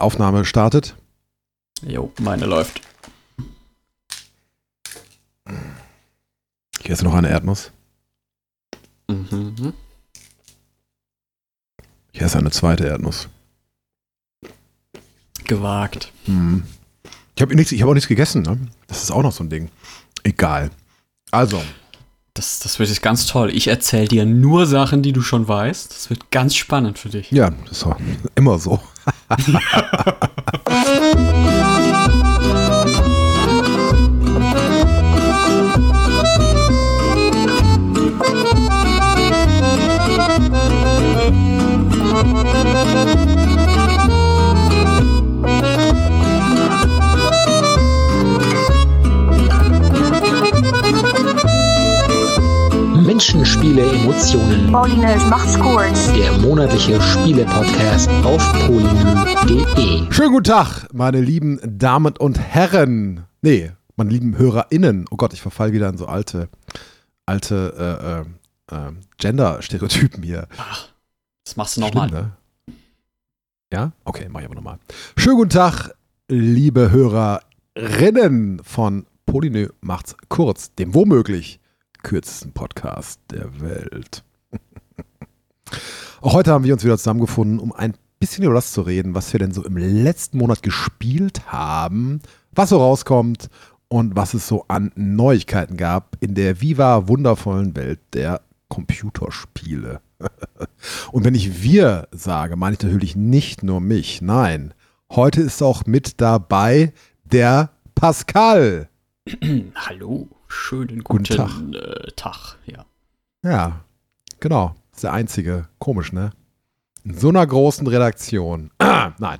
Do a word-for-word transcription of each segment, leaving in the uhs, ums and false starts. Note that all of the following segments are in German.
Aufnahme startet. Jo, meine läuft. Hier ist noch eine Erdnuss. Mhm. Hier ist eine zweite Erdnuss. Gewagt. Hm. Ich habe nichts, ich hab auch nichts gegessen, ne? Das ist auch noch so ein Ding. Egal. Also. Das, das wird jetzt ganz toll. Ich erzähle dir nur Sachen, die du schon weißt. Das wird ganz spannend für dich. Ja, das ist immer so. Menschen, Spiele, Emotionen. Polyneu's macht's kurz. Der monatliche Spiele-Podcast auf polyneux punkt de. Schönen guten Tag, meine lieben Damen und Herren. Nee, meine lieben HörerInnen. Oh Gott, ich verfall wieder in so alte, alte äh, äh, Gender-Stereotypen hier. Ach, das machst du nochmal. Ne? Ja? Okay, mach ich aber nochmal. Schönen guten Tag, liebe HörerInnen von Polyneux macht's kurz, dem womöglich kürzesten Podcast der Welt. Auch heute haben wir uns wieder zusammengefunden, um ein bisschen über das zu reden, was wir denn so im letzten Monat gespielt haben, was so rauskommt und was es so an Neuigkeiten gab in der viva wundervollen Welt der Computerspiele. Und wenn ich wir sage, meine ich natürlich nicht nur mich, nein, heute ist auch mit dabei der Pascal. Hallo, schönen guten, Guten Tag. Äh, Tag. Ja. Ja, genau. Ist der einzige. Komisch, ne? In so einer großen Redaktion. Ah, nein.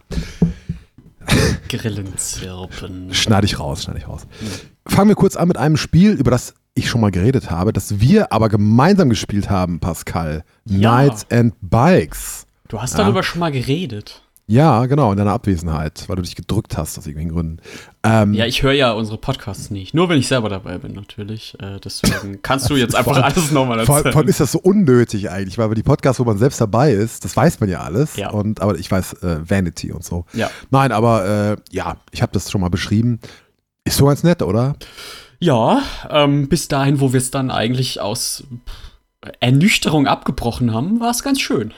Grillenzirpen. Schneide ich raus, schneide ich raus. Fangen wir kurz an mit einem Spiel, über das ich schon mal geredet habe, das wir aber gemeinsam gespielt haben, Pascal. Ja. Knights and Bikes. Du hast Ja. darüber schon mal geredet. Ja, genau, in deiner Abwesenheit, weil du dich gedrückt hast aus irgendwelchen Gründen. Ähm, Ja, ich höre ja unsere Podcasts nicht. Nur wenn ich selber dabei bin, natürlich. Äh, deswegen kannst du jetzt einfach Vor allem- alles nochmal Vor, erzählen. vor allem ist das so unnötig eigentlich, weil bei die Podcasts, wo man selbst dabei ist, das weiß man ja alles. Ja. Und, aber ich weiß äh, Vanity und so. Ja. Nein, aber äh, ja, ich habe das schon mal beschrieben. Ist so ganz nett, oder? Ja, ähm, bis dahin, wo wir es dann eigentlich aus Ernüchterung abgebrochen haben, war es ganz schön.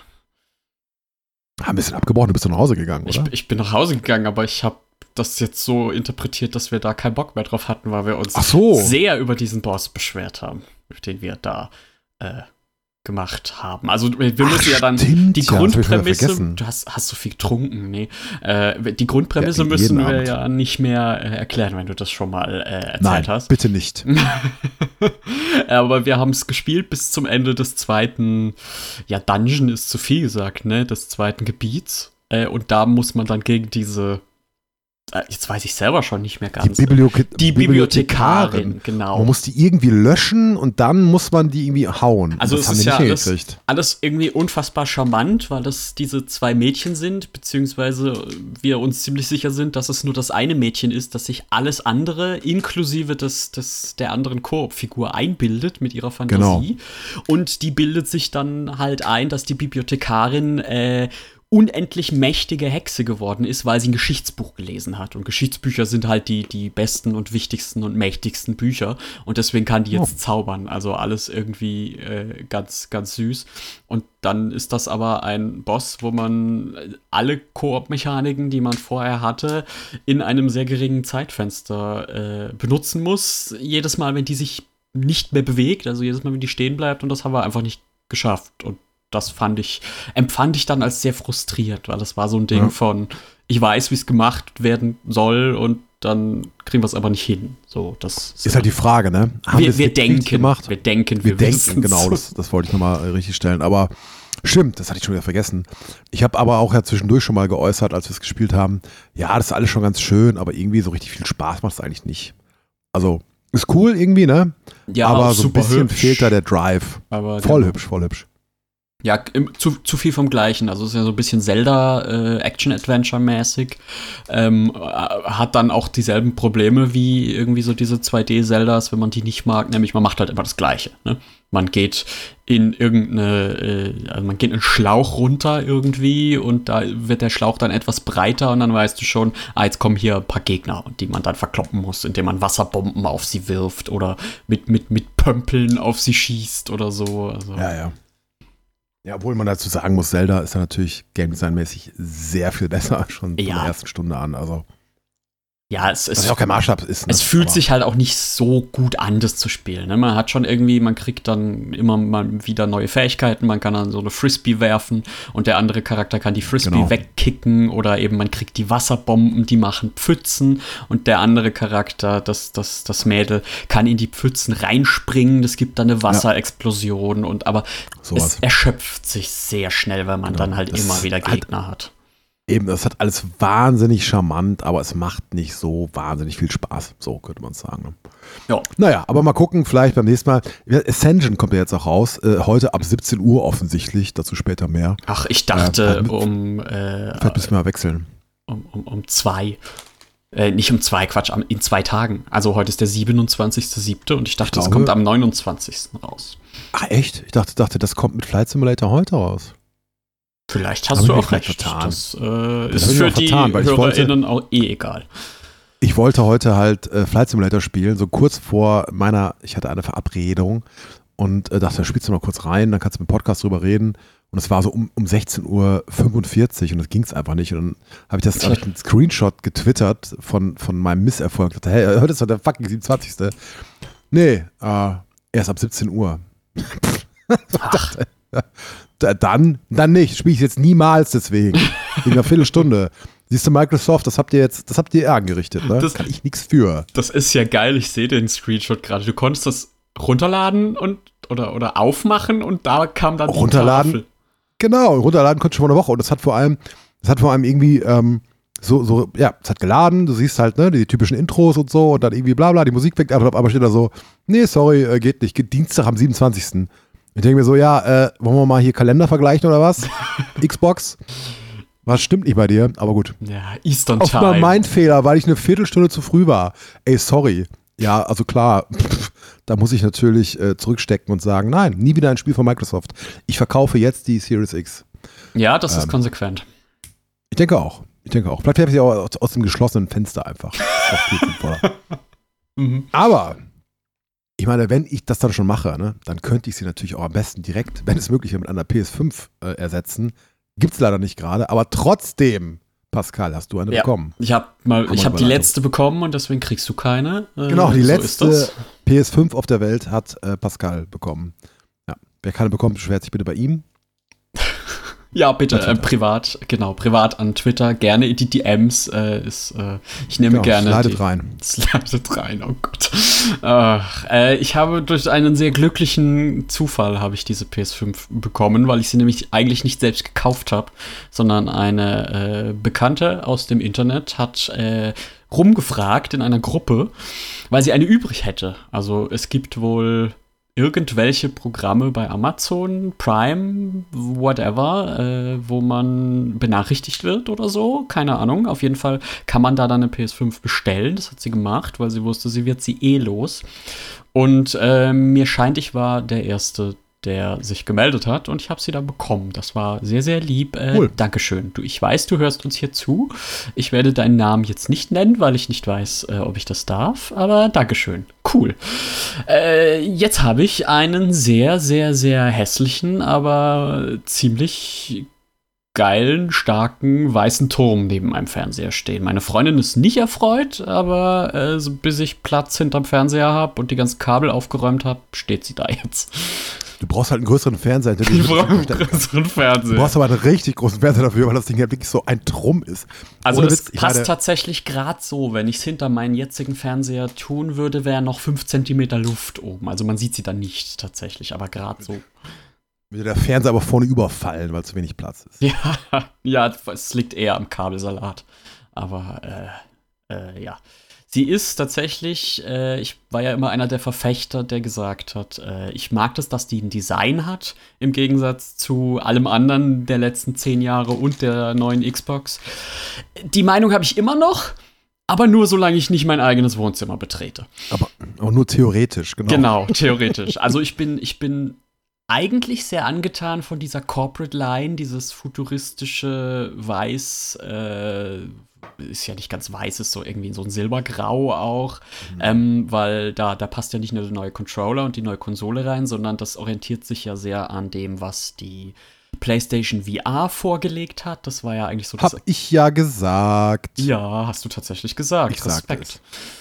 Ah, ein bisschen abgebrochen, du bist doch nach Hause gegangen, Ich, oder? ich bin nach Hause gegangen, aber ich habe das jetzt so interpretiert, dass wir da keinen Bock mehr drauf hatten, weil wir uns Ach so. sehr über diesen Boss beschwert haben, den wir da äh, gemacht haben. Also wir wir Ach, müssen ja dann stimmt, die ja, das hab ich wieder Grundprämisse, vergessen. du hast, hast so viel getrunken, nee. Äh, die Grundprämisse Ja, müssen jeden wir Abend. ja nicht mehr äh, erklären, wenn du das schon mal äh, erzählt Nein, hast. bitte nicht. Aber wir haben es gespielt bis zum Ende des zweiten, ja, Dungeon ist zu viel gesagt, ne, des zweiten Gebiets. Äh, und da muss man dann gegen diese, äh, jetzt weiß ich selber schon nicht mehr Die, ganz. Bibliothek Die Bibliothekarin, genau. Man muss die irgendwie löschen und dann muss man die irgendwie hauen. Also das es haben ist wir ja nicht alles, hingekriegt. alles irgendwie unfassbar charmant, weil das diese zwei Mädchen sind, beziehungsweise wir uns ziemlich sicher sind, dass es nur das eine Mädchen ist, das sich alles andere, inklusive des, des, der anderen Koop-Figur, einbildet mit ihrer Fantasie. Und die bildet sich dann halt ein, dass die Bibliothekarin äh, unendlich mächtige Hexe geworden ist, weil sie ein Geschichtsbuch gelesen hat. Und Geschichtsbücher sind halt die, die besten und wichtigsten und mächtigsten Bücher. Und deswegen kann die jetzt Oh. zaubern. Also alles irgendwie äh, ganz, ganz süß. Und dann ist das aber ein Boss, wo man alle Koop-Mechaniken, die man vorher hatte, in einem sehr geringen Zeitfenster äh, benutzen muss. Jedes Mal, wenn die sich nicht mehr bewegt, also jedes Mal, wenn die stehen bleibt. Und das haben wir einfach nicht geschafft. Und das fand ich, empfand ich dann als sehr frustriert, weil das war so ein Ding Ja. von, ich weiß, wie es gemacht werden soll und dann kriegen wir es aber nicht hin. So, das Ist halt die Frage, ne? Haben wir, es wir wirklich denken, gemacht? wir denken, Wir wir, denken, wissen's. genau, das, das wollte ich nochmal richtig stellen. Aber stimmt, das hatte ich schon wieder vergessen. Ich habe aber auch ja zwischendurch schon mal geäußert, als wir es gespielt haben, ja, das ist alles schon ganz schön, aber irgendwie so richtig viel Spaß macht es eigentlich nicht. Also, ist cool irgendwie, ne? Ja, aber so ein super bisschen hübsch. fehlt da der Drive. Aber Voll genau. hübsch, voll hübsch. Ja, im, zu, zu viel vom Gleichen. Also es ist ja so ein bisschen Zelda äh, Action-Adventure-mäßig. Ähm, äh, hat dann auch dieselben Probleme wie irgendwie so diese zwei D-Zeldas, wenn man die nicht mag. Nämlich man macht halt immer das Gleiche. Ne? Man geht in irgendeine, äh, also man geht einen Schlauch runter irgendwie und da wird der Schlauch dann etwas breiter und dann weißt du schon, ah, jetzt kommen hier ein paar Gegner, die man dann verkloppen muss, indem man Wasserbomben auf sie wirft oder mit, mit, mit Pömpeln auf sie schießt oder so. Also. Ja, ja. Ja, obwohl man dazu sagen muss, Zelda ist ja natürlich Game Design-mäßig sehr viel besser, schon von Ja. der ersten Stunde an. Also, Ja, es was ist. ja auch kein Maßstab ist. Ne? Es fühlt Aber sich halt auch nicht so gut an, das zu spielen. Ne? Man hat schon irgendwie, man kriegt dann immer mal wieder neue Fähigkeiten. Man kann dann so eine Frisbee werfen und der andere Charakter kann die Frisbee Genau. wegkicken oder eben man kriegt die Wasserbomben, die machen Pfützen und der andere Charakter, das, das, das Mädel, kann in die Pfützen reinspringen. Das gibt dann eine Wasserexplosion und aber Sowas. es erschöpft sich sehr schnell, weil man Genau. dann halt Das immer wieder hat- Gegner hat. Eben, das hat alles wahnsinnig charmant, aber es macht nicht so wahnsinnig viel Spaß. So könnte man es sagen. Ne? Ja. Naja, aber mal gucken, vielleicht beim nächsten Mal. Ascension kommt ja jetzt auch raus. Äh, heute ab siebzehn Uhr offensichtlich, dazu später mehr. Ach, ich dachte Äh, um äh, Vielleicht müssen wir mal wechseln. Um, um, um zwei. Äh, nicht um zwei, Quatsch, am- in zwei Tagen. Also heute ist der siebenundzwanzigster siebte und ich dachte, es glaube- kommt am neunundzwanzigsten raus. Ach echt? Ich dachte, dachte, das kommt mit Flight Simulator heute raus. Vielleicht Hab hast ich du mich auch vielleicht recht. vertan. Das äh, Das ist hab ich für mich auch die vertan, weil ich wollte- HörerInnen auch eh egal. Ich wollte heute halt äh, Flight Simulator spielen, so kurz vor meiner, ich hatte eine Verabredung und äh, dachte, da spielst du mal kurz rein, dann kannst du mit dem Podcast drüber reden. Und es war so um, um sechzehn Uhr fünfundvierzig und das ging es einfach nicht. Und dann habe ich das hab ich einen Screenshot getwittert von, von meinem Misserfolg. Ich dachte, hey, heute ist doch der fucking siebenundzwanzigste Nee, äh, erst ab siebzehn Uhr Ach, Da- Dann, dann nicht. Spiele ich jetzt niemals deswegen. In einer Viertelstunde. Siehst du, Microsoft, das habt ihr jetzt, das habt ihr angerichtet, ne? Das- Kann ich nichts für. das ist ja geil. Ich sehe den Screenshot gerade. Du konntest das runterladen und oder, oder aufmachen und da kam dann die Runterladen? Tafel. Genau, runterladen konnte ich schon mal eine Woche. Und das hat vor allem, das hat vor allem irgendwie, ähm, so, so, ja, es hat geladen, du siehst halt, ne, die typischen Intros und so und dann irgendwie bla bla, die Musik fängt an und auf einmal steht da so, nee, sorry, äh, geht nicht, geht Dienstag am siebenundzwanzigsten Ich denke mir so, ja, äh, wollen wir mal hier Kalender vergleichen oder was? Xbox? Was stimmt nicht bei dir? Aber gut. Ja, Eastern Auch mal Time. mein Fehler, weil ich eine Viertelstunde zu früh war. Ey, sorry. Ja, also klar, pff, da muss ich natürlich äh, zurückstecken und sagen, nein, nie wieder ein Spiel von Microsoft. Ich verkaufe jetzt die Series X. Ja, das ist Ähm, konsequent. Ich denke auch. Ich denke auch. Vielleicht habe ich sie auch aus, aus dem geschlossenen Fenster einfach. Das ist auch viel sinnvoller. Mhm. Aber ich meine, wenn ich das dann schon mache, ne, dann könnte ich sie natürlich auch am besten direkt, wenn es möglich wäre, mit einer P S fünf äh, ersetzen. Gibt es leider nicht gerade, aber trotzdem, Pascal, hast du eine Ja. bekommen. Ich habe mal, Kann ich man habe die überleiten. letzte bekommen und deswegen kriegst du keine. Äh, Genau, die so letzte ist das. P S fünf auf der Welt hat äh, Pascal bekommen. Ja. Wer keine bekommt, beschwert sich bitte bei ihm. Ja, bitte, Bei äh, Twitter. privat, genau, privat an Twitter, gerne in die D Ms. Äh, ist, äh, ich nehme Genau, gerne. slidet die, rein. Slidet rein, oh Gott. Ach, äh, ich habe durch einen sehr glücklichen Zufall habe ich diese P S fünf bekommen, weil ich sie nämlich eigentlich nicht selbst gekauft habe, sondern eine äh, Bekannte aus dem Internet hat äh, rumgefragt in einer Gruppe, weil sie eine übrig hätte. Also es gibt wohl irgendwelche Programme bei Amazon, Prime, whatever, äh, wo man benachrichtigt wird oder so. Keine Ahnung. Auf jeden Fall kann man da dann eine P S fünf bestellen. Das hat sie gemacht, weil sie wusste, sie wird sie eh los. Und äh, mir scheint, ich war der Erste, der sich gemeldet hat und ich habe sie dann bekommen. Das war sehr, sehr lieb. Äh, Cool. Dankeschön. Du, ich weiß, du hörst uns hier zu. Ich werde deinen Namen jetzt nicht nennen, weil ich nicht weiß, äh, ob ich das darf, aber Dankeschön. Cool. Äh, jetzt habe ich einen sehr, sehr, sehr hässlichen, aber ziemlich geilen, starken, weißen Turm neben meinem Fernseher stehen. Meine Freundin ist nicht erfreut, aber äh, so bis ich Platz hinterm Fernseher habe und die ganzen Kabel aufgeräumt habe, steht sie da jetzt. Du brauchst halt einen größeren Fernseher. Den du Ich brauche einen verstecken kannst. größeren Du Fernseher. brauchst aber einen richtig großen Fernseher dafür, weil das Ding ja wirklich so ein Trumm ist. Also Ohne es Witz, ich passt meine- tatsächlich gerade so. Wenn ich es hinter meinen jetzigen Fernseher tun würde, wäre noch fünf Zentimeter Luft oben. Also man sieht sie dann nicht tatsächlich, aber gerade so. Würde der Fernseher aber vorne überfallen, weil zu wenig Platz ist. Ja, ja, es liegt eher am Kabelsalat. Aber äh, äh, ja. Sie ist tatsächlich, äh, ich war ja immer einer der Verfechter, der gesagt hat, äh, ich mag das, dass die ein Design hat, im Gegensatz zu allem anderen der letzten zehn Jahre und der neuen Xbox. Die Meinung habe ich immer noch, aber nur solange ich nicht mein eigenes Wohnzimmer betrete. Aber auch nur theoretisch, genau. Genau, theoretisch. Also ich bin, ich bin eigentlich sehr angetan von dieser Corporate Line, dieses futuristische Weiß, äh, ist ja nicht ganz weiß, ist so irgendwie so ein Silbergrau auch, mhm. ähm, weil da, da passt ja nicht nur der neue Controller und die neue Konsole rein, sondern das orientiert sich ja sehr an dem, was die PlayStation V R vorgelegt hat. Das war ja eigentlich so das. Hab ich ja gesagt. Ja, hast du tatsächlich gesagt. Ich Respekt.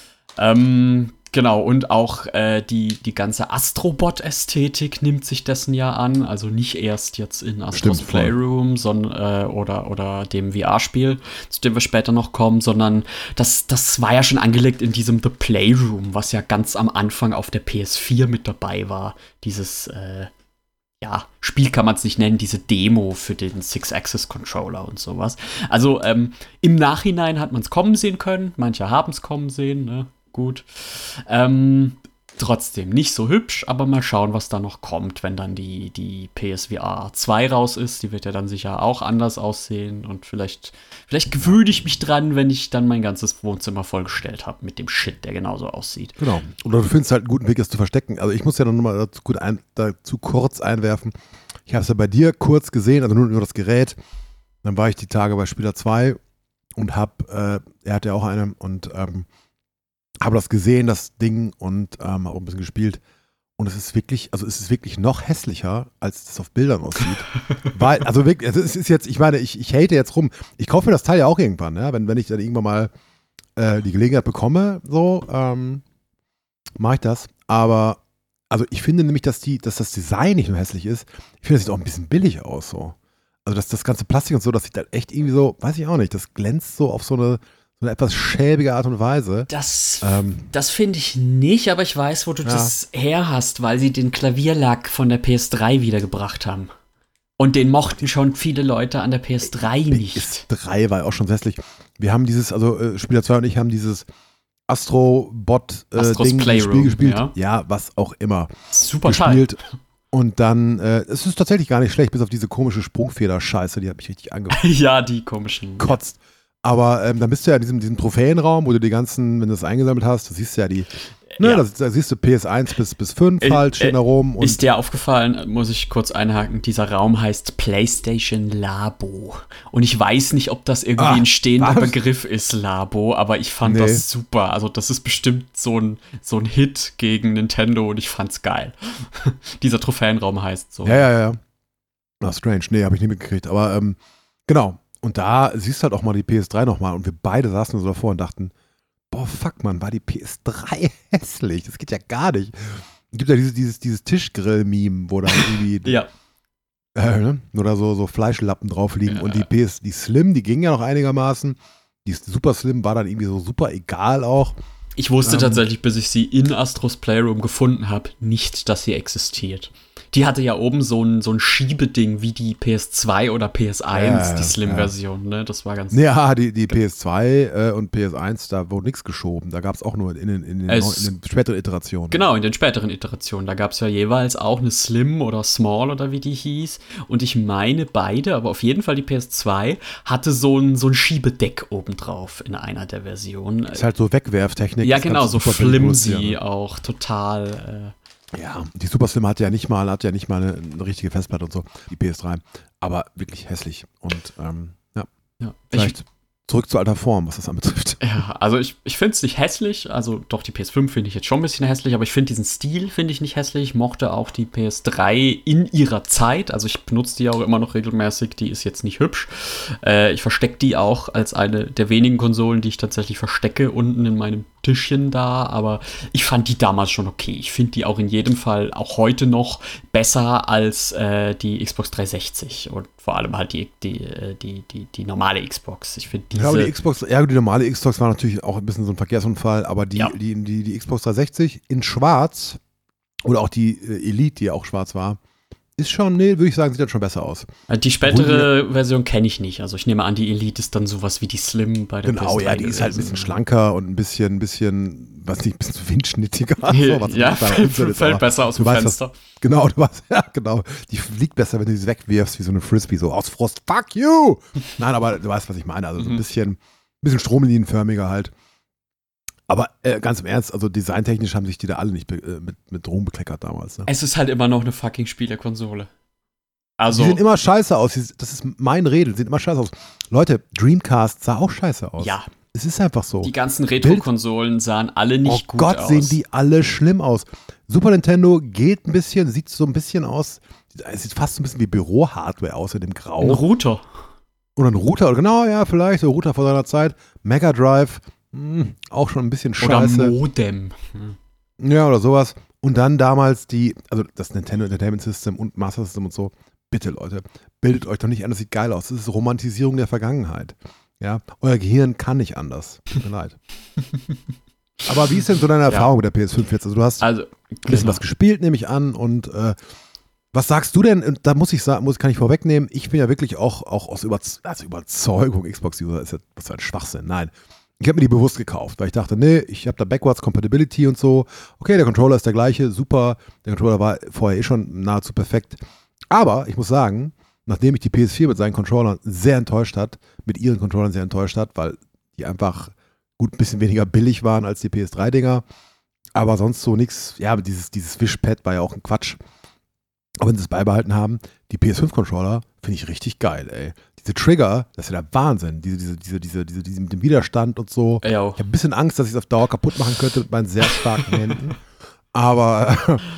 Ähm, genau, und auch äh, die, die ganze Astrobot-Ästhetik nimmt sich dessen ja an. Also nicht erst jetzt in Astros Stimmt, Playroom sondern, äh, oder, oder dem V R-Spiel, zu dem wir später noch kommen, sondern das, das war ja schon angelegt in diesem The Playroom, was ja ganz am Anfang auf der P S vier mit dabei war. Dieses äh, ja, Spiel kann man es nicht nennen, diese Demo für den Six-Axis-Controller und sowas. Also ähm, im Nachhinein hat man es kommen sehen können, manche haben es kommen sehen, ne? Gut. Ähm, trotzdem nicht so hübsch, aber mal schauen, was da noch kommt, wenn dann die, die P S V R zwei raus ist. Die wird ja dann sicher auch anders aussehen und vielleicht, vielleicht gewöhne ich mich dran, wenn ich dann mein ganzes Wohnzimmer vollgestellt habe mit dem Shit, der genauso aussieht. Genau. Oder du findest halt einen guten Weg, das zu verstecken. Also ich muss ja noch mal dazu, gut ein, dazu kurz einwerfen. Ich habe es ja bei dir kurz gesehen, also nur, nur das Gerät. Dann war ich die Tage bei Spieler zwei und hab, äh, er hat ja auch eine und ähm, habe das gesehen, das Ding, und ähm, auch ein bisschen gespielt. Und es ist wirklich, also es ist wirklich noch hässlicher, als es auf Bildern aussieht. Weil, also wirklich, also es ist jetzt, ich meine, ich, ich hate jetzt rum. Ich kaufe mir das Teil ja auch irgendwann, ja, wenn, wenn ich dann irgendwann mal äh, die Gelegenheit bekomme, so, ähm, mache ich das. Aber, also ich finde nämlich, dass die, dass das Design nicht nur hässlich ist, ich finde, das sieht auch ein bisschen billig aus, so. Also das, das ganze Plastik und so, das sieht halt echt irgendwie so, weiß ich auch nicht, das glänzt so auf so eine eine etwas schäbige Art und Weise. Das, ähm, das finde ich nicht, aber ich weiß, wo du ja. das her hast, weil sie den Klavierlack von der P S drei wiedergebracht haben. Und den mochten schon viele Leute an der P S drei nicht. P S drei war ja auch schon hässlich. Wir haben dieses, also äh, Spieler zwei und ich haben dieses Astrobot-Ding äh, Spiel gespielt. Ja. ja, was auch immer. Super gespielt. Schall. Und dann, äh, es ist tatsächlich gar nicht schlecht, bis auf diese komische Sprungfeder-Scheiße, die hat mich richtig angefasst. Ja, die komischen. Kotzt. Ja. Aber ähm, dann bist du ja in diesem, diesem Trophäenraum, wo du die ganzen, wenn du das eingesammelt hast, du siehst ja die, ne, ja. Da, da siehst du P S eins bis, bis fünf halt, stehen äh, da rum. Und ist dir aufgefallen, muss ich kurz einhaken, dieser Raum heißt PlayStation Labo. Und ich weiß nicht, ob das irgendwie ah, ein stehender was? Begriff ist, Labo, aber ich fand nee. das super. Also das ist bestimmt so ein, so ein Hit gegen Nintendo und ich fand's geil. Dieser Trophäenraum heißt so. Ja, ja, ja. Na, strange. Nee, hab ich nicht mitgekriegt. Aber ähm, genau. Und da siehst du halt auch mal die P S drei nochmal und wir beide saßen so davor und dachten, boah, fuck, man, war die P S drei hässlich. Das geht ja gar nicht. Es gibt ja dieses, dieses, dieses Tischgrill-Meme, wo da irgendwie ja. äh, ne? oder so, so Fleischlappen drauf liegen. Ja. Und die P S, die Slim, die ging ja noch einigermaßen. Die Super Slim war dann irgendwie so super egal auch. Ich wusste ähm, tatsächlich, bis ich sie in Astros Playroom gefunden habe, nicht, dass sie existiert. Die hatte ja oben so ein, so ein Schiebeding wie die P S zwei oder P S eins, ja, die Slim-Version, ja. ne? Das war ganz. Ja, die, die P S zwei äh, und P S eins, da wurde nichts geschoben. Da gab es auch nur in den, in, den es, in den späteren Iterationen. Genau, in den späteren Iterationen. Da gab es ja jeweils auch eine Slim oder Small oder wie die hieß. Und ich meine beide, aber auf jeden Fall die P S zwei hatte so ein, so ein Schiebedeck obendrauf in einer der Versionen. Ist halt so Wegwerftechnik. Ja, genau, so flimsy auch, total. Äh, Ja, die Super Slim hat ja nicht mal, hat ja nicht mal eine, eine richtige Festplatte und so, die P S drei. Aber wirklich hässlich. Und ähm, ja, ja, vielleicht ich, zurück zu alter Form, was das anbetrifft. Ja, also ich, ich finde es nicht hässlich. Also doch, die P S fünf finde ich jetzt schon ein bisschen hässlich, aber ich finde diesen Stil finde ich nicht hässlich. Ich mochte auch die P S drei in ihrer Zeit. Also ich benutze die auch immer noch regelmäßig. Die ist jetzt nicht hübsch. Äh, ich verstecke die auch als eine der wenigen Konsolen, die ich tatsächlich verstecke, unten in meinem Tischchen da, aber ich fand die damals schon okay. Ich finde die auch in jedem Fall, auch heute noch, besser als äh, die Xbox dreihundertsechzig und vor allem halt die, die, die, die, die normale Xbox. Ich finde diese... Ja, aber die Xbox, ja, die normale Xbox war natürlich auch ein bisschen so ein Verkehrsunfall, aber die, ja. die, die, die Xbox dreihundertsechzig in schwarz oder auch die äh, Elite, die auch schwarz war, ist schon, nee, würde ich sagen, sieht dann schon besser aus. Die spätere die, Version kenne ich nicht. Also ich nehme an, die Elite ist dann sowas wie die Slim bei der Genau, ja, die ist halt ein bisschen schlanker und ein bisschen, ein bisschen, was nicht, ein bisschen windschnittiger. So, was ja, fällt, ist, fällt besser aus dem weißt, Fenster. Was, genau, du weißt, ja, genau. Die fliegt besser, wenn du sie wegwirfst, wie so eine Frisbee, so aus Frost, fuck you! Nein, aber du weißt, was ich meine. Also so ein bisschen, ein bisschen stromlinienförmiger halt. Aber äh, ganz im Ernst, also designtechnisch haben sich die da alle nicht be- äh, mit, mit Ruhm bekleckert damals. Ne? Es ist halt immer noch eine fucking Spielekonsole. Also, die sehen immer scheiße aus. Das ist mein Redel. Sieht immer scheiße aus. Leute, Dreamcast sah auch scheiße aus. Ja. Es ist einfach so. Die ganzen Retro-Konsolen sahen alle nicht oh gut Gott, aus. sehen die alle schlimm aus. Super Nintendo geht ein bisschen, sieht so ein bisschen aus, es sieht fast so ein bisschen wie Büro-Hardware aus in dem Grau. Ein Router. Oder ein Router, genau, ja, vielleicht, so ein Router vor seiner Zeit. Mega Drive, mh, auch schon ein bisschen scheiße. Oder Modem. Hm. Ja, oder sowas. Und dann damals die, also das Nintendo Entertainment System und Master System und so. Bitte, Leute, bildet euch doch nicht an, das sieht geil aus. Das ist Romantisierung der Vergangenheit. Ja, euer Gehirn kann nicht anders. Tut mir leid. Aber wie ist denn so deine Erfahrung ja. mit der P S fünf jetzt? Also du hast also, ein bisschen was gespielt, nehme ich an. Und äh, was sagst du denn? Und da muss ich sagen, muss, kann ich vorwegnehmen, ich bin ja wirklich auch, auch aus Überze- also Überzeugung, Xbox-User ist ja was für ein Schwachsinn. Nein. Ich habe mir die bewusst gekauft, weil ich dachte, nee, ich habe da Backwards Compatibility und so. Okay, der Controller ist der gleiche, super. Der Controller war vorher eh schon nahezu perfekt. Aber ich muss sagen, nachdem ich die P S vier mit seinen Controllern sehr enttäuscht hat, mit ihren Controllern sehr enttäuscht hat, weil die einfach gut ein bisschen weniger billig waren als die P S drei Dinger, aber sonst so nichts, ja, dieses, dieses Wischpad war ja auch ein Quatsch. Aber wenn sie es beibehalten haben, die P S fünf Controller finde ich richtig geil, ey. Diese Trigger, das ist ja der Wahnsinn, diese, diese, diese, diese, diese, diese mit dem Widerstand und so. Ja, ich habe ein bisschen Angst, dass ich es auf Dauer kaputt machen könnte mit meinen sehr starken Händen. Aber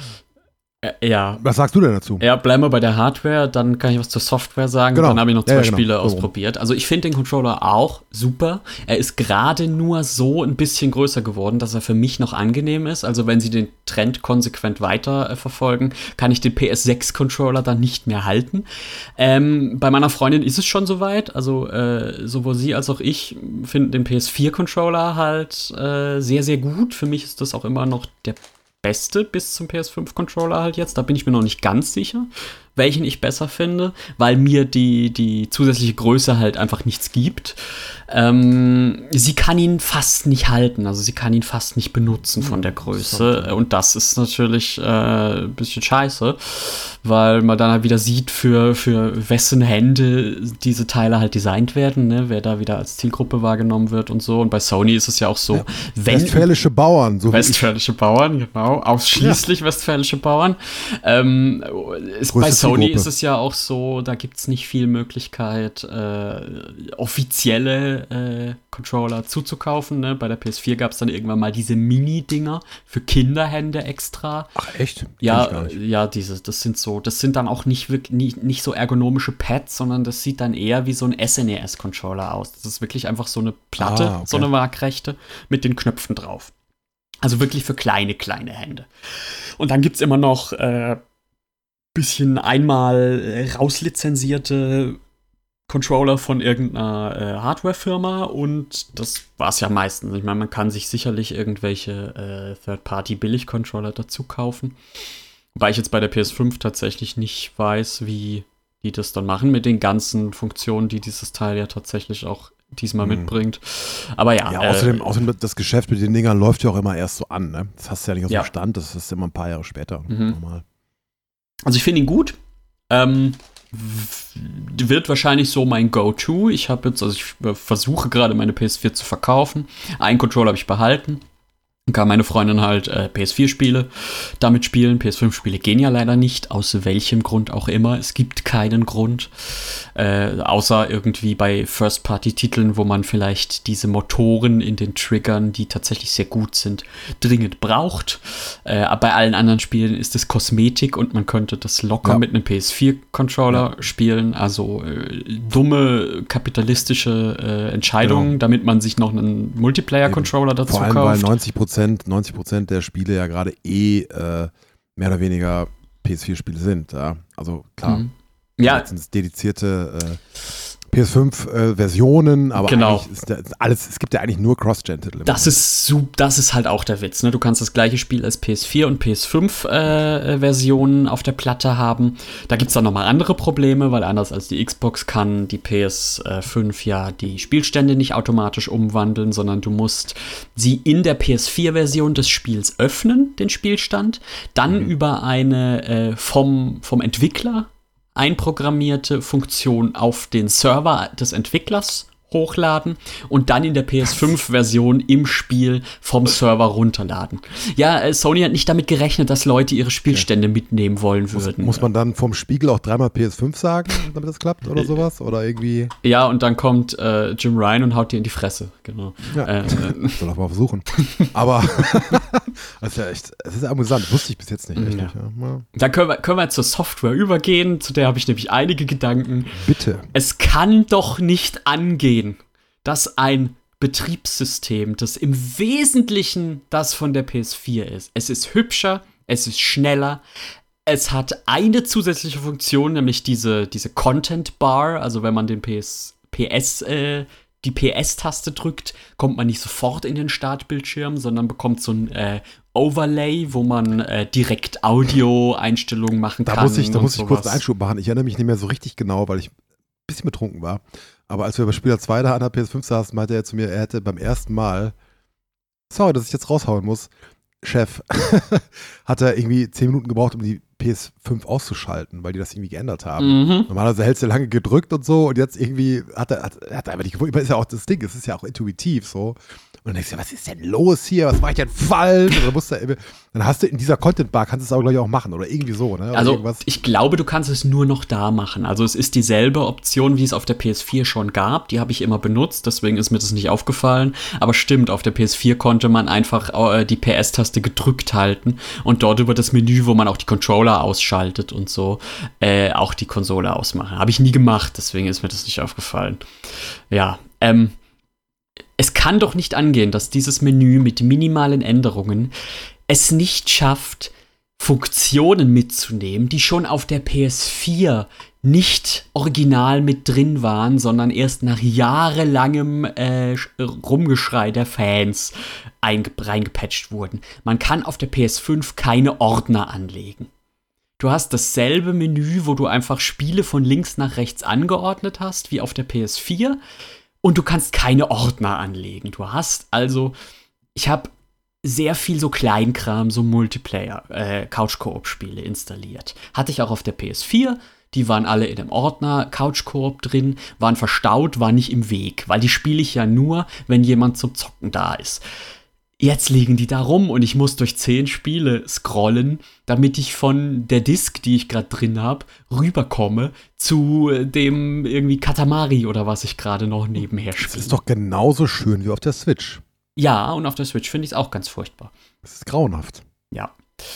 ja. Was sagst du denn dazu? Ja, bleiben wir bei der Hardware, dann kann ich was zur Software sagen. Genau. Dann habe ich noch zwei ja, ja, genau. Spiele so ausprobiert. Also ich finde den Controller auch super. Er ist gerade nur so ein bisschen größer geworden, dass er für mich noch angenehm ist. Also wenn sie den Trend konsequent weiter äh, verfolgen, kann ich den P S sechs Controller dann nicht mehr halten. Ähm, bei meiner Freundin ist es schon soweit. Also äh, sowohl sie als auch ich finden den P S vier Controller halt äh, sehr, sehr gut. Für mich ist das auch immer noch der Beste bis zum P S fünf Controller halt jetzt. Da bin ich mir noch nicht ganz sicher, welchen ich besser finde, weil mir die, die zusätzliche Größe halt einfach nichts gibt. Ähm, sie kann ihn fast nicht halten, also sie kann ihn fast nicht benutzen von der Größe. Und das ist natürlich äh, ein bisschen scheiße, weil man dann halt wieder sieht, für, für wessen Hände diese Teile halt designt werden, ne? Wer da wieder als Zielgruppe wahrgenommen wird und so. Und bei Sony ist es ja auch so, ja. wenn Westfälische Bauern, so Westfälische Bauern, genau, ausschließlich ja. westfälische Bauern. Ähm, ist, bei Sony ist es ja auch so, da gibt es nicht viel Möglichkeit, äh, offizielle äh, Controller zuzukaufen. Ne? Bei der P S vier gab es dann irgendwann mal diese Mini-Dinger für Kinderhände extra. Ach echt? Ja, ja, diese, das sind so, das sind dann auch nicht wirklich nicht, nicht so ergonomische Pads, sondern das sieht dann eher wie so ein S N E S-Controller aus. Das ist wirklich einfach so eine Platte, ah, okay. so eine Waagrechte mit den Knöpfen drauf. Also wirklich für kleine, kleine Hände. Und dann gibt es immer noch äh, bisschen einmal äh, rauslizenzierte Controller von irgendeiner äh, Hardware-Firma und das war es ja meistens. Ich meine, man kann sich sicherlich irgendwelche äh, Third-Party-Billig-Controller dazu kaufen. Wobei ich jetzt bei der P S fünf tatsächlich nicht weiß, wie die das dann machen mit den ganzen Funktionen, die dieses Teil ja tatsächlich auch diesmal hm. mitbringt. Aber ja. Ja, außerdem, äh, außerdem, das Geschäft mit den Dingern läuft ja auch immer erst so an, ne? Das hast du ja nicht aus ja. dem Stand, das ist immer ein paar Jahre später. Mhm. Normal. Also ich finde ihn gut. Ähm, w- wird wahrscheinlich so mein Go-To. Ich habe jetzt, also ich versuche gerade meine P S vier zu verkaufen. Einen Controller habe ich behalten. Dann kann meine Freundin halt äh, P S vier Spiele damit spielen. P S fünf Spiele gehen ja leider nicht, aus welchem Grund auch immer. Es gibt keinen Grund, äh, außer irgendwie bei First-Party-Titeln, wo man vielleicht diese Motoren in den Triggern, die tatsächlich sehr gut sind, dringend braucht. Äh, aber bei allen anderen Spielen ist es Kosmetik und man könnte das locker ja. mit einem P S vier Controller ja. spielen. Also äh, dumme kapitalistische äh, Entscheidungen, genau. damit man sich noch einen Multiplayer-Controller dazu Vor allem, kauft. Weil neunzig Prozent neunzig Prozent der Spiele ja gerade eh äh, mehr oder weniger P S vier Spiele sind. Ja? Also klar, mhm. ja. sind es dedizierte äh, P S fünf Versionen, aber genau. eigentlich ist da alles, es gibt ja eigentlich nur Cross-Gen-Titel. Das ist, das ist halt auch der Witz, ne? Du kannst das gleiche Spiel als P S vier und P S fünf äh, Versionen auf der Platte haben. Da gibt es dann nochmal andere Probleme, weil anders als die Xbox kann die P S fünf ja die Spielstände nicht automatisch umwandeln, sondern du musst sie in der P S vier Version des Spiels öffnen, den Spielstand, dann mhm. über eine äh, vom, vom Entwickler einprogrammierte Funktion auf den Server des Entwicklers hochladen und dann in der P S fünf Version im Spiel vom Server runterladen. Ja, Sony hat nicht damit gerechnet, dass Leute ihre Spielstände okay. mitnehmen wollen würden. Muss, muss man dann vom Spiegel auch dreimal P S fünf sagen, damit das klappt oder sowas? Oder irgendwie? Ja, und dann kommt äh, Jim Ryan und haut dir in die Fresse. Genau. Ja, äh, soll auch mal versuchen. Aber das ist ja echt, es ist amüsant. Wusste ich bis jetzt nicht. Echt ja. nicht ja. Dann können wir, können wir zur Software übergehen, zu der habe ich nämlich einige Gedanken. Bitte. Es kann doch nicht angehen, dass ein Betriebssystem, das im Wesentlichen das von der P S vier ist. Es ist hübscher, es ist schneller, es hat eine zusätzliche Funktion, nämlich diese, diese Content Bar. Also wenn man den P S, P S, äh, die P S-Taste drückt, kommt man nicht sofort in den Startbildschirm, sondern bekommt so ein äh, Overlay, wo man äh, direkt Audio-Einstellungen machen da kann. Muss ich, da muss ich sowas. kurz einen Einschub machen. Ich erinnere mich nicht mehr so richtig genau, weil ich ein bisschen betrunken war. Aber als wir bei Spieler zwei da an der P S fünf saßen, meinte er zu mir, er hätte beim ersten Mal, sorry, dass ich jetzt raushauen muss, Chef, hat er irgendwie zehn Minuten gebraucht, um die P S fünf auszuschalten, weil die das irgendwie geändert haben. Mhm. Normalerweise hältst du lange gedrückt und so und jetzt irgendwie hat er, hat, hat er einfach nicht gefunden. Ist ja auch das Ding, es ist ja auch intuitiv so. Und dann denkst du, was ist denn los hier? Was mache ich denn falsch? Oder musst du, dann hast du in dieser Content-Bar, kannst du es aber, glaube ich, auch machen. Oder irgendwie so. Ne? Oder also, irgendwas. Ich glaube, du kannst es nur noch da machen. Also, es ist dieselbe Option, wie es auf der P S vier schon gab. Die habe ich immer benutzt, deswegen ist mir das nicht aufgefallen. Aber stimmt, auf der P S vier konnte man einfach äh, die P S-Taste gedrückt halten und dort über das Menü, wo man auch die Controller ausschaltet und so, äh, auch die Konsole ausmachen. Habe ich nie gemacht, deswegen ist mir das nicht aufgefallen. Ja, ähm, es kann doch nicht angehen, dass dieses Menü mit minimalen Änderungen es nicht schafft, Funktionen mitzunehmen, die schon auf der P S vier nicht original mit drin waren, sondern erst nach jahrelangem äh, Rumgeschrei der Fans reingepatcht wurden. Man kann auf der P S fünf keine Ordner anlegen. Du hast dasselbe Menü, wo du einfach Spiele von links nach rechts angeordnet hast, wie auf der P S vier. Und du kannst keine Ordner anlegen. Du hast also, ich habe sehr viel so Kleinkram, so Multiplayer, äh, Couch-Koop-Spiele installiert. Hatte ich auch auf der P S vier. Die waren alle in dem Ordner Couch-Koop drin, waren verstaut, waren nicht im Weg. Weil die spiele ich ja nur, wenn jemand zum Zocken da ist. Jetzt liegen die da rum und ich muss durch zehn Spiele scrollen, damit ich von der Disk, die ich gerade drin habe, rüberkomme zu dem irgendwie Katamari oder was ich gerade noch nebenher spiele. Das ist doch genauso schön wie auf der Switch. Ja, und auf der Switch finde ich es auch ganz furchtbar. Das ist grauenhaft. Ja.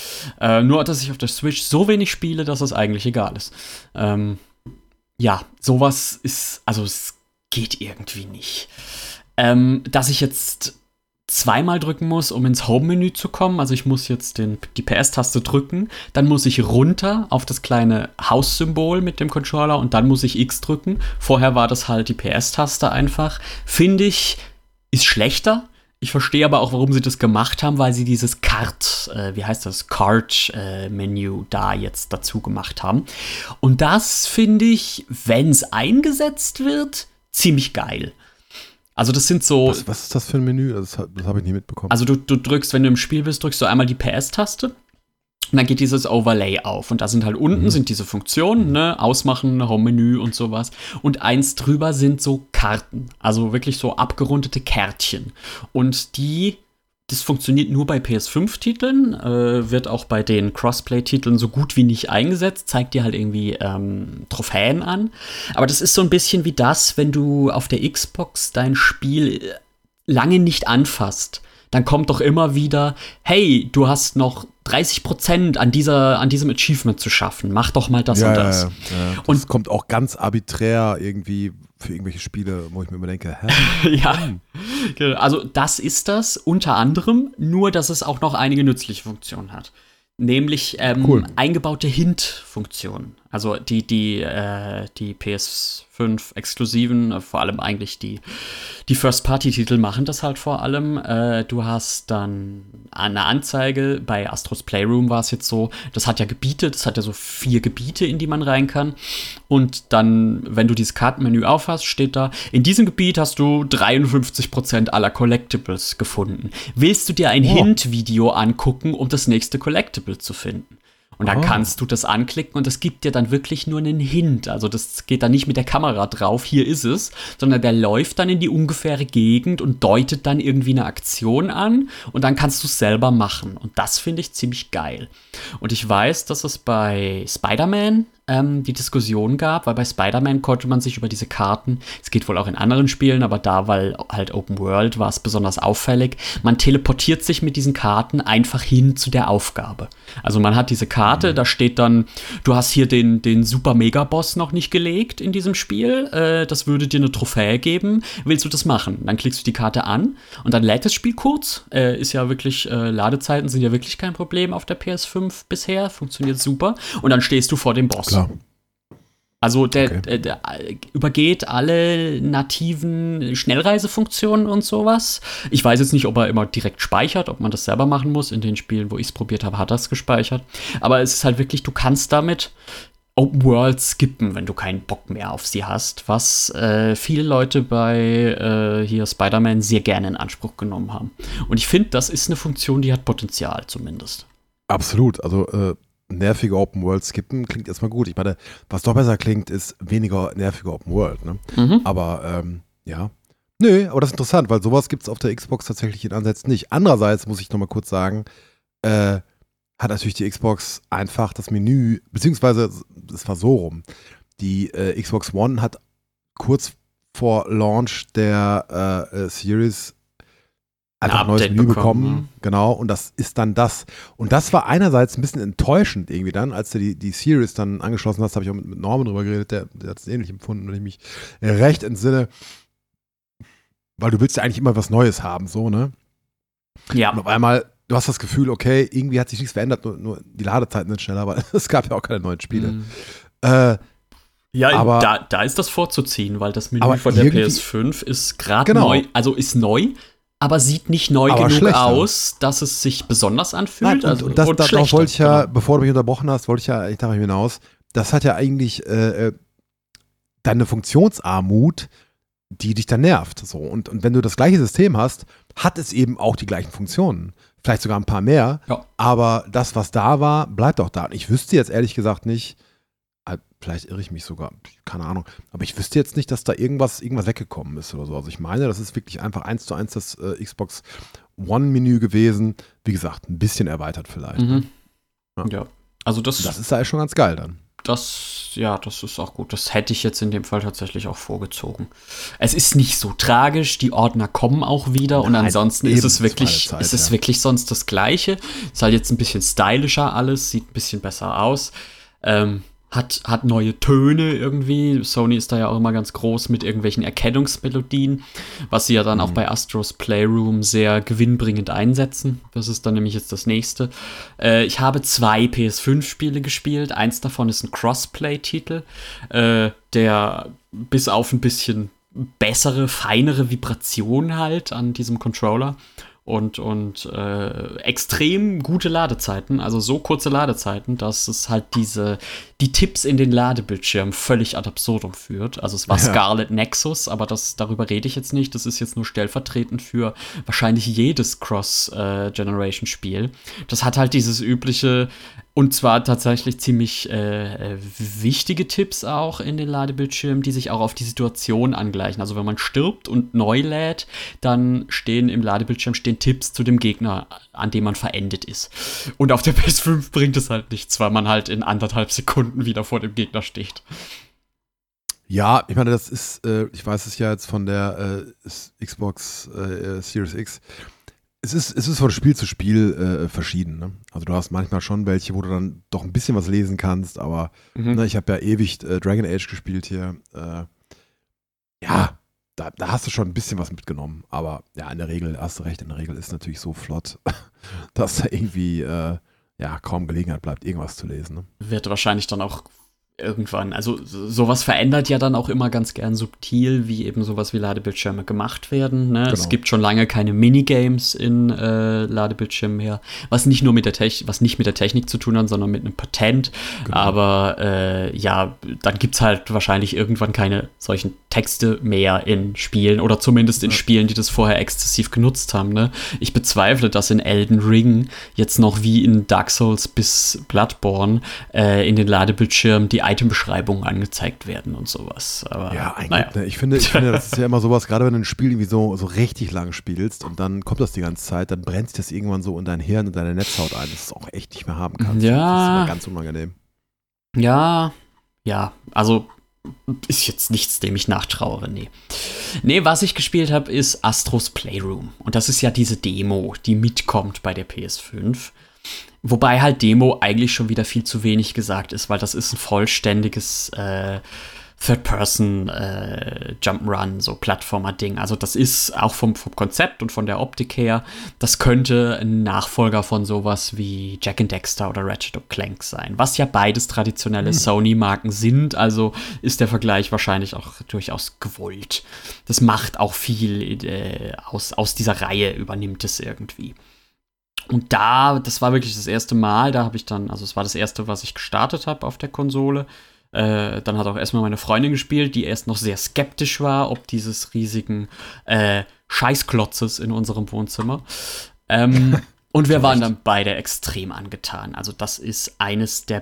Äh, nur, dass ich auf der Switch so wenig spiele, dass es eigentlich egal ist. Ähm, ja, sowas ist, also es geht irgendwie nicht. Ähm, dass ich jetzt zweimal drücken muss, um ins Home-Menü zu kommen. Also ich muss jetzt den, die P S-Taste drücken, dann muss ich runter auf das kleine Haussymbol mit dem Controller und dann muss ich X drücken. Vorher war das halt die P S-Taste einfach. Finde ich, ist schlechter. Ich verstehe aber auch, warum sie das gemacht haben, weil sie dieses Card, äh, wie heißt das, Card-Menü äh, da jetzt dazu gemacht haben. Und das finde ich, wenn es eingesetzt wird, ziemlich geil. Also das sind so. Was, was ist das für ein Menü? Das, das habe ich nie mitbekommen. Also du, du drückst, wenn du im Spiel bist, drückst du einmal die P S-Taste und dann geht dieses Overlay auf. Und da sind halt unten mhm. sind diese Funktionen, ne, Ausmachen, Home-Menü und sowas. Und eins drüber sind so Karten, also wirklich so abgerundete Kärtchen. Und die, das funktioniert nur bei P S fünf Titeln, äh, wird auch bei den Crossplay-Titeln so gut wie nicht eingesetzt, zeigt dir halt irgendwie ähm, Trophäen an. Aber das ist so ein bisschen wie das, wenn du auf der Xbox dein Spiel lange nicht anfasst. Dann kommt doch immer wieder, hey, du hast noch dreißig Prozent an, dieser, an diesem Achievement zu schaffen. Mach doch mal das ja, und das. Ja, ja. Das und kommt auch ganz arbiträr irgendwie für irgendwelche Spiele, wo ich mir immer denke, hä? Ja, also das ist das unter anderem, nur dass es auch noch einige nützliche Funktionen hat. Nämlich ähm, cool. eingebaute Hint-Funktionen. Also die, die, äh, die P S fünf Exklusiven, äh, vor allem eigentlich die, die First-Party-Titel machen das halt vor allem. Äh, du hast dann eine Anzeige, bei Astros Playroom war es jetzt so, das hat ja Gebiete, das hat ja so vier Gebiete, in die man rein kann. Und dann, wenn du dieses Kartenmenü aufhast, steht da, in diesem Gebiet hast du dreiundfünfzig Prozent aller Collectibles gefunden. Willst du dir ein Oh. Hint-Video angucken, um das nächste Collectible zu finden? Und dann Oh. kannst du das anklicken und das gibt dir dann wirklich nur einen Hint. Also das geht dann nicht mit der Kamera drauf, hier ist es, sondern der läuft dann in die ungefähre Gegend und deutet dann irgendwie eine Aktion an und dann kannst du es selber machen. Und das finde ich ziemlich geil. Und ich weiß, dass es bei Spider-Man ähm, die Diskussion gab, weil bei Spider-Man konnte man sich über diese Karten, es geht wohl auch in anderen Spielen, aber da, weil halt Open World, war es besonders auffällig, man teleportiert sich mit diesen Karten einfach hin zu der Aufgabe. Also man hat diese Karte, mhm. da steht dann, du hast hier den, den Super-Mega-Boss noch nicht gelegt in diesem Spiel, äh, das würde dir eine Trophäe geben, willst du das machen? Dann klickst du die Karte an und dann lädt das Spiel kurz, äh, ist ja wirklich, äh, Ladezeiten sind ja wirklich kein Problem auf der P S fünf bisher, funktioniert super und dann stehst du vor dem Boss. Klar. Also der, Okay. der, der übergeht alle nativen Schnellreisefunktionen und sowas. Ich weiß jetzt nicht, ob er immer direkt speichert, ob man das selber machen muss. In den Spielen, wo ich es probiert habe, hat er es gespeichert. Aber es ist halt wirklich, du kannst damit Open World skippen, wenn du keinen Bock mehr auf sie hast, was äh, viele Leute bei äh, hier Spider-Man sehr gerne in Anspruch genommen haben. Und ich finde, das ist eine Funktion, die hat Potenzial zumindest. Absolut. Also äh, nervige Open World skippen klingt erstmal gut. Ich meine, was doch besser klingt, ist weniger nervige Open World. Ne? Mhm. Aber ähm, ja. Nö, aber das ist interessant, weil sowas gibt es auf der Xbox tatsächlich in Ansätzen nicht. Andererseits muss ich nochmal kurz sagen, äh, hat natürlich die Xbox einfach das Menü, beziehungsweise es war so rum. Die äh, Xbox One hat kurz vor Launch der äh, Series einfach ein neues Update Menü bekommen, bekommen. ne? Genau, und das ist dann das. Und das war einerseits ein bisschen enttäuschend irgendwie dann, als du die, die Series dann angeschlossen hast, habe ich auch mit, mit Norman drüber geredet, der, der hat es ähnlich empfunden, wenn ich mich recht entsinne. Weil du willst ja eigentlich immer was Neues haben, so, ne? Ja. Und auf einmal, du hast das Gefühl, okay, irgendwie hat sich nichts verändert, nur, nur die Ladezeiten sind schneller, weil es gab ja auch keine neuen Spiele. Mhm. Äh, Ja, aber, da, da ist das vorzuziehen, weil das Menü aber von der irgendwie- P S fünf ist gerade Genau. neu, also ist neu, aber sieht nicht neu Aber genug schlechter. aus, dass es sich besonders anfühlt. Nein, und, also, und das, und da, darauf schlechter, wollte ich ja, genau. bevor du mich unterbrochen hast, wollte ich ja eigentlich darauf hinaus, das hat ja eigentlich äh, äh, deine Funktionsarmut, die dich dann nervt. So. Und, und wenn du das gleiche System hast, hat es eben auch die gleichen Funktionen. Vielleicht sogar ein paar mehr, Ja. aber das, was da war, bleibt auch da. Und ich wüsste jetzt ehrlich gesagt nicht, äh, vielleicht irre ich mich sogar, keine Ahnung, aber ich wüsste jetzt nicht, dass da irgendwas, irgendwas weggekommen ist oder so. Also ich meine, das ist wirklich einfach eins zu eins das äh, Xbox One-Menü gewesen. Wie gesagt, ein bisschen erweitert vielleicht. Mhm. Ja. Ja. Also das, Das ist da schon ganz geil dann. das, ja, das ist auch gut. Das hätte ich jetzt in dem Fall tatsächlich auch vorgezogen. Es ist nicht so tragisch, die Ordner kommen auch wieder und Nein, ansonsten eben, ist es es war wirklich, eine Zeit, es ist ja. wirklich sonst das Gleiche. Ist halt jetzt ein bisschen stylischer alles, sieht ein bisschen besser aus. Ähm, hat, hat neue Töne irgendwie. Sony ist da ja auch immer ganz groß mit irgendwelchen Erkennungsmelodien, was sie ja dann Mhm. auch bei Astros Playroom sehr gewinnbringend einsetzen. Das ist dann nämlich jetzt das nächste. Äh, ich habe zwei P S fünf Spiele gespielt. Eins davon ist ein Crossplay-Titel, äh, der bis auf ein bisschen bessere, feinere Vibration halt an diesem Controller und, und äh, extrem gute Ladezeiten, also so kurze Ladezeiten, dass es halt diese, die Tipps in den Ladebildschirm völlig ad absurdum führt. Also es war Ja. Scarlet Nexus, aber das, darüber rede ich jetzt nicht. Das ist jetzt nur stellvertretend für wahrscheinlich jedes Cross-Generation-Spiel. Das hat halt dieses übliche und zwar tatsächlich ziemlich äh, äh, wichtige Tipps auch in den Ladebildschirmen, die sich auch auf die Situation angleichen. Also wenn man stirbt und neu lädt, dann stehen im Ladebildschirm stehen Tipps zu dem Gegner, an dem man verendet ist. Und auf der P S fünf bringt es halt nichts, weil man halt in anderthalb Sekunden wieder vor dem Gegner steht. Ja, ich meine, das ist, äh, ich weiß es ja jetzt von der äh, Xbox äh, Series X. Es ist, es ist von Spiel zu Spiel äh, verschieden. Ne? Also du hast manchmal schon welche, wo du dann doch ein bisschen was lesen kannst, aber Mhm. ne, ich habe ja ewig äh, Dragon Age gespielt hier. Äh, ja, da, da hast du schon ein bisschen was mitgenommen. Aber ja, in der Regel, hast du recht, in der Regel ist es natürlich so flott, dass da irgendwie äh, ja, kaum Gelegenheit bleibt, irgendwas zu lesen. Ne? Wird wahrscheinlich dann auch irgendwann. Also sowas verändert ja dann auch immer ganz gern subtil, wie eben sowas wie Ladebildschirme gemacht werden. Ne? Genau. Es gibt schon lange keine Minigames in äh, Ladebildschirmen mehr, was nicht nur mit der Technik, was nicht mit der Technik zu tun hat, sondern mit einem Patent. Genau. Aber äh, ja, dann gibt's halt wahrscheinlich irgendwann keine solchen Texte mehr in Spielen oder zumindest in ja. Spielen, die das vorher exzessiv genutzt haben. Ne? Ich bezweifle, dass in Elden Ring jetzt noch wie in Dark Souls bis Bloodborne äh, in den Ladebildschirmen die Itembeschreibungen angezeigt werden und sowas. Aber, ja, eigentlich, naja. ne, ich finde, ich finde, das ist ja immer sowas, gerade wenn du ein Spiel irgendwie so, so richtig lang spielst und dann kommt das die ganze Zeit, dann brennt sich das irgendwann so in dein Hirn und deine Netzhaut ein, dass du es auch echt nicht mehr haben kannst. Ja. Das ist immer ganz unangenehm. Ja, ja, also ist jetzt nichts, dem ich nachtrauere, nee. Nee, was ich gespielt habe, ist Astros Playroom. Und das ist ja diese Demo, die mitkommt bei der P S fünf. Wobei halt Demo eigentlich schon wieder viel zu wenig gesagt ist, weil das ist ein vollständiges äh, Third-Person äh, Jump'n'Run, so Plattformer-Ding. Also das ist auch vom, vom Konzept und von der Optik her, das könnte ein Nachfolger von sowas wie Jak and Daxter oder Ratchet und Clank sein, was ja beides traditionelle hm. Sony-Marken sind, also ist der Vergleich wahrscheinlich auch durchaus gewollt. Das macht auch viel äh, aus, aus dieser Reihe, übernimmt es irgendwie. Und da, das war wirklich das erste Mal, da habe ich dann, also es war das erste, was ich gestartet habe auf der Konsole. Äh, dann hat auch erstmal meine Freundin gespielt, die erst noch sehr skeptisch war, ob dieses riesigen äh, Scheißklotzes in unserem Wohnzimmer. Ähm, und wir waren dann beide extrem angetan. Also das ist eines der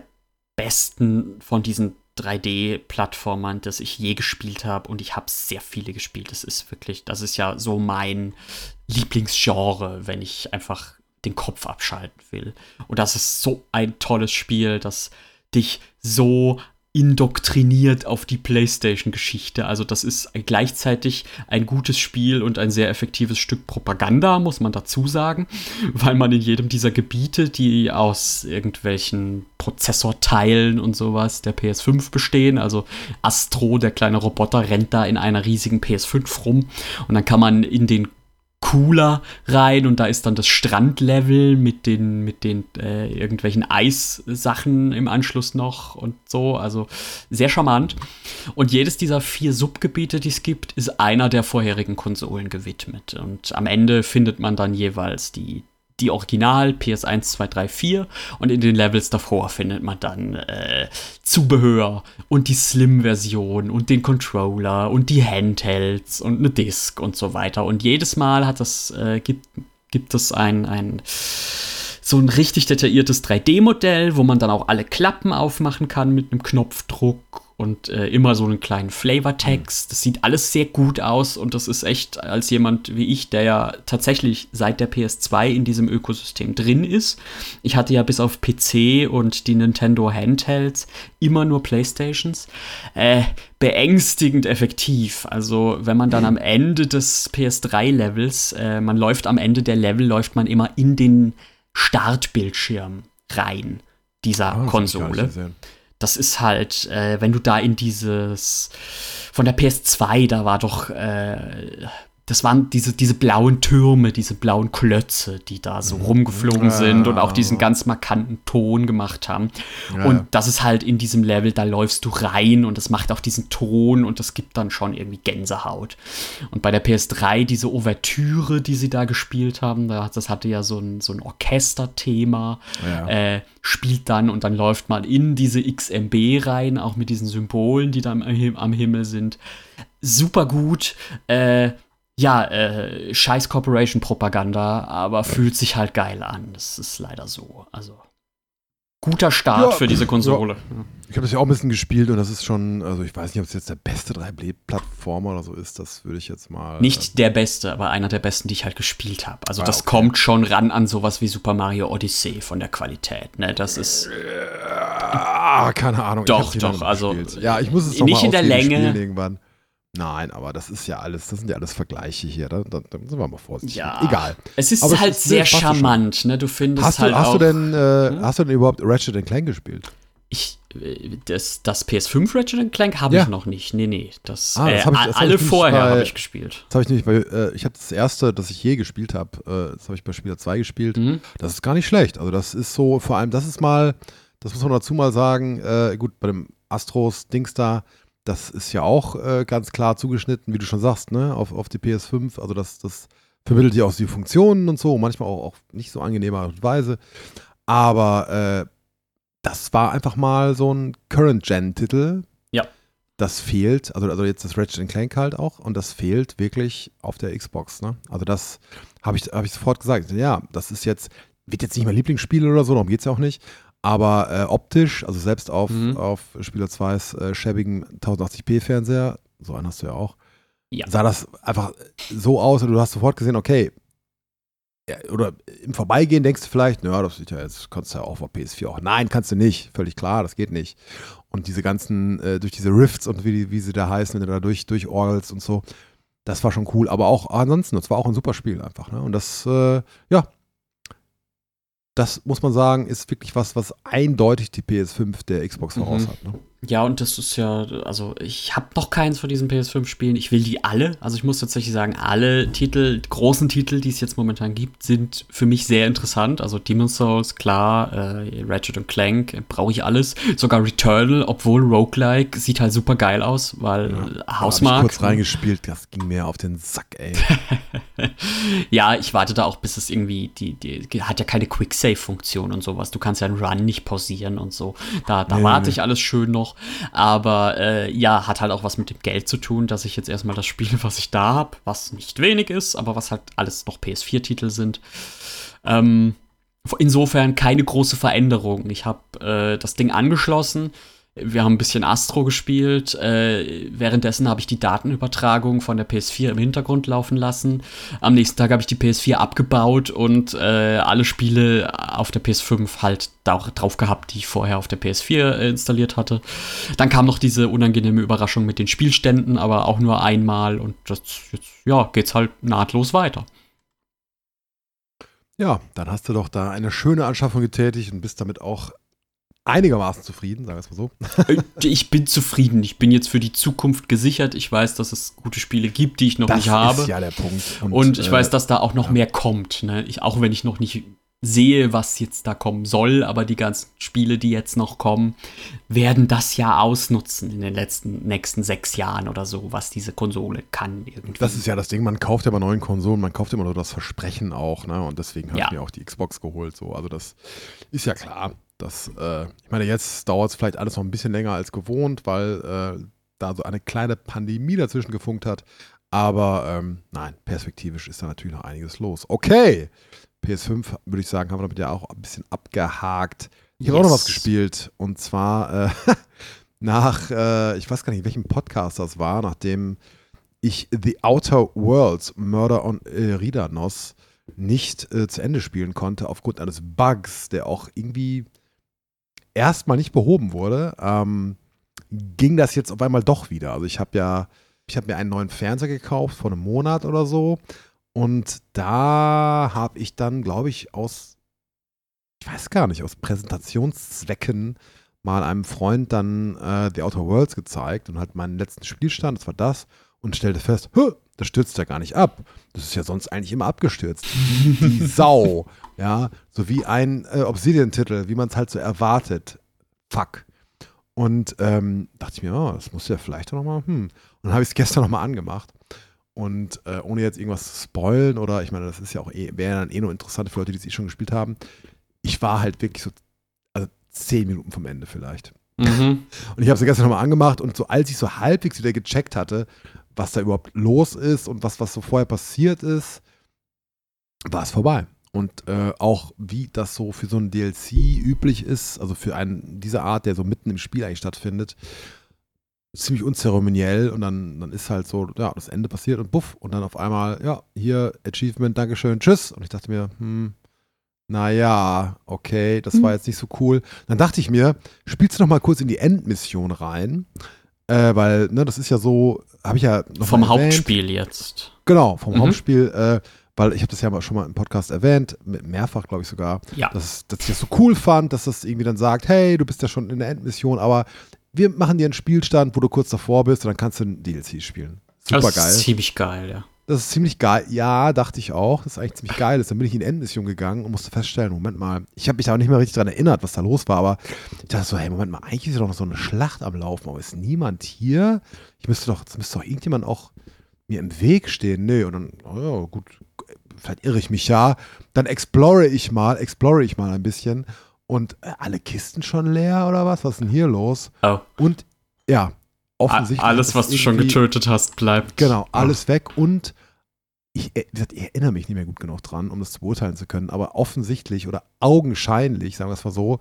besten von diesen drei D-Plattformern, das ich je gespielt habe. Und ich habe sehr viele gespielt. Das ist wirklich, das ist ja so mein Lieblingsgenre, wenn ich einfach den Kopf abschalten will. Und das ist so ein tolles Spiel, das dich so indoktriniert auf die PlayStation-Geschichte. Also das ist gleichzeitig ein gutes Spiel und ein sehr effektives Stück Propaganda, muss man dazu sagen, weil man in jedem dieser Gebiete, die aus irgendwelchen Prozessorteilen und sowas der P S fünf bestehen, also Astro, der kleine Roboter, rennt da in einer riesigen P S fünf rum und dann kann man in den Cooler rein und da ist dann das Strandlevel mit den, mit den äh, irgendwelchen Eissachen im Anschluss noch und so, also sehr charmant. Und jedes dieser vier Subgebiete, die es gibt, ist einer der vorherigen Konsolen gewidmet. Und am Ende findet man dann jeweils die die Original P S eins, zwei, drei, vier und in den Levels davor findet man dann äh, Zubehör und die Slim-Version und den Controller und die Handhelds und eine Disc und so weiter. Und jedes Mal hat das, äh, gibt, gibt es ein, ein so ein richtig detailliertes drei D-Modell, wo man dann auch alle Klappen aufmachen kann mit einem Knopfdruck und äh, immer so einen kleinen Flavortext. Das sieht alles sehr gut aus und das ist echt, als jemand wie ich, der ja tatsächlich seit der P S zwei in diesem Ökosystem drin ist. Ich hatte ja bis auf P C und die Nintendo Handhelds immer nur Playstations. Äh, beängstigend effektiv. Also wenn man dann am Ende des P S drei Levels, äh, man läuft am Ende der Level, läuft man immer in den Startbildschirm rein dieser oh, Konsole. Das ist halt, äh, wenn du da in dieses, von der P S zwei, da war doch, äh, das waren diese, diese blauen Türme, diese blauen Klötze, die da so rumgeflogen ja. sind und auch diesen ganz markanten Ton gemacht haben. Ja. Und das ist halt in diesem Level, da läufst du rein und das macht auch diesen Ton und das gibt dann schon irgendwie Gänsehaut. Und bei der P S drei, diese Ouvertüre, die sie da gespielt haben, das hatte ja so ein, so ein Orchesterthema, ja. äh, spielt dann und dann läuft man in diese X M B rein, auch mit diesen Symbolen, die da am, am Himmel sind. Super gut, äh, Ja, äh, scheiß Corporation-Propaganda, aber fühlt sich halt geil an. Das ist leider so. Also, guter Start ja, für diese Konsole. Ja. Ich habe das ja auch ein bisschen gespielt und das ist schon, also ich weiß nicht, ob es jetzt der beste drei D-Plattformer oder so ist, das würde ich jetzt mal... Nicht äh, der beste, aber einer der besten, die ich halt gespielt habe. Also ah, das okay. kommt schon ran an sowas wie Super Mario Odyssey von der Qualität, ne? Das ist... Ah, keine Ahnung. Doch, doch, also... Ja, ich muss es doch nicht mal in der Länge. Irgendwann. Nein, aber das ist ja alles, das sind ja alles Vergleiche hier. Da, da, da sind wir mal vorsichtig. Ja, egal. Es ist aber halt es ist, sehr charmant, ne? Du findest hast halt du, hast auch... Du denn, äh, hm? Hast du denn überhaupt Ratchet and Clank gespielt? Ich, das, das P S fünf Ratchet and Clank habe ja. ich noch nicht. Nee, nee. Das, ah, das äh, ich, das alle vorher habe ich Das gespielt. habe ich nämlich, weil äh, ich habe das erste, das ich je gespielt habe, äh, das habe ich bei Spieler zwei gespielt. Mhm. Das ist gar nicht schlecht. Also das ist so, vor allem, das ist mal, das muss man dazu mal sagen, äh, gut, bei dem Astros Dings da, das ist ja auch äh, ganz klar zugeschnitten, wie du schon sagst, ne, auf, auf die P S fünf. Also das, das vermittelt ja auch die Funktionen und so, manchmal auch, auch nicht so angenehmer Art und Weise. Aber äh, das war einfach mal so ein Current-Gen-Titel. Ja. Das fehlt, also, also jetzt das Ratchet and Clank halt auch, und das fehlt wirklich auf der Xbox, ne? Also das habe ich, hab ich sofort gesagt. Ja, das ist jetzt, wird jetzt nicht mein Lieblingsspiel oder so, darum geht es ja auch nicht. Aber äh, optisch, also selbst auf, Mhm. auf Spieler zwei's äh, schäbigen tausendachtzig p Fernseher, so einen hast du ja auch, Ja. sah das einfach so aus und du hast sofort gesehen, okay, ja, oder im Vorbeigehen denkst du vielleicht, naja, das sieht ja jetzt, kannst du ja auch auf P S vier auch. Nein, kannst du nicht, völlig klar, das geht nicht. Und diese ganzen, äh, durch diese Rifts und wie, wie sie da heißen, wenn du da durch, durchorgelst und so, das war schon cool. Aber auch ansonsten, das war auch ein super Spiel einfach. Ne? Und das, äh, ja, das muss man sagen, ist wirklich was, was eindeutig die P S fünf der Xbox voraus Mhm. hat. Ne? Ja, und das ist ja, also ich habe noch keins von diesen P S fünf Spielen. Ich will die alle. Also ich muss tatsächlich sagen, alle Titel, großen Titel, die es jetzt momentan gibt, sind für mich sehr interessant. Also Demon's Souls, klar, äh, Ratchet und Clank, äh, brauche ich alles. Sogar Returnal, obwohl Roguelike, sieht halt super geil aus, weil Ja. äh, Da hab ich Hausmark. kurz reingespielt, das ging mir auf den Sack, ey. Ja, ich warte da auch, bis es irgendwie, die, die hat ja keine Quick-Save-Funktion und sowas. Du kannst ja einen Run nicht pausieren und so. Da, da Nee, warte nee. ich alles schön noch. Aber äh, ja, hat halt auch was mit dem Geld zu tun, dass ich jetzt erstmal das spiele, was ich da habe, was nicht wenig ist, aber was halt alles noch P S vier Titel sind. Ähm, insofern keine große Veränderung. Ich habe äh, das Ding angeschlossen. Wir haben ein bisschen Astro gespielt. Äh, währenddessen habe ich die Datenübertragung von der P S vier im Hintergrund laufen lassen. Am nächsten Tag habe ich die P S vier abgebaut und äh, alle Spiele auf der P S fünf halt da, drauf gehabt, die ich vorher auf der P S vier äh, installiert hatte. Dann kam noch diese unangenehme Überraschung mit den Spielständen, aber auch nur einmal. Und das, jetzt, ja, geht's halt nahtlos weiter. Ja, dann hast du doch da eine schöne Anschaffung getätigt und bist damit auch einigermaßen zufrieden, sagen wir es mal so. Äh, Ich bin zufrieden. Ich bin jetzt für die Zukunft gesichert. Ich weiß, dass es gute Spiele gibt, die ich noch Das nicht habe. ist ja der Punkt. Und ich äh, weiß, dass da auch noch ja. mehr kommt. Ne? Ich, auch wenn ich noch nicht sehe, was jetzt da kommen soll, aber die ganzen Spiele, die jetzt noch kommen, werden das ja ausnutzen in den letzten nächsten sechs Jahren oder so, was diese Konsole kann irgendwie. Das ist ja das Ding, man kauft ja bei neuen Konsolen, man kauft immer nur das Versprechen auch, ne? Und deswegen habe Ja. ich mir auch die Xbox geholt. So. Also das ist ja klar. Das, äh, ich meine, jetzt dauert es vielleicht alles noch ein bisschen länger als gewohnt, weil äh, da so eine kleine Pandemie dazwischen gefunkt hat. Aber ähm, nein, perspektivisch ist da natürlich noch einiges los. Okay, P S fünf, würde ich sagen, haben wir damit ja auch ein bisschen abgehakt. Ich habe Yes. auch noch was gespielt. Und zwar äh, nach, äh, ich weiß gar nicht, welchem Podcast das war, nachdem ich The Outer Worlds Murder on Eridanos nicht äh, zu Ende spielen konnte, aufgrund eines Bugs, der auch irgendwie erstmal nicht behoben wurde, ähm, ging das jetzt auf einmal doch wieder. Also ich habe ja, ich habe mir einen neuen Fernseher gekauft vor einem Monat oder so und da habe ich dann, glaube ich, aus, ich weiß gar nicht, aus Präsentationszwecken mal einem Freund dann äh, The Outer Worlds gezeigt und halt meinen letzten Spielstand, das war das, und stellte fest, "Hö, das stürzt ja gar nicht ab. Das ist ja sonst eigentlich immer abgestürzt. Die Sau. Ja, so wie ein äh, Obsidian-Titel, wie man es halt so erwartet. Fuck. Und ähm, dachte ich mir, oh, das muss ja vielleicht auch nochmal, hm. Und dann habe ich es gestern nochmal angemacht. Und äh, ohne jetzt irgendwas zu spoilen oder, ich meine, das ist ja auch eh, wäre dann eh nur interessant für Leute, die es eh schon gespielt haben. Ich war halt wirklich so, also zehn Minuten vom Ende vielleicht. Mhm. Und ich habe es gestern nochmal angemacht und so, als ich so halbwegs wieder gecheckt hatte, was da überhaupt los ist und was, was so vorher passiert ist, war es vorbei. Und äh, auch wie das so für so ein D L C üblich ist, also für einen dieser Art, der so mitten im Spiel eigentlich stattfindet, ziemlich unzeremoniell und dann, dann ist halt so, ja, das Ende passiert und buff und dann auf einmal, ja, hier, Achievement, Dankeschön, tschüss. Und ich dachte mir, hm, naja, okay, das war jetzt nicht so cool. Dann dachte ich mir, spielst du noch mal kurz in die Endmission rein, äh, weil, ne, das ist ja so, habe ich ja noch Vom mal erwähnt. Hauptspiel jetzt. Genau, vom Mhm. Hauptspiel, äh, weil ich habe das ja mal schon mal im Podcast erwähnt, mehrfach, glaube ich sogar, Ja. dass, dass ich das so cool fand, dass das irgendwie dann sagt, hey, du bist ja schon in der Endmission, aber wir machen dir einen Spielstand, wo du kurz davor bist und dann kannst du ein D L C spielen. Super Das geil. ist ziemlich geil, ja. das ist ziemlich geil. Ja, dachte ich auch. Das ist eigentlich ziemlich geil. Dann bin ich in die Endmission gegangen und musste feststellen, Moment mal, ich habe mich da auch nicht mehr richtig dran erinnert, was da los war, aber ich dachte so, hey, Moment mal, eigentlich ist ja doch noch so eine Schlacht am Laufen, aber ist niemand hier? Ich müsste doch, es müsste doch irgendjemand auch mir im Weg stehen. Nee, und dann, oh ja, gut, vielleicht irre ich mich ja. Dann explore ich mal, explore ich mal ein bisschen und äh, alle Kisten schon leer oder was? Was ist denn hier los? Oh. Und ja, offensichtlich. Alles, was du schon getötet hast, bleibt. Genau, alles oh. weg und ich, ich erinnere mich nicht mehr gut genug dran, um das zu beurteilen zu können, aber offensichtlich oder augenscheinlich, sagen wir es mal so,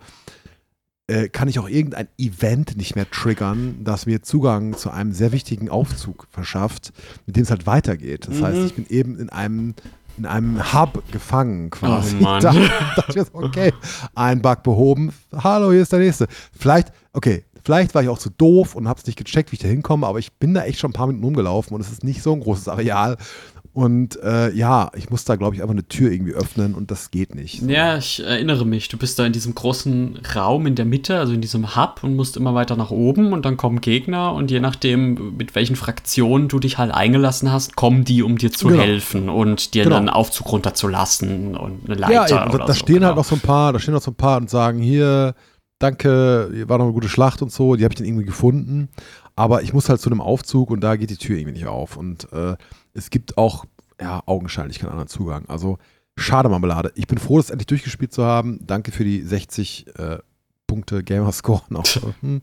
äh, kann ich auch irgendein Event nicht mehr triggern, das mir Zugang zu einem sehr wichtigen Aufzug verschafft, mit dem es halt weitergeht. Das mhm. heißt, ich bin eben in einem in einem Hub gefangen quasi. Oh Mann. Da dachte ich jetzt, okay, ein Bug behoben, hallo, hier ist der nächste. Vielleicht, okay, vielleicht war ich auch zu doof und habe es nicht gecheckt, wie ich da hinkomme, aber ich bin da echt schon ein paar Minuten rumgelaufen und es ist nicht so ein großes Areal. Und äh, ja, ich muss da, glaube ich, einfach eine Tür irgendwie öffnen und das geht nicht. So. Ja, ich erinnere mich. Du bist da in diesem großen Raum in der Mitte, also in diesem Hub und musst immer weiter nach oben und dann kommen Gegner und je nachdem, mit welchen Fraktionen du dich halt eingelassen hast, kommen die, um dir zu genau. helfen und dir genau. einen Aufzug runterzulassen und eine Leiter ja, oder da, da so. stehen genau. halt noch so ein paar, da stehen noch so ein paar und sagen, hier, danke, war noch eine gute Schlacht und so, die habe ich dann irgendwie gefunden. Aber ich muss halt zu einem Aufzug und da geht die Tür irgendwie nicht auf. Und äh, es gibt auch, ja, augenscheinlich keinen anderen Zugang. Also, schade Marmelade. Ich bin froh, das endlich durchgespielt zu haben. Danke für die sechzig äh, Punkte Gamerscore noch. hm.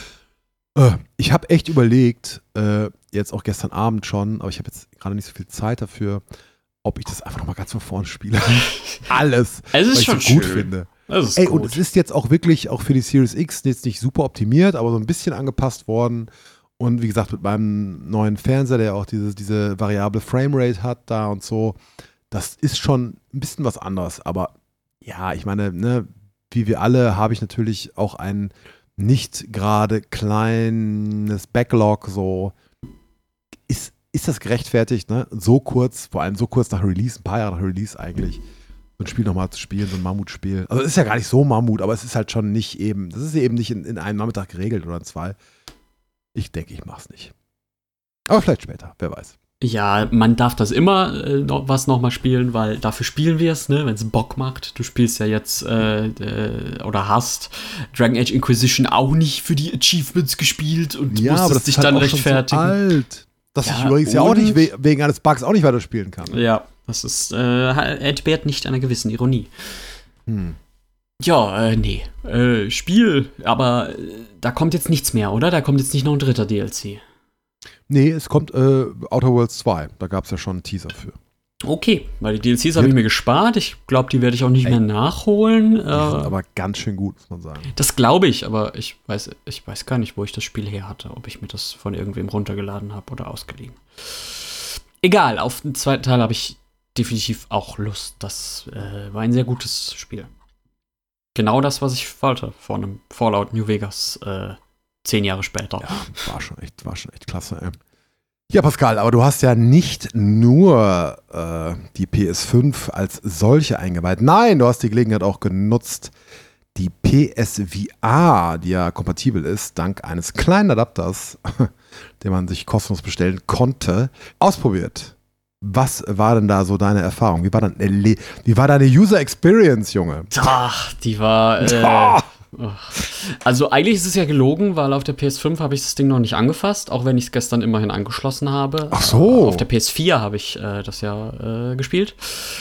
äh, ich habe echt überlegt, äh, jetzt auch gestern Abend schon, aber ich habe jetzt gerade nicht so viel Zeit dafür, ob ich das einfach nochmal ganz von vorne spiele. Alles, es ist weil schon ich so gut schön. finde. Das ist Ey, gut. und es ist jetzt auch wirklich, auch für die Series X, jetzt nicht super optimiert, aber so ein bisschen angepasst worden. Und wie gesagt, mit meinem neuen Fernseher, der auch diese, diese variable Framerate hat da und so, das ist schon ein bisschen was anderes. Aber ja, ich meine, ne, wie wir alle habe ich natürlich auch ein nicht gerade kleines Backlog, so ist, ist das gerechtfertigt, ne? So kurz, vor allem so kurz nach Release, ein paar Jahre nach Release eigentlich, so ein Spiel nochmal zu spielen, so ein Mammutspiel. Also es ist ja gar nicht so Mammut, aber es ist halt schon nicht eben, das ist eben nicht in, in einem Nachmittag geregelt oder in zwei. Ich denke, ich mach's nicht. Aber vielleicht später, wer weiß. Ja, man darf das immer äh, noch, was nochmal spielen, weil dafür spielen wir es, ne, wenn es Bock macht. Du spielst ja jetzt äh, äh, oder hast Dragon Age Inquisition auch nicht für die Achievements gespielt und ja, musstest aber das dich ist halt dann auch rechtfertigen. Schon so alt, dass ja, ich übrigens ja auch nicht we- wegen eines Bugs auch nicht weiterspielen kann. Ja, das ist äh, entbehrt nicht einer gewissen Ironie. Hm. Ja, äh, nee. Äh, Spiel, aber äh, da kommt jetzt nichts mehr, oder? Da kommt jetzt nicht noch ein dritter D L C. Nee, es kommt äh, Outer Worlds zwei. Da gab es ja schon einen Teaser für. Okay, weil die D L Cs habe ich mir gespart. Ich glaube, die werde ich auch nicht Ey, mehr nachholen. Die äh, sind aber ganz schön gut, muss man sagen. Das glaube ich, aber ich weiß, ich weiß gar nicht, wo ich das Spiel her hatte. Ob ich mir das von irgendwem runtergeladen habe oder ausgeliehen. Egal, auf den zweiten Teil habe ich definitiv auch Lust. Das äh, war ein sehr gutes Spiel. Genau das, was ich wollte vor einem Fallout New Vegas äh, zehn Jahre später. Ja, war schon echt, war schon echt klasse, ey. Ja, Pascal, aber du hast ja nicht nur äh, die P S fünf als solche eingeweiht. Nein, du hast die Gelegenheit auch genutzt, die P S V R, die ja kompatibel ist, dank eines kleinen Adapters, den man sich kostenlos bestellen konnte, ausprobiert. Was war denn da so deine Erfahrung? Wie war, dann, äh, wie war deine User Experience, Junge? Ach, die war. Äh, oh. Also, eigentlich ist es ja gelogen, weil auf der P S fünf habe ich das Ding noch nicht angefasst, auch wenn ich es gestern immerhin angeschlossen habe. Ach so. Auf der P S vier habe ich äh, das ja äh, gespielt.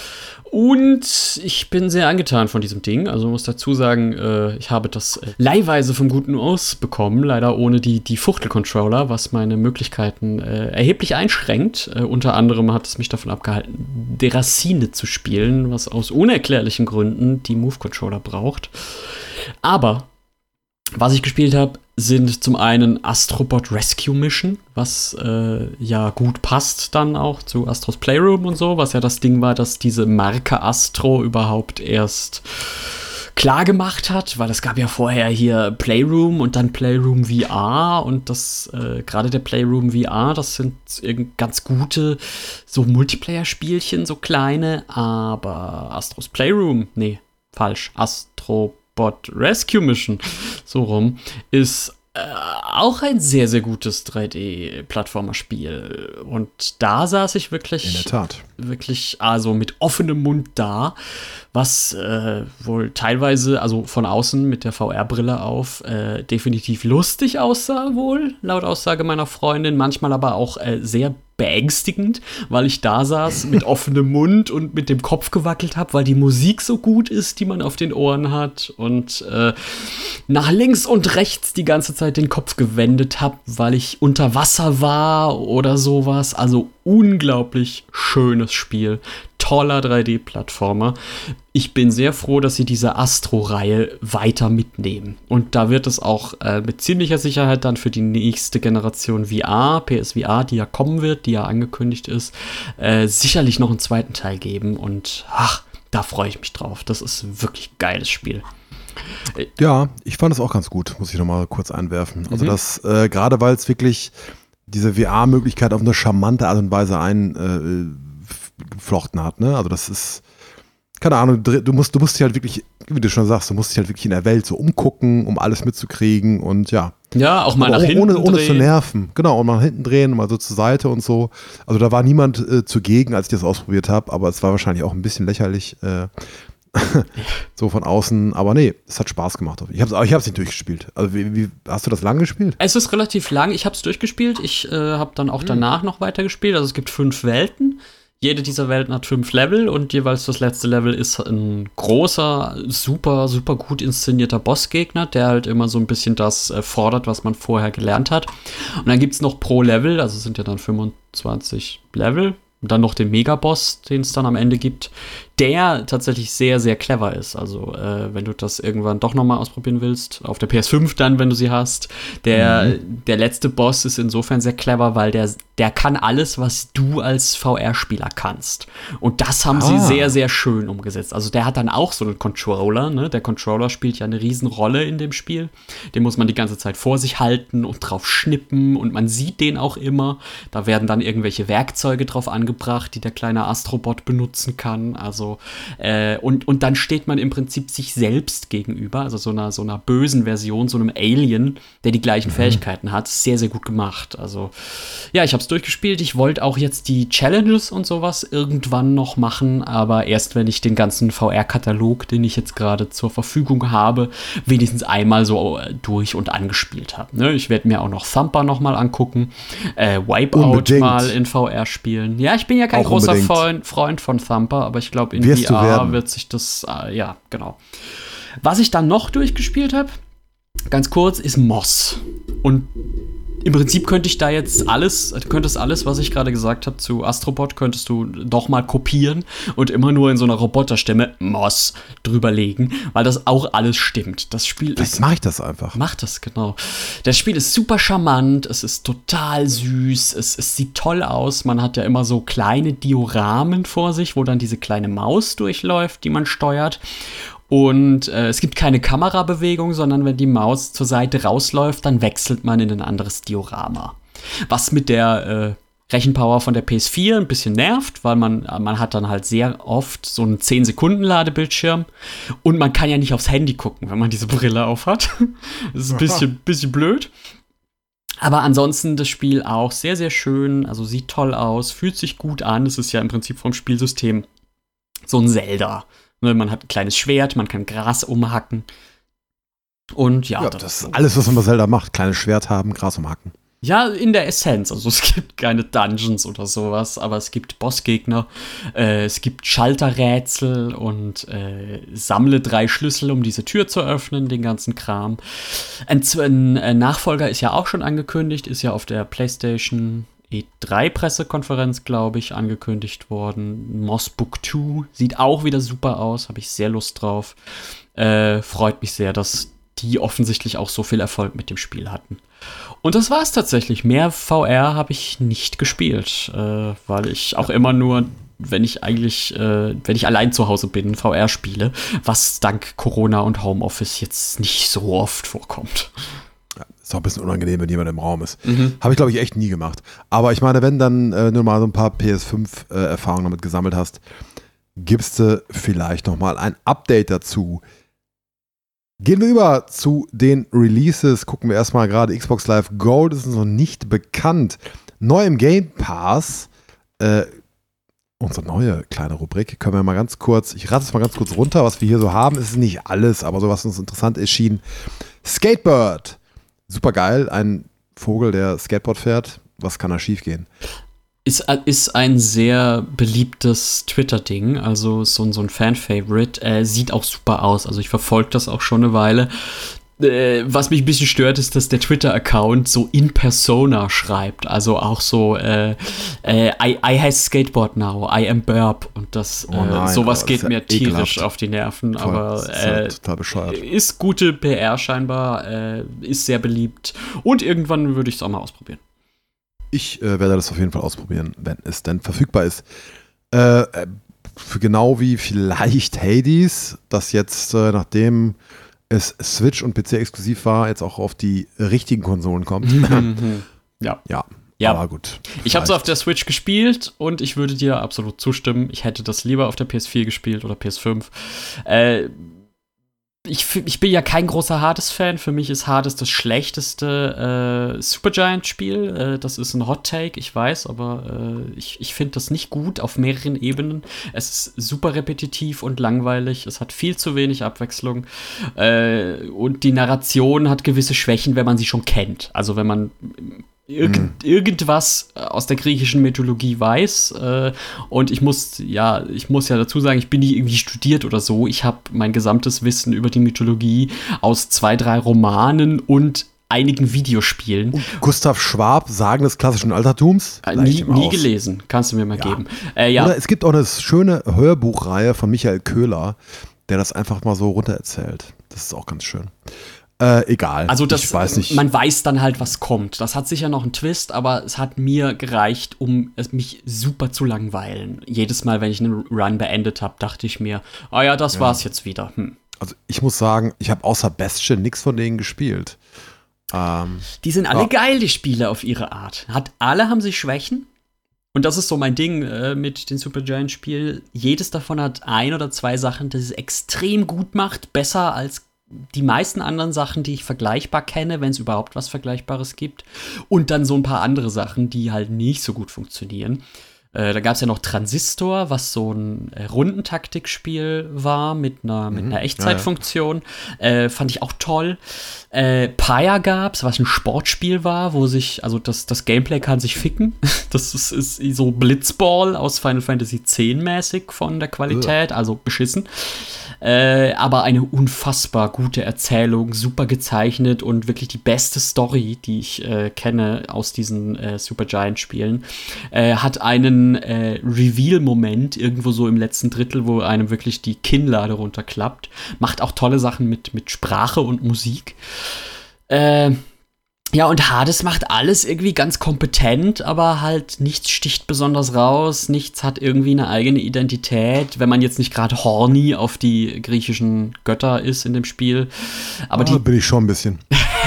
Und ich bin sehr angetan von diesem Ding. Also muss dazu sagen, äh, ich habe das äh, leihweise vom guten Aus bekommen, leider ohne die, die Fuchtel-Controller, was meine Möglichkeiten äh, erheblich einschränkt. Äh, unter anderem hat es mich davon abgehalten, Deracine zu spielen, was aus unerklärlichen Gründen die Move-Controller braucht. Aber was ich gespielt habe, sind zum einen Astrobot Rescue Mission, was äh, ja gut passt dann auch zu Astros Playroom und so, was ja das Ding war, dass diese Marke Astro überhaupt erst klar gemacht hat, weil es gab ja vorher hier Playroom und dann Playroom V R und das, äh, gerade der Playroom V R, das sind ganz gute so Multiplayer-Spielchen, so kleine, aber Astros Playroom, nee, falsch, Astro Bot Rescue Mission, so rum, ist Äh, auch ein sehr, sehr gutes drei D-Plattformer-Spiel. Und da saß ich wirklich, In der Tat. wirklich also mit offenem Mund da, was äh, wohl teilweise, also von außen mit der V R-Brille auf, äh, definitiv lustig aussah wohl, laut Aussage meiner Freundin, manchmal aber auch äh, sehr beängstigend, weil ich da saß mit offenem Mund und mit dem Kopf gewackelt habe, weil die Musik so gut ist, die man auf den Ohren hat und äh, nach links und rechts die ganze Zeit den Kopf gewendet habe, weil ich unter Wasser war oder sowas. Also unglaublich schönes Spiel. Toller drei D-Plattformer. Ich bin sehr froh, dass sie diese Astro-Reihe weiter mitnehmen. Und da wird es auch äh, mit ziemlicher Sicherheit dann für die nächste Generation V R, P S V R, die ja kommen wird, die ja angekündigt ist, äh, sicherlich noch einen zweiten Teil geben. Und ach, da freue ich mich drauf. Das ist ein wirklich geiles Spiel. Ja, ich fand es auch ganz gut, muss ich noch mal kurz einwerfen. Also Mhm. das, äh, gerade weil es wirklich diese V R-Möglichkeit auf eine charmante Art und Weise eingeflochten hat, ne? Also das ist, keine Ahnung, du musst, du musst dich halt wirklich, wie du schon sagst, du musst dich halt wirklich in der Welt so umgucken, um alles mitzukriegen und ja. Ja, auch mal Aber nach hinten ohne, ohne zu drehen. nerven. Genau, und mal nach hinten drehen, mal so zur Seite und so. Also da war niemand äh, zugegen, als ich das ausprobiert habe, aber es war wahrscheinlich auch ein bisschen lächerlich, äh, so von außen. Aber nee, es hat Spaß gemacht. Ich habe es ich hab's nicht durchgespielt. Also wie, wie, hast du das lang gespielt? Es ist relativ lang. Ich habe es durchgespielt. Ich äh, habe dann auch danach noch weitergespielt. Also es gibt fünf Welten. Jede dieser Welten hat fünf Level und jeweils das letzte Level ist ein großer, super, super gut inszenierter Bossgegner, der halt immer so ein bisschen das äh, fordert, was man vorher gelernt hat. Und dann gibt es noch pro Level, also es sind ja dann fünfundzwanzig Level. Und dann noch den Megaboss, den es dann am Ende gibt, der tatsächlich sehr, sehr clever ist. Also, äh, wenn du das irgendwann doch nochmal ausprobieren willst, auf der P S fünf dann, wenn du sie hast, der, mhm. der letzte Boss ist insofern sehr clever, weil der, der kann alles, was du als V R-Spieler kannst. Und das haben ah. sie sehr, sehr schön umgesetzt. Also, der hat dann auch so einen Controller, ne? Der Controller spielt ja eine Riesenrolle in dem Spiel. Den muss man die ganze Zeit vor sich halten und drauf schnippen und man sieht den auch immer. Da werden dann irgendwelche Werkzeuge drauf angebracht, die der kleine Astrobot benutzen kann. Also Äh, und, und dann steht man im Prinzip sich selbst gegenüber, also so einer, so einer bösen Version, so einem Alien, der die gleichen mhm. Fähigkeiten hat. Sehr, sehr gut gemacht. Also, ja, ich habe es durchgespielt. Ich wollte auch jetzt die Challenges und sowas irgendwann noch machen, aber erst, wenn ich den ganzen V R-Katalog, den ich jetzt gerade zur Verfügung habe, wenigstens einmal so durch und angespielt habe. Ne? Ich werde mir auch noch Thumper noch mal angucken, äh, Wipeout unbedingt. mal in V R spielen. Ja, ich bin ja kein auch großer unbedingt. Freund, Freund von Thumper, aber ich glaube, in Wirst V R du wird sich das, äh, ja, genau. Was ich dann noch durchgespielt habe, ganz kurz, ist Moss. Und im Prinzip könnte ich da jetzt alles, könntest alles, was ich gerade gesagt habe zu Astrobot, könntest du doch mal kopieren und immer nur in so einer Roboterstimme Moss drüberlegen, weil das auch alles stimmt. Das Spiel Vielleicht ist. mache ich das einfach. Mach das, genau. Das Spiel ist super charmant, es ist total süß, es, es sieht toll aus. Man hat ja immer so kleine Dioramen vor sich, wo dann diese kleine Maus durchläuft, die man steuert. Und äh, es gibt keine Kamerabewegung, sondern wenn die Maus zur Seite rausläuft, dann wechselt man in ein anderes Diorama. Was mit der äh, Rechenpower von der P S vier ein bisschen nervt, weil man, man hat dann halt sehr oft so einen zehn Sekunden Ladebildschirm und man kann ja nicht aufs Handy gucken, wenn man diese Brille aufhat. Das ist ein bisschen, bisschen blöd. Aber ansonsten das Spiel auch sehr, sehr schön, also sieht toll aus, fühlt sich gut an. Es ist ja im Prinzip vom Spielsystem so ein Zelda. Man hat ein kleines Schwert, man kann Gras umhacken. Und ja, ja das, das ist alles, was man bei Zelda macht. Kleines Schwert haben, Gras umhacken. Ja, in der Essenz. Also es gibt keine Dungeons oder sowas, aber es gibt Bossgegner, äh, es gibt Schalterrätsel und äh, sammle drei Schlüssel, um diese Tür zu öffnen, den ganzen Kram. Ein, ein Nachfolger ist ja auch schon angekündigt, ist ja auf der PlayStation E drei Pressekonferenz, glaube ich, angekündigt worden. Moss Book zwei sieht auch wieder super aus, habe ich sehr Lust drauf. Äh, freut mich sehr, dass die offensichtlich auch so viel Erfolg mit dem Spiel hatten. Und das war's tatsächlich. Mehr V R habe ich nicht gespielt, äh, weil ich auch immer nur, wenn ich eigentlich, äh, wenn ich allein zu Hause bin, V R spiele, was dank Corona und Homeoffice jetzt nicht so oft vorkommt. Ist auch ein bisschen unangenehm, wenn jemand im Raum ist. Mhm. Habe ich, glaube ich, echt nie gemacht. Aber ich meine, wenn dann äh, nur mal so ein paar P S fünf Erfahrungen damit gesammelt hast, gibst du vielleicht noch mal ein Update dazu. Gehen wir über zu den Releases. Gucken wir erstmal gerade Xbox Live Gold. Das ist noch nicht bekannt. Neu im Game Pass. Äh, unsere neue kleine Rubrik. Können wir mal ganz kurz, ich rate es mal ganz kurz runter, was wir hier so haben. Es ist nicht alles, aber so was uns interessant erschien. Skatebird. Super geil. Ein Vogel, der Skateboard fährt. Was kann da schief gehen? Ist, ist ein sehr beliebtes Twitter-Ding, also so, so ein Fan-Favorite. Äh, sieht auch super aus, also ich verfolge das auch schon eine Weile. Äh, was mich ein bisschen stört, ist, dass der Twitter-Account so in persona schreibt, also auch so äh, äh, I, I has Skateboard now, I am Burp und das, oh nein, äh, sowas geht ja mir tierisch ekelhaft. Auf die Nerven, Voll, aber das ist äh, halt total bescheuert. Ist gute P R scheinbar, äh, ist sehr beliebt und irgendwann würde ich es auch mal ausprobieren. Ich äh, werde das auf jeden Fall ausprobieren, wenn es denn verfügbar ist. Äh, für genau wie vielleicht Hades, das jetzt, äh, nachdem es Switch und P C exklusiv war, jetzt auch auf die richtigen Konsolen kommt. ja. ja. Ja, aber gut. Ich habe es auf der Switch gespielt und ich würde dir absolut zustimmen. Ich hätte das lieber auf der P S vier gespielt oder P S fünf. Äh, Ich, ich bin ja kein großer Hades-Fan. Für mich ist Hades das schlechteste äh, Supergiant-Spiel. Äh, das ist ein Hot-Take, ich weiß, aber äh, ich, ich finde das nicht gut auf mehreren Ebenen. Es ist super repetitiv und langweilig. Es hat viel zu wenig Abwechslung. Äh, und die Narration hat gewisse Schwächen, wenn man sie schon kennt. Also wenn man Irgend, irgendwas aus der griechischen Mythologie weiß. Äh, und ich muss, ja, ich muss ja dazu sagen, ich bin nicht irgendwie studiert oder so. Ich habe mein gesamtes Wissen über die Mythologie aus zwei, drei Romanen und einigen Videospielen. Und Gustav Schwab, Sagen des klassischen Altertums? Äh, nie nie gelesen. Kannst du mir mal ja. geben. Äh, ja. Oder es gibt auch eine schöne Hörbuchreihe von Michael Köhler, der das einfach mal so runtererzählt. Das ist auch ganz schön. Äh, egal. Also das, ich weiß nicht. Man weiß dann halt, was kommt. Das hat sicher noch einen Twist, aber es hat mir gereicht, um es mich super zu langweilen. Jedes Mal, wenn ich einen Run beendet habe, dachte ich mir, ah ja, das ja. war's jetzt wieder. Hm. Also ich muss sagen, ich habe außer Bastion nichts von denen gespielt. Ähm, die sind alle ja. geil, die Spiele auf ihre Art. Hat, alle haben sich Schwächen. Und das ist so mein Ding äh, mit den Supergiant-Spielen. Jedes davon hat ein oder zwei Sachen, das es extrem gut macht, besser als die meisten anderen Sachen, die ich vergleichbar kenne, wenn es überhaupt was Vergleichbares gibt. Und dann so ein paar andere Sachen, die halt nicht so gut funktionieren. Äh, da gab es ja noch Transistor, was so ein äh, Rundentaktikspiel war mit einer, mhm. mit einer Echtzeitfunktion. Ja, ja. Äh, fand ich auch toll. Äh, Pyre gab's, was ein Sportspiel war, wo sich, also das, das Gameplay kann sich ficken. Das ist, ist so Blitzball aus Final Fantasy X mäßig von der Qualität, also beschissen. Äh, aber eine unfassbar gute Erzählung, super gezeichnet und wirklich die beste Story, die ich äh, kenne aus diesen äh, Supergiant-Spielen. Äh, hat einen äh, Reveal-Moment irgendwo so im letzten Drittel, wo einem wirklich die Kinnlade runterklappt. Macht auch tolle Sachen mit, mit Sprache und Musik. Äh, ja, und Hades macht alles irgendwie ganz kompetent, aber halt nichts sticht besonders raus, nichts hat irgendwie eine eigene Identität, wenn man jetzt nicht gerade horny auf die griechischen Götter ist in dem Spiel. Aber oh, die bin ich schon ein bisschen.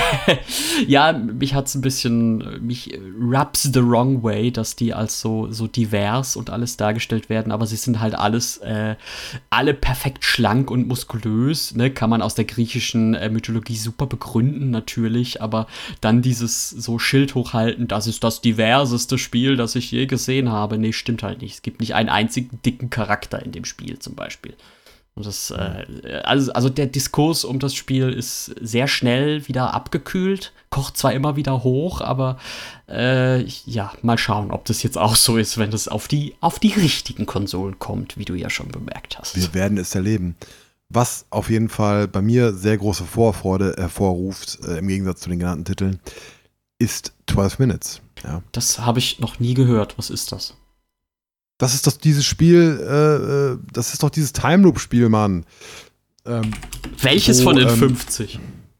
Ja, mich hat's ein bisschen, mich rubs the wrong way, dass die als so, so divers und alles dargestellt werden, aber sie sind halt alles, äh, alle perfekt schlank und muskulös, ne, kann man aus der griechischen äh, Mythologie super begründen, natürlich, aber dann dieses so Schild hochhalten, das ist das diverseste Spiel, das ich je gesehen habe, nee, stimmt halt nicht. Es gibt nicht einen einzigen dicken Charakter in dem Spiel, zum Beispiel. Und das, äh, also, also der Diskurs um das Spiel ist sehr schnell wieder abgekühlt, kocht zwar immer wieder hoch, aber äh, ja, mal schauen, ob das jetzt auch so ist, wenn das auf die, auf die richtigen Konsolen kommt, wie du ja schon bemerkt hast. Wir werden es erleben. Was auf jeden Fall bei mir sehr große Vorfreude hervorruft, äh, im Gegensatz zu den genannten Titeln, ist zwölf Minutes. Ja. Das habe ich noch nie gehört. Was ist das? Das ist doch dieses Spiel, äh, das ist doch dieses Time Loop Spiel, Mann. Ähm, Welches wo, von den ähm, fünfzig?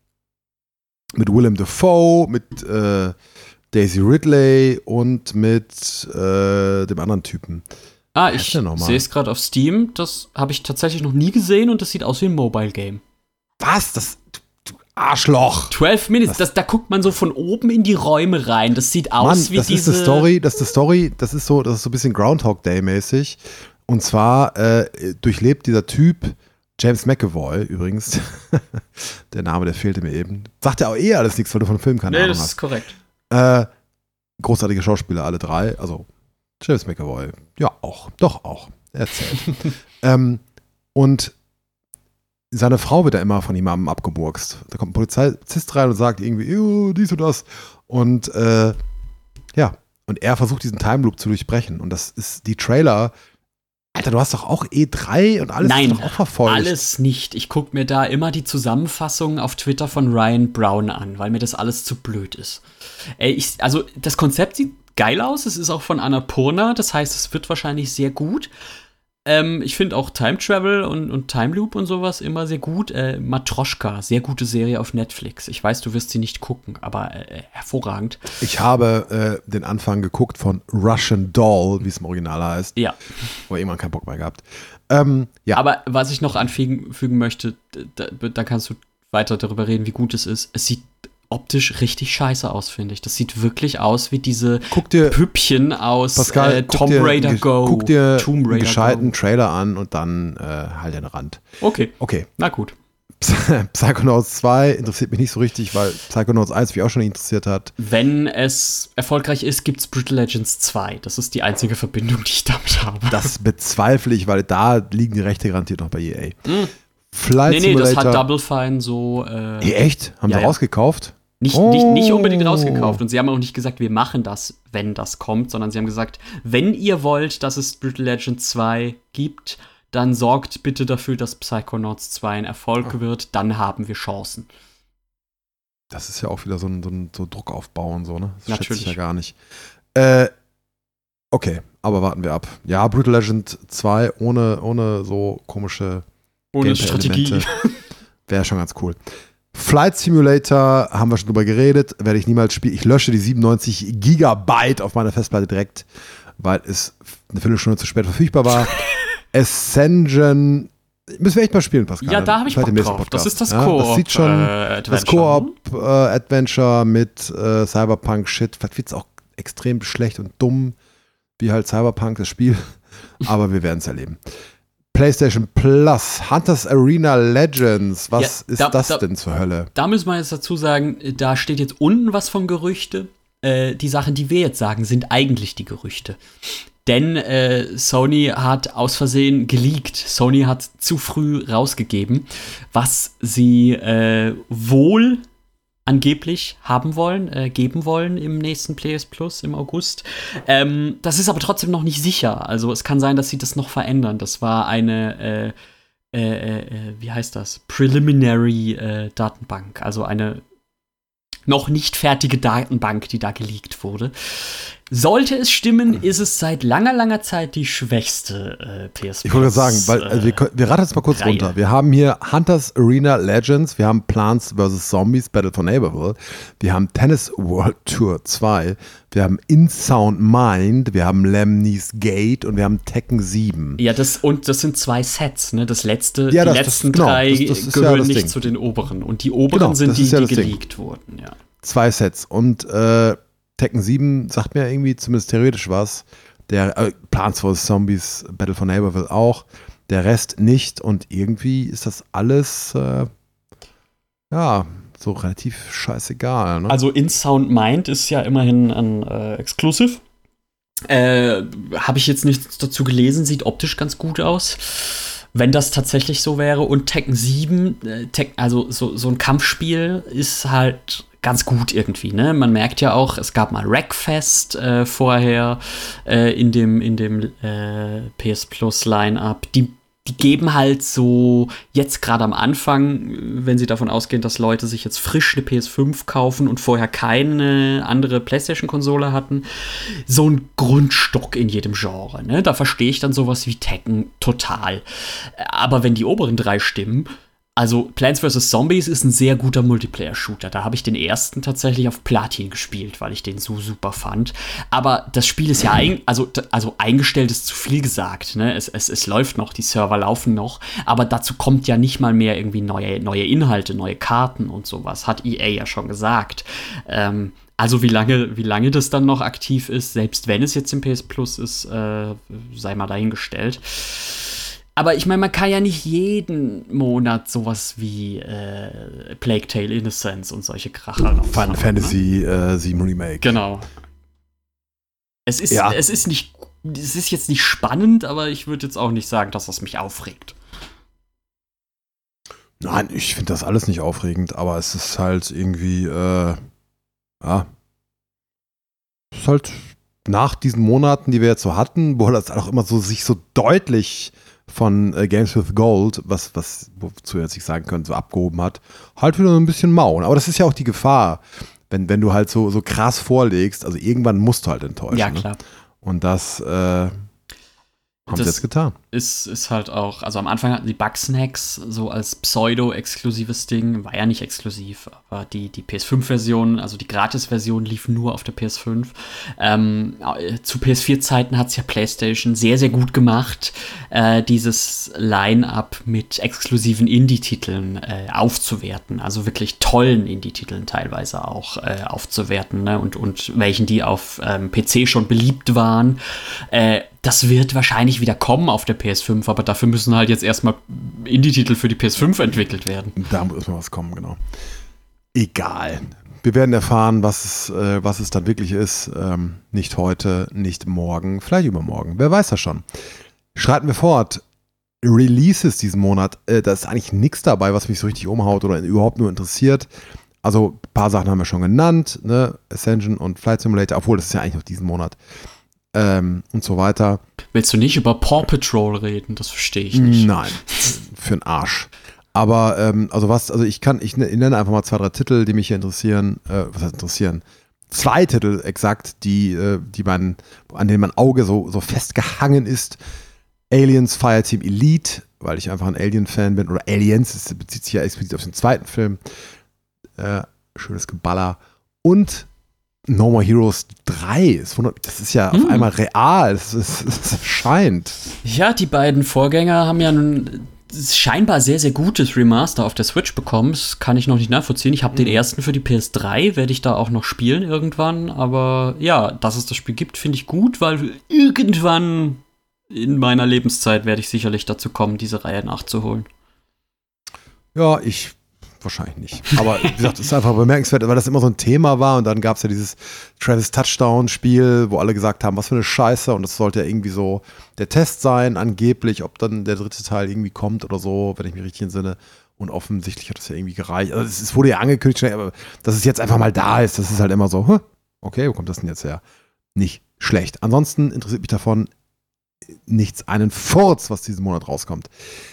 Mit Willem Dafoe, mit äh, Daisy Ridley und mit äh, dem anderen Typen. Ah, ich sehe es gerade auf Steam. Das habe ich tatsächlich noch nie gesehen und das sieht aus wie ein Mobile Game. Was? Das Arschloch. zwölf Minutes, das, da guckt man so von oben in die Räume rein. Das sieht aus Mann, wie das diese... Ist die Story, das ist die Story, das ist so, das ist so ein bisschen Groundhog Day mäßig. Und zwar äh, durchlebt dieser Typ James McAvoy übrigens, der Name, der fehlte mir eben. Sagt ja auch eh alles nichts, weil du von dem Film keine Nee, Ahnung das hast. ist korrekt. Äh, großartige Schauspieler, alle drei. Also James McAvoy, ja auch, doch auch. Erzählt. ähm, und seine Frau wird ja immer von jemandem abgemurkst. Da kommt ein Polizist rein und sagt irgendwie, oh, dies und das. Und äh, ja, und er versucht diesen Time Loop zu durchbrechen. Und das ist die Trailer. Alter, du hast doch auch E drei und alles Nein, doch auch verfolgt. alles nicht. Ich gucke mir da immer die Zusammenfassung auf Twitter von Ryan Brown an, weil mir das alles zu blöd ist. Ey, ich, also das Konzept sieht geil aus. Es ist auch von Annapurna, das heißt, es wird wahrscheinlich sehr gut. Ähm, ich finde auch Time Travel und, und Time Loop und sowas immer sehr gut. Äh, Matroschka, sehr gute Serie auf Netflix. Ich weiß, du wirst sie nicht gucken, aber äh, hervorragend. Ich habe äh, den Anfang geguckt von Russian Doll, wie es im Original heißt. Ja. Aber irgendwann keinen Bock mehr gehabt. Ähm, ja. Aber was ich noch anfügen fügen möchte, da, da kannst du weiter darüber reden, wie gut es ist. Es sieht optisch richtig scheiße aus, finde ich. Das sieht wirklich aus wie diese guck dir, Püppchen aus Pascal, äh, Tomb dir, Raider Go. Guck dir Tomb Raider einen gescheiten Go. Trailer an und dann äh, halt den Rand. Okay. Okay. Na gut. Psychonauts zwei interessiert mich nicht so richtig, weil Psychonauts eins mich auch schon nicht interessiert hat. Wenn es erfolgreich ist, gibt's Brutal Legends zwei. Das ist die einzige Verbindung, die ich damit habe. Das bezweifle ich, weil da liegen die Rechte garantiert noch bei E A. Mm. Flight nee, nee, Simulator. das hat Double Fine so äh, Nee, echt? Haben ja, sie ja. rausgekauft? Nicht, oh. nicht, nicht unbedingt rausgekauft. Und sie haben auch nicht gesagt, wir machen das, wenn das kommt, sondern sie haben gesagt, wenn ihr wollt, dass es Brutal Legends zwei gibt, dann sorgt bitte dafür, dass Psychonauts zwei ein Erfolg oh. wird, dann haben wir Chancen. Das ist ja auch wieder so ein, so ein so Druck aufbauen, so, ne? Das Natürlich. schätze ich ja gar nicht. Äh, okay, aber warten wir ab. Ja, Brutal Legend zwei ohne, ohne so komische Ohne Strategie. Wäre schon ganz cool. Flight Simulator, haben wir schon drüber geredet, werde ich niemals spielen. Ich lösche die siebenundneunzig Gigabyte auf meiner Festplatte direkt, weil es eine Viertelstunde zu spät verfügbar war. Ascension, müssen wir echt mal spielen, Pascal. Ja, da habe ich Bock drauf. Podcast. Das ist das ja, Koop. Das sieht schon, äh, das Koop-Adventure äh, mit äh, Cyberpunk-Shit. Vielleicht wird es auch extrem schlecht und dumm, wie halt Cyberpunk, das Spiel. Aber wir werden es erleben. PlayStation Plus, Hunters Arena Legends. Was ja, ist da, das da, denn zur Hölle? Da müssen wir jetzt dazu sagen, da steht jetzt unten was von Gerüchte. Äh, die Sachen, die wir jetzt sagen, sind eigentlich die Gerüchte. Denn äh, Sony hat aus Versehen geleakt. Sony hat zu früh rausgegeben, was sie äh, wohl angeblich haben wollen, äh, geben wollen im nächsten P S Plus im August. Ähm, das ist aber trotzdem noch nicht sicher. Also es kann sein, dass sie das noch verändern. Das war eine, äh, äh, äh, wie heißt das? Preliminary äh, Datenbank. Also eine noch nicht fertige Datenbank, die da geleakt wurde. Sollte es stimmen, ist es seit langer, langer Zeit die schwächste äh, P S Plus. Ich wollte sagen, weil also wir, wir raten jetzt mal kurz Reihe. runter. Wir haben hier Hunters Arena Legends, wir haben Plants versus. Zombies, Battle for Neighborville, wir haben Tennis World Tour zwei, wir haben In Sound Mind, wir haben Lemnis Gate und wir haben Tekken sieben. Ja, das, und das sind zwei Sets, ne? Das letzte, ja, das, die letzten das, genau, drei das, das gehören ja nicht Ding. zu den oberen. Und die oberen genau, sind die, ja die geleakt Ding. wurden, ja. Zwei Sets und äh, Tekken sieben sagt mir irgendwie zumindest theoretisch was. Der äh, Plants versus. Zombies, Battle for Neighborville auch. Der Rest nicht. Und irgendwie ist das alles äh, ja, so relativ scheißegal. Ne? Also In Sound Mind ist ja immerhin ein äh, Exclusive. Äh, habe ich jetzt nichts dazu gelesen. Sieht optisch ganz gut aus. Wenn das tatsächlich so wäre. Und Tekken sieben, äh, Tek- also so, so ein Kampfspiel ist halt ganz gut irgendwie, ne? Man merkt ja auch, es gab mal Wreckfest äh, vorher äh, in dem, in dem äh, P S Plus Line-Up. Die, die geben halt so jetzt gerade am Anfang, wenn sie davon ausgehen, dass Leute sich jetzt frisch eine P S fünf kaufen und vorher keine andere PlayStation-Konsole hatten, so ein Grundstock in jedem Genre, ne? Da verstehe ich dann sowas wie Tekken total. Aber wenn die oberen drei stimmen, also Plants versus. Zombies ist ein sehr guter Multiplayer-Shooter. Da habe ich den ersten tatsächlich auf Platin gespielt, weil ich den so super fand. Aber das Spiel ist ja ein, also, also eingestellt ist zu viel gesagt. Ne? Es, es, es läuft noch, die Server laufen noch. Aber dazu kommt ja nicht mal mehr irgendwie neue, neue Inhalte, neue Karten und sowas. Hat E A ja schon gesagt. Ähm, also wie lange, wie lange das dann noch aktiv ist, selbst wenn es jetzt im P S Plus ist, äh, sei mal dahingestellt. Aber ich meine, man kann ja nicht jeden Monat sowas wie äh, Plague Tale Innocence und solche Kracher raushauen. Final Fantasy ne? äh, sieben Remake. Genau. Es ist, ja. es ist nicht, es ist jetzt nicht spannend, aber ich würde jetzt auch nicht sagen, dass das mich aufregt. Nein, ich finde das alles nicht aufregend, aber es ist halt irgendwie, äh, ja, es ist halt nach diesen Monaten, die wir jetzt so hatten, wo das auch immer so sich so deutlich von äh, Games with Gold, was, was, wozu wir jetzt nicht sagen können, so abgehoben hat, halt wieder ein bisschen mau. Aber das ist ja auch die Gefahr, wenn, wenn du halt so, so krass vorlegst, also irgendwann musst du halt enttäuschen. Ja, klar. Ne? Und das, äh, haben sie jetzt getan. Ist, ist halt auch, also am Anfang hatten die Bugsnacks so als pseudo-exklusives Ding, war ja nicht exklusiv, aber die, die P S fünf Version, also die Gratis-Version lief nur auf der P S fünf. Ähm, zu P S vier Zeiten hat es ja PlayStation sehr, sehr gut gemacht, äh, dieses Line-Up mit exklusiven Indie-Titeln äh, aufzuwerten, also wirklich tollen Indie-Titeln teilweise auch äh, aufzuwerten, ne? und, und welchen, die auf ähm, P C schon beliebt waren. Äh, Das wird wahrscheinlich wieder kommen auf der P S fünf, aber dafür müssen halt jetzt erstmal Indie-Titel für die P S fünf entwickelt werden. Da muss mal was kommen, genau. Egal. Wir werden erfahren, was es, äh, was es dann wirklich ist. Ähm, nicht heute, nicht morgen, vielleicht übermorgen. Wer weiß das schon. Schreiten wir fort. Releases diesen Monat. Äh, da ist eigentlich nichts dabei, was mich so richtig umhaut oder überhaupt nur interessiert. Also ein paar Sachen haben wir schon genannt, ne? Ascension und Flight Simulator, obwohl das ist ja eigentlich noch diesen Monat. Ähm, und so weiter. Willst du nicht über Paw Patrol reden? Das verstehe ich nicht. Nein, für den Arsch. Aber, ähm, also was, also ich kann, ich nenne einfach mal zwei, drei Titel, die mich hier interessieren, äh, was heißt interessieren? Zwei Titel exakt, die, äh, die man, an denen mein Auge so, so festgehangen ist. Aliens Fireteam Elite, weil ich einfach ein Alien-Fan bin, oder Aliens, das bezieht sich ja explizit auf den zweiten Film. Äh, schönes Geballer. Und No More Heroes drei, das ist ja auf mm. einmal real, es, es, es scheint. Ja, die beiden Vorgänger haben ja ein scheinbar sehr, sehr gutes Remaster auf der Switch bekommen. Das kann ich noch nicht nachvollziehen. Ich habe mm. den ersten für die P S drei, werde ich da auch noch spielen irgendwann. Aber ja, dass es das Spiel gibt, finde ich gut, weil irgendwann in meiner Lebenszeit werde ich sicherlich dazu kommen, diese Reihe nachzuholen. Ja, ich wahrscheinlich nicht. Aber wie gesagt, es ist einfach bemerkenswert, weil das immer so ein Thema war und dann gab es ja dieses Travis Touchdown-Spiel, wo alle gesagt haben, was für eine Scheiße, und das sollte ja irgendwie so der Test sein, angeblich, ob dann der dritte Teil irgendwie kommt oder so, wenn ich mich richtig entsinne. Und offensichtlich hat das ja irgendwie gereicht. Also es wurde ja angekündigt, aber dass es jetzt einfach mal da ist, das ist halt immer so, huh, okay, wo kommt das denn jetzt her? Nicht schlecht. Ansonsten interessiert mich davon nichts, einen Furz, was diesen Monat rauskommt.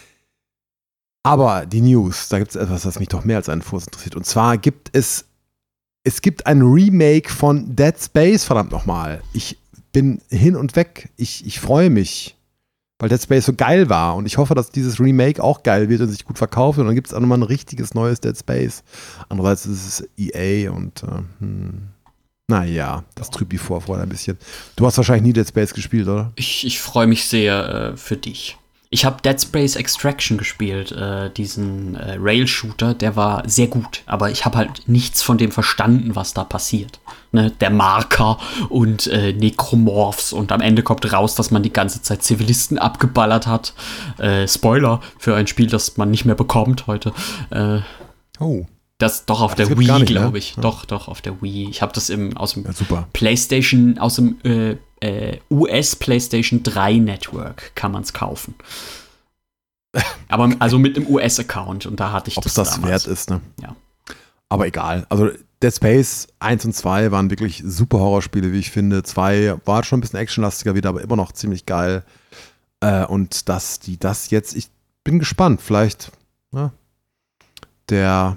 Aber die News, da gibt es etwas, das mich doch mehr als einen Furz interessiert. Und zwar gibt es, es gibt ein Remake von Dead Space, verdammt nochmal. Ich bin hin und weg. Ich, ich freue mich, weil Dead Space so geil war. Und ich hoffe, dass dieses Remake auch geil wird und sich gut verkauft. Und dann gibt es auch nochmal ein richtiges neues Dead Space. Andererseits ist es E A und äh, hm, naja, das trübt die Vorfreude ein bisschen. Du hast wahrscheinlich nie Dead Space gespielt, oder? Ich, ich freue mich sehr äh, für dich. Ich habe Dead Space Extraction gespielt, äh, diesen äh, Rail-Shooter, der war sehr gut, aber ich habe halt nichts von dem verstanden, was da passiert. Ne? Der Marker und äh, Necromorphs, und am Ende kommt raus, dass man die ganze Zeit Zivilisten abgeballert hat. Äh, Spoiler für ein Spiel, das man nicht mehr bekommt heute. Äh, oh. Das doch auf das der Wii, glaube ich. Ja. Doch, doch, auf der Wii. Ich habe das im, aus dem ja, super. PlayStation, aus dem äh, äh, U S PlayStation drei Network kann man es kaufen. Aber also mit einem U S-Account, und da hatte ich Ob's das das damals. wert ist, ne? Ja. Aber egal. Also Dead Space eins und zwei waren wirklich super Horrorspiele, wie ich finde. zwei war schon ein bisschen actionlastiger wieder, aber immer noch ziemlich geil. Äh, und dass die das jetzt, ich bin gespannt, vielleicht, ja, der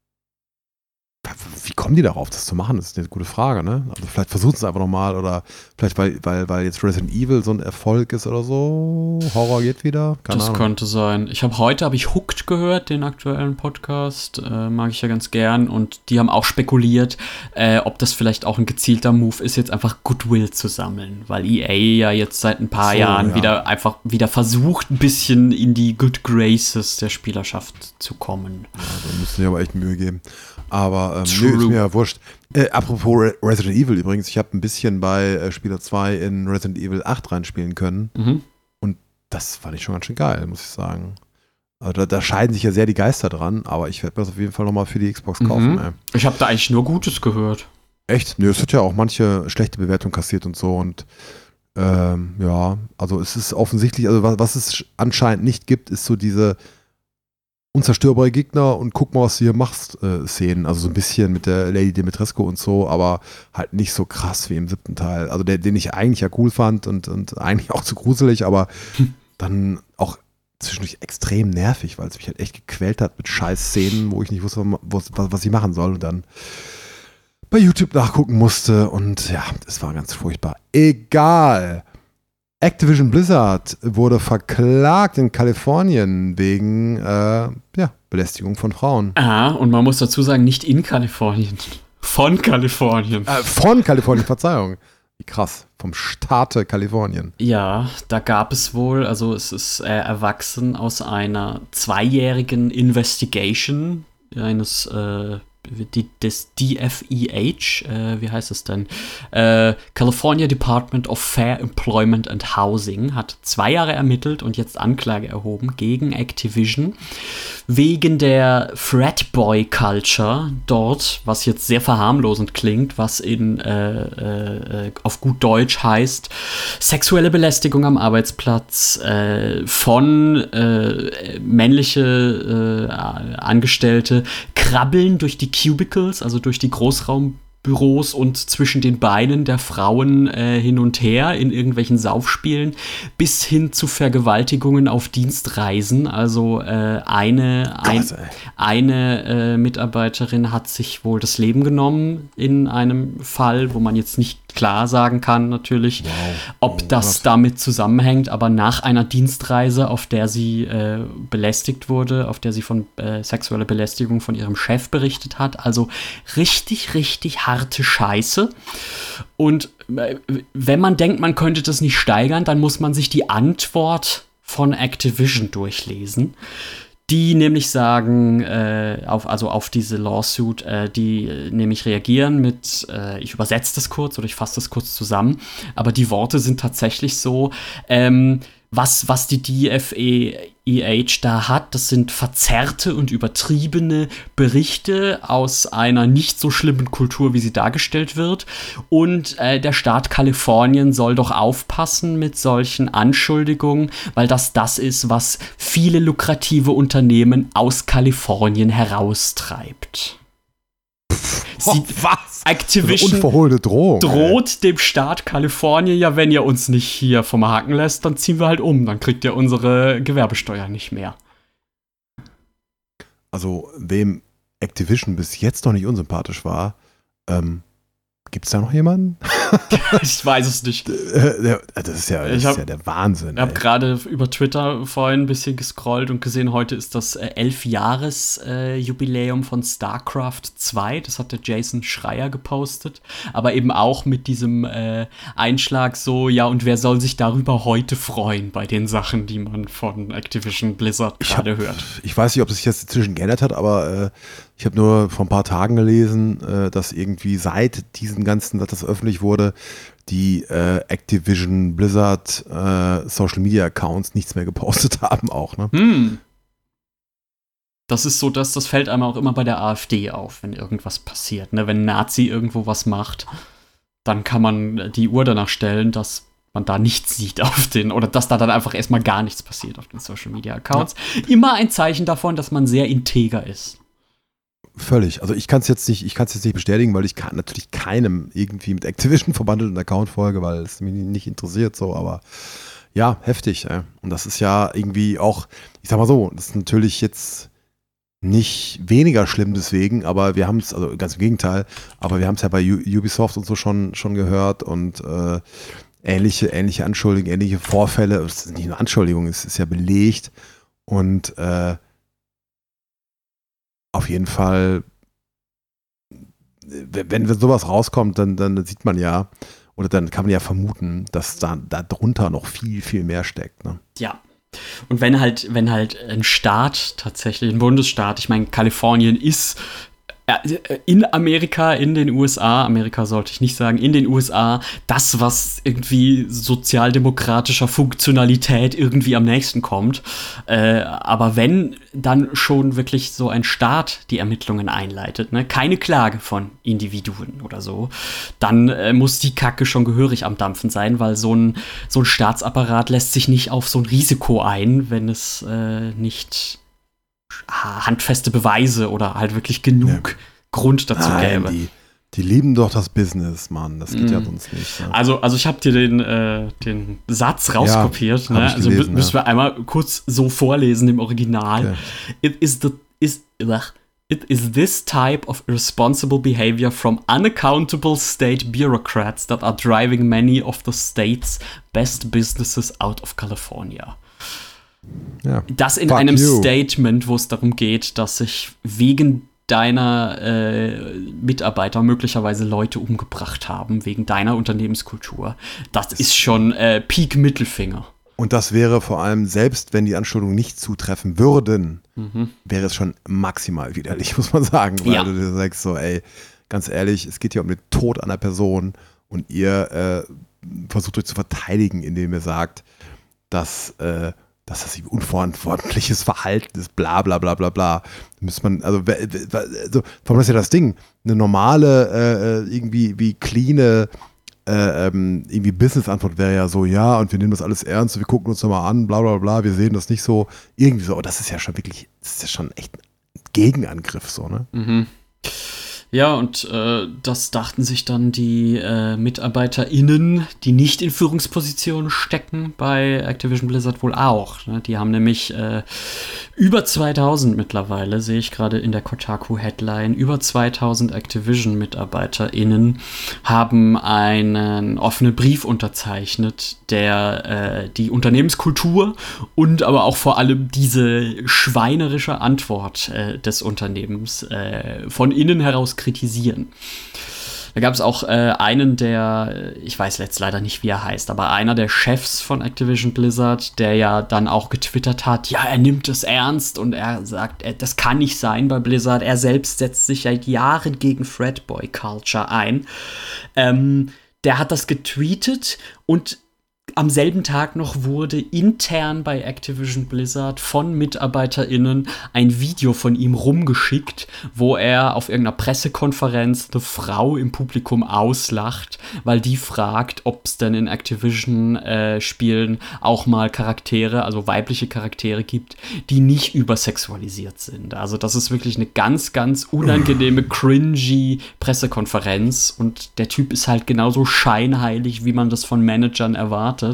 wie kommen die darauf, das zu machen? Das ist eine gute Frage, ne? Also vielleicht versuchen sie es einfach nochmal, oder vielleicht, weil, weil, weil jetzt Resident Evil so ein Erfolg ist oder so. Horror geht wieder. Keine das Ahnung. Könnte sein. Ich habe heute habe ich Hooked gehört, den aktuellen Podcast. Äh, mag ich ja ganz gern. Und die haben auch spekuliert, äh, ob das vielleicht auch ein gezielter Move ist, jetzt einfach Goodwill zu sammeln. Weil E A ja jetzt seit ein paar so, Jahren ja. wieder einfach wieder versucht, ein bisschen in die Good Graces der Spielerschaft zu kommen. Ja, da müssen sie aber echt Mühe geben. Aber ähm, nö, ist mir ja wurscht. Äh, apropos Re- Resident Evil übrigens, ich habe ein bisschen bei äh, Spieler zwei in Resident Evil acht reinspielen können. Mhm. Und das fand ich schon ganz schön geil, muss ich sagen. Also da, da scheiden sich ja sehr die Geister dran, aber ich werde mir das auf jeden Fall nochmal für die Xbox kaufen. Mhm. Ey. Ich habe da eigentlich nur Gutes gehört. Echt? Nö, es hat ja auch manche schlechte Bewertungen kassiert und so und ähm, ja, also es ist offensichtlich, also was, was es anscheinend nicht gibt, ist so diese unzerstörbare Gegner und guck mal, was du hier machst, äh, Szenen. Also so ein bisschen mit der Lady Dimitrescu und so, aber halt nicht so krass wie im siebten Teil. Also der, den ich eigentlich ja cool fand und, und eigentlich auch zu gruselig, aber hm. dann auch zwischendurch extrem nervig, weil es mich halt echt gequält hat mit scheiß Szenen, wo ich nicht wusste, was, was ich machen soll und dann bei YouTube nachgucken musste und ja, das war ganz furchtbar. Egal. Activision Blizzard wurde verklagt in Kalifornien wegen äh, ja, Belästigung von Frauen. Ah, und man muss dazu sagen, nicht in Kalifornien. Von Kalifornien. Äh, von Kalifornien, Verzeihung. Wie krass. Vom Staate Kalifornien. Ja, da gab es wohl, also es ist äh, erwachsen aus einer zweijährigen Investigation eines äh, Die, des D F E H, äh, wie heißt es denn? Äh, California Department of Fair Employment and Housing hat zwei Jahre ermittelt und jetzt Anklage erhoben gegen Activision wegen der Frat-Boy-Culture dort, was jetzt sehr verharmlosend klingt, was in äh, äh, auf gut Deutsch heißt sexuelle Belästigung am Arbeitsplatz äh, von äh, männliche äh, Angestellte krabbeln durch die Cubicles, also durch die Großraumbüros und zwischen den Beinen der Frauen äh, hin und her in irgendwelchen Saufspielen, bis hin zu Vergewaltigungen auf Dienstreisen. Also äh, eine, ein, eine äh, Mitarbeiterin hat sich wohl das Leben genommen in einem Fall, wo man jetzt nicht klar sagen kann natürlich, wow. ob das oh, damit zusammenhängt, aber nach einer Dienstreise, auf der sie äh, belästigt wurde, auf der sie von äh, sexueller Belästigung von ihrem Chef berichtet hat. Also richtig, richtig harte Scheiße. Und äh, wenn man denkt, man könnte das nicht steigern, dann muss man sich die Antwort von Activision durchlesen. Die nämlich sagen, äh, auf, also auf diese Lawsuit, äh, die äh, nämlich reagieren mit, äh, ich übersetze das kurz oder ich fasse das kurz zusammen, aber die Worte sind tatsächlich so, ähm, was, was die D F E H da hat, das sind verzerrte und übertriebene Berichte aus einer nicht so schlimmen Kultur, wie sie dargestellt wird. Und äh, der Staat Kalifornien soll doch aufpassen mit solchen Anschuldigungen, weil das das ist, was viele lukrative Unternehmen aus Kalifornien heraustreibt. Oh, was? Activision unverhohlte Drohung, droht ey. dem Staat Kalifornien, ja, wenn ihr uns nicht hier vom Haken lässt, dann ziehen wir halt um. Dann kriegt ihr unsere Gewerbesteuer nicht mehr. Also, wem Activision bis jetzt noch nicht unsympathisch war, ähm, gibt es da noch jemanden? Ich weiß es nicht. Das ist ja, das hab, ist ja der Wahnsinn. Ich habe gerade über Twitter vorhin ein bisschen gescrollt und gesehen, heute ist das äh, elf-Jahres-Jubiläum äh, von StarCraft zwei. Das hat der Jason Schreier gepostet. Aber eben auch mit diesem äh, Einschlag so, ja, und wer soll sich darüber heute freuen bei den Sachen, die man von Activision Blizzard gerade hört. Ich weiß nicht, ob sich das inzwischen geändert hat, aber äh, ich habe nur vor ein paar Tagen gelesen, äh, dass irgendwie seit diesen ganzen, dass das öffentlich wurde, die äh, Activision Blizzard äh, Social Media Accounts nichts mehr gepostet haben auch, ne? Hm. Das ist so, dass das fällt einem auch immer bei der AfD auf, wenn irgendwas passiert, ne? Wenn ein Nazi irgendwo was macht, dann kann man die Uhr danach stellen, dass man da nichts sieht auf den, oder dass da dann einfach erstmal gar nichts passiert auf den Social Media Accounts. Ja. Immer ein Zeichen davon, dass man sehr integer ist. Völlig. Also ich kann es jetzt nicht, ich kann es jetzt nicht bestätigen, weil ich kann natürlich keinem irgendwie mit Activision verbandelten Account folge, weil es mich nicht interessiert so, aber ja, heftig. Ey. Und das ist ja irgendwie auch, ich sag mal so, das ist natürlich jetzt nicht weniger schlimm deswegen, aber wir haben es, also ganz im Gegenteil, aber wir haben es ja bei U- Ubisoft und so schon, schon gehört und äh, ähnliche, ähnliche Anschuldigungen, ähnliche Vorfälle, es ist nicht nur Anschuldigungen, es ist ja belegt und äh, auf jeden Fall, wenn sowas rauskommt, dann, dann sieht man ja, oder dann kann man ja vermuten, dass da, da drunter noch viel, viel mehr steckt. Ne? Ja. Und wenn halt, wenn halt ein Staat tatsächlich, ein Bundesstaat, ich meine, Kalifornien ist Ja, in Amerika, in den U S A, Amerika sollte ich nicht sagen, in den U S A, das, was irgendwie sozialdemokratischer Funktionalität irgendwie am nächsten kommt. Äh, aber wenn dann schon wirklich so ein Staat die Ermittlungen einleitet, ne, keine Klage von Individuen oder so, dann äh, muss die Kacke schon gehörig am Dampfen sein, weil so ein, so ein Staatsapparat lässt sich nicht auf so ein Risiko ein, wenn es äh, nicht handfeste Beweise oder halt wirklich genug ja. Grund dazu Nein, gäbe. Die, die lieben doch das Business, Mann. Das geht mm. ja sonst nicht. Ja. Also, also ich habe dir den, äh, den Satz rauskopiert. Ja, ne? gelesen, also müssen ja. wir einmal kurz so vorlesen im Original. Okay. It is the is It is this type of irresponsible behavior from unaccountable state bureaucrats that are driving many of the state's best businesses out of California. Ja. Das in Fuck einem you. Statement, wo es darum geht, dass sich wegen deiner äh, Mitarbeiter möglicherweise Leute umgebracht haben, wegen deiner Unternehmenskultur. Das, das ist schon äh, Peak Mittelfinger. Und das wäre vor allem, selbst wenn die Anschuldigungen nicht zutreffen würden, mhm. wäre es schon maximal widerlich, muss man sagen. Weil ja. du dir sagst so, ey, ganz ehrlich, es geht hier um den Tod einer Person und ihr äh, versucht euch zu verteidigen, indem ihr sagt, dass äh, dass das unverantwortliches Verhalten ist, bla bla bla bla bla. Müsste man, also, also warum ist ja das Ding? Eine normale, äh, irgendwie wie cleane äh, ähm, irgendwie Business-Antwort wäre ja so, ja, und wir nehmen das alles ernst, wir gucken uns das mal an, bla bla bla, wir sehen das nicht so, irgendwie so, aber das ist ja schon wirklich, das ist ja schon echt ein Gegenangriff, so, ne? Mhm. Ja, und äh, das dachten sich dann die äh, MitarbeiterInnen, die nicht in Führungspositionen stecken, bei Activision Blizzard wohl auch. Ne? Die haben nämlich äh, über zweitausend mittlerweile, sehe ich gerade in der Kotaku-Headline, über zweitausend Activision-MitarbeiterInnen haben einen offenen Brief unterzeichnet, der äh, die Unternehmenskultur und aber auch vor allem diese schweinerische Antwort äh, des Unternehmens äh, von innen heraus kritisieren. Da gab es auch äh, einen, der, ich weiß jetzt leider nicht, wie er heißt, aber einer der Chefs von Activision Blizzard, der ja dann auch getwittert hat, ja, er nimmt es ernst und er sagt, er, das kann nicht sein bei Blizzard. Er selbst setzt sich seit Jahren gegen Fratboy-Culture ein. Ähm, der hat das getweetet und am selben Tag noch wurde intern bei Activision Blizzard von MitarbeiterInnen ein Video von ihm rumgeschickt, wo er auf irgendeiner Pressekonferenz eine Frau im Publikum auslacht, weil die fragt, ob es denn in Activision-Spielen äh, auch mal Charaktere, also weibliche Charaktere gibt, die nicht übersexualisiert sind. Also das ist wirklich eine ganz, ganz unangenehme, cringy Pressekonferenz und der Typ ist halt genauso scheinheilig, wie man das von Managern erwartet.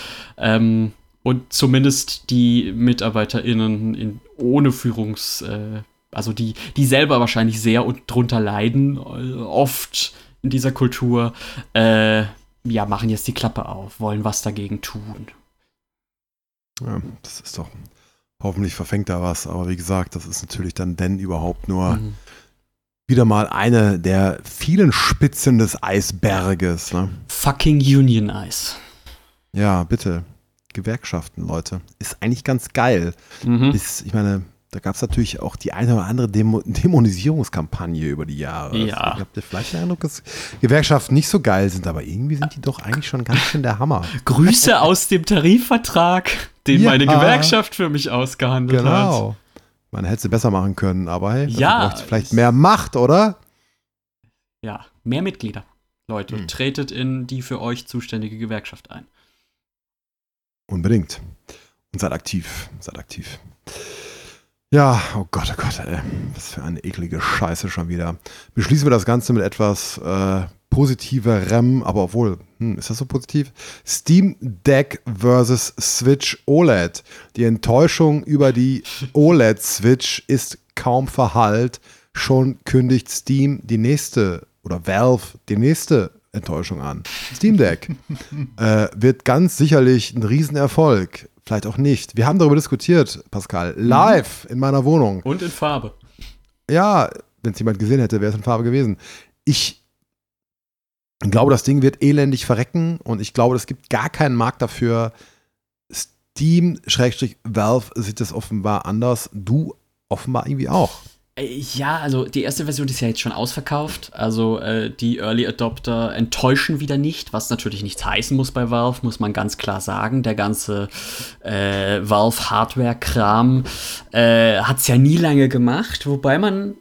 Ähm, und zumindest die MitarbeiterInnen in, ohne Führungs-, äh, also die, die selber wahrscheinlich sehr und drunter leiden, äh, oft in dieser Kultur, äh, ja, machen jetzt die Klappe auf, wollen was dagegen tun. Ja, das ist doch, hoffentlich verfängt da was, aber wie gesagt, das ist natürlich dann denn überhaupt nur mhm. wieder mal eine der vielen Spitzen des Eisberges. Ne? Fucking Union Eis. Ja, bitte. Gewerkschaften, Leute. Ist eigentlich ganz geil. Mhm. Ist, ich meine, da gab es natürlich auch die eine oder andere Demo- Dämonisierungskampagne über die Jahre. Ja. Also, habt ihr vielleicht den Eindruck, dass Gewerkschaften nicht so geil sind, aber irgendwie sind die doch eigentlich schon ganz schön der Hammer. Grüße aus dem Tarifvertrag, den ja. meine Gewerkschaft für mich ausgehandelt genau. hat. Genau. Man hätte sie besser machen können, aber hey, ja, braucht vielleicht mehr Macht, oder? Ja, mehr Mitglieder. Leute, hm. tretet in die für euch zuständige Gewerkschaft ein. Unbedingt. Und seid aktiv. Seid aktiv. Ja, oh Gott, oh Gott, ey. Was für eine eklige Scheiße schon wieder. Beschließen wir das Ganze mit etwas äh, positiverem, aber obwohl, hm, ist das so positiv? Steam Deck versus Switch O L E D. Die Enttäuschung über die O L E D-Switch ist kaum verhallt. Schon kündigt Steam die nächste, oder Valve die nächste Enttäuschung an. Steam Deck äh, wird ganz sicherlich ein Riesenerfolg. Vielleicht auch nicht. Wir haben darüber diskutiert, Pascal, live in meiner Wohnung. Und in Farbe. Ja, wenn es jemand gesehen hätte, wäre es in Farbe gewesen. Ich glaube, das Ding wird elendig verrecken und ich glaube, es gibt gar keinen Markt dafür. Steam, Schrägstrich, Valve sieht das offenbar anders. Du offenbar irgendwie auch. Ja, also die erste Version ist ja jetzt schon ausverkauft. Also äh, die Early Adopter enttäuschen wieder nicht, was natürlich nichts heißen muss bei Valve, muss man ganz klar sagen. Der ganze äh, Valve-Hardware-Kram äh, hat es ja nie lange gemacht, wobei man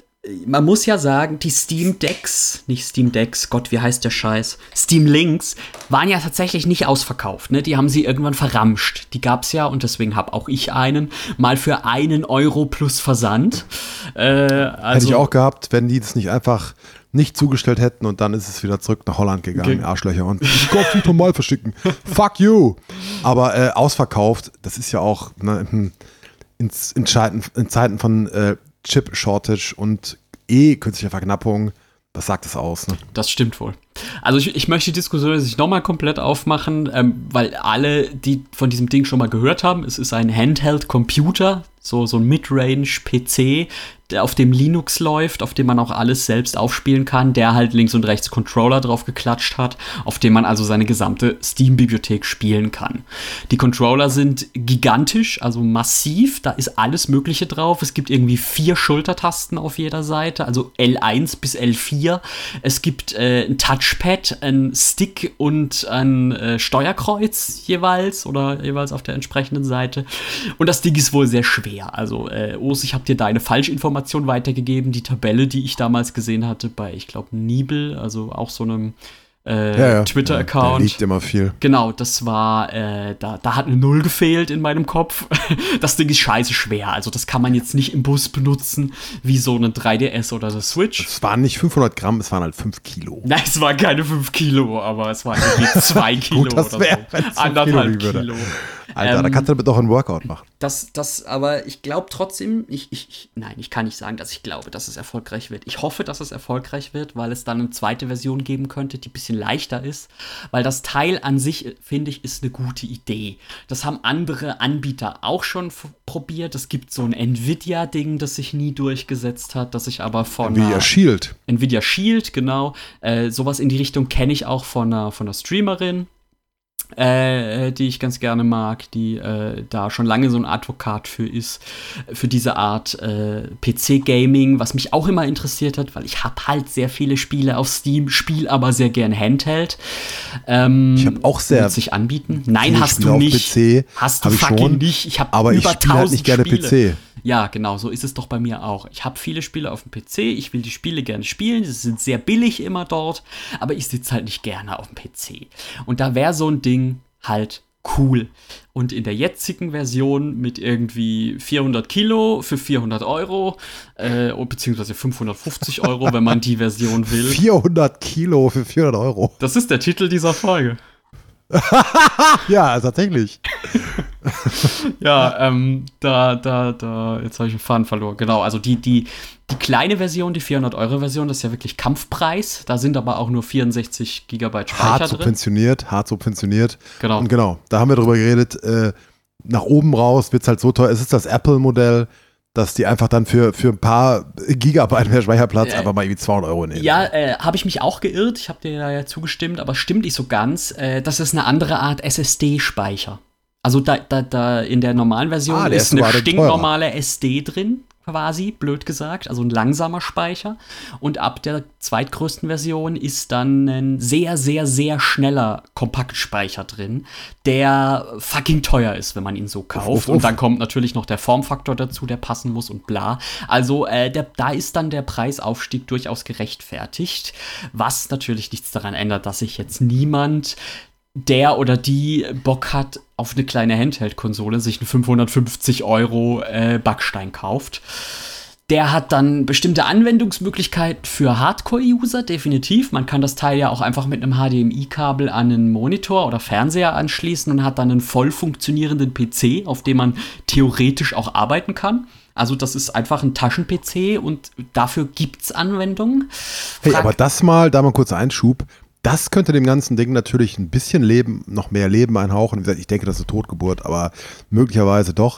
Man muss ja sagen, die Steam Decks, nicht Steam Decks, Gott, wie heißt der Scheiß? Steam Links waren ja tatsächlich nicht ausverkauft, ne? Die haben sie irgendwann verramscht. Die gab's ja, und deswegen habe auch ich einen, mal für einen Euro plus Versand. Äh, also, Hätte ich auch gehabt, wenn die das nicht einfach nicht zugestellt hätten und dann ist es wieder zurück nach Holland gegangen, okay. Arschlöcher, und ich glaube, die normal verschicken. Fuck you! Aber äh, ausverkauft, das ist ja auch ne, in, in, Zeiten, in Zeiten von äh, Chip-Shortage und eh künstliche Verknappung, das sagt es aus. Ne? Das stimmt wohl. Also ich, ich möchte die Diskussion jetzt nicht nochmal komplett aufmachen, ähm, weil alle, die von diesem Ding schon mal gehört haben, es ist ein Handheld-Computer, so, so ein Midrange-P C, der auf dem Linux läuft, auf dem man auch alles selbst aufspielen kann, der halt links und rechts Controller drauf geklatscht hat, auf dem man also seine gesamte Steam-Bibliothek spielen kann. Die Controller sind gigantisch, also massiv, da ist alles Mögliche drauf. Es gibt irgendwie vier Schultertasten auf jeder Seite, also L eins bis L vier. Es gibt äh, ein Touchpad, ein Stick und ein äh, Steuerkreuz jeweils oder jeweils auf der entsprechenden Seite. Und das Ding ist wohl sehr schwer. Also, äh, Urs, ich habe dir deine Falschinformation weitergegeben. Die Tabelle, die ich damals gesehen hatte bei, ich glaube, Nibel, also auch so einem äh, ja, ja. Twitter-Account. Ja, da liegt immer viel. Genau, das war, äh, da, da hat eine Null gefehlt in meinem Kopf. Das Ding ist scheiße schwer. Also das kann man jetzt nicht im Bus benutzen, wie so eine drei D S oder eine Switch. Es waren nicht fünfhundert Gramm, es waren halt fünf Kilo. Nein, es waren keine fünf Kilo, aber es waren irgendwie zwei Kilo Gut, das wär, oder so. Anderthalb Kilo. Kilo. Alter, ähm, da kannst du damit doch einen Workout machen. Das, das, aber ich glaube trotzdem, ich, ich, ich, nein, ich kann nicht sagen, dass ich glaube, dass es erfolgreich wird. Ich hoffe, dass es erfolgreich wird, weil es dann eine zweite Version geben könnte, die ein bisschen leichter ist. Weil das Teil an sich, finde ich, ist eine gute Idee. Das haben andere Anbieter auch schon f- probiert. Es gibt so ein Nvidia-Ding, das sich nie durchgesetzt hat, das ich aber von Nvidia einer, Shield. Nvidia Shield, genau. Äh, sowas in die Richtung kenne ich auch von einer, von einer Streamerin. Äh, die ich ganz gerne mag, die äh, da schon lange so ein Advokat für ist, für diese Art äh, P C-Gaming, was mich auch immer interessiert hat, weil ich habe halt sehr viele Spiele auf Steam, spiele aber sehr gern Handheld. Ähm, ich habe auch sehr sich anbieten. Nein, hast Spiele du auf nicht. P C. Hast du hab fucking schon, nicht. Ich habe aber über ich spiele halt nicht gerne Spiele. P C. Ja, genau, so ist es doch bei mir auch. Ich habe viele Spiele auf dem P C, ich will die Spiele gerne spielen, sie sind sehr billig immer dort, aber ich sitze halt nicht gerne auf dem P C. Und da wäre so ein Ding halt cool. Und in der jetzigen Version mit irgendwie vierhundert Kilo für vierhundert Euro, äh, beziehungsweise fünfhundertfünfzig Euro, wenn man die Version will. vierhundert Kilo für vierhundert Euro. Das ist der Titel dieser Folge. Ja, tatsächlich. Ja, ähm, da, da, da, jetzt habe ich einen Faden verloren. Genau, also die, die, die kleine Version, die vierhundert-Euro-Version, das ist ja wirklich Kampfpreis. Da sind aber auch nur vierundsechzig Gigabyte Speicher hart drin. subventioniert, hart subventioniert. Genau. Und genau, da haben wir drüber geredet, äh, nach oben raus wird es halt so teuer. Es ist das Apple-Modell, dass die einfach dann für, für ein paar Gigabyte mehr Speicherplatz Äh, einfach mal irgendwie zweihundert Euro nehmen. Ja, äh, habe ich mich auch geirrt. Ich habe dir da ja zugestimmt, aber stimmt nicht so ganz. Äh, das ist eine andere Art S S D-Speicher. Also da, da, da in der normalen Version Ah, der ist ist eine sogar stinknormale S D drin, quasi, blöd gesagt, also ein langsamer Speicher. Und ab der zweitgrößten Version ist dann ein sehr, sehr, sehr schneller Kompaktspeicher drin, der fucking teuer ist, wenn man ihn so kauft. Uff, uff, uff. Und dann kommt natürlich noch der Formfaktor dazu, der passen muss und bla. Also äh, der, da ist dann der Preisaufstieg durchaus gerechtfertigt, was natürlich nichts daran ändert, dass sich jetzt niemand, der oder die Bock hat auf eine kleine Handheld-Konsole, sich einen fünfhundertfünfzig Euro äh, Backstein kauft. Der hat dann bestimmte Anwendungsmöglichkeiten für Hardcore-User, definitiv. Man kann das Teil ja auch einfach mit einem H D M I-Kabel an einen Monitor oder Fernseher anschließen und hat dann einen voll funktionierenden P C, auf dem man theoretisch auch arbeiten kann. Also das ist einfach ein Taschen-P C und dafür gibt's Anwendungen. Hey, Frag- aber das mal, da mal kurz Einschub, das könnte dem ganzen Ding natürlich ein bisschen Leben, noch mehr Leben einhauchen. Wie gesagt, ich denke, das ist eine Totgeburt, aber möglicherweise doch.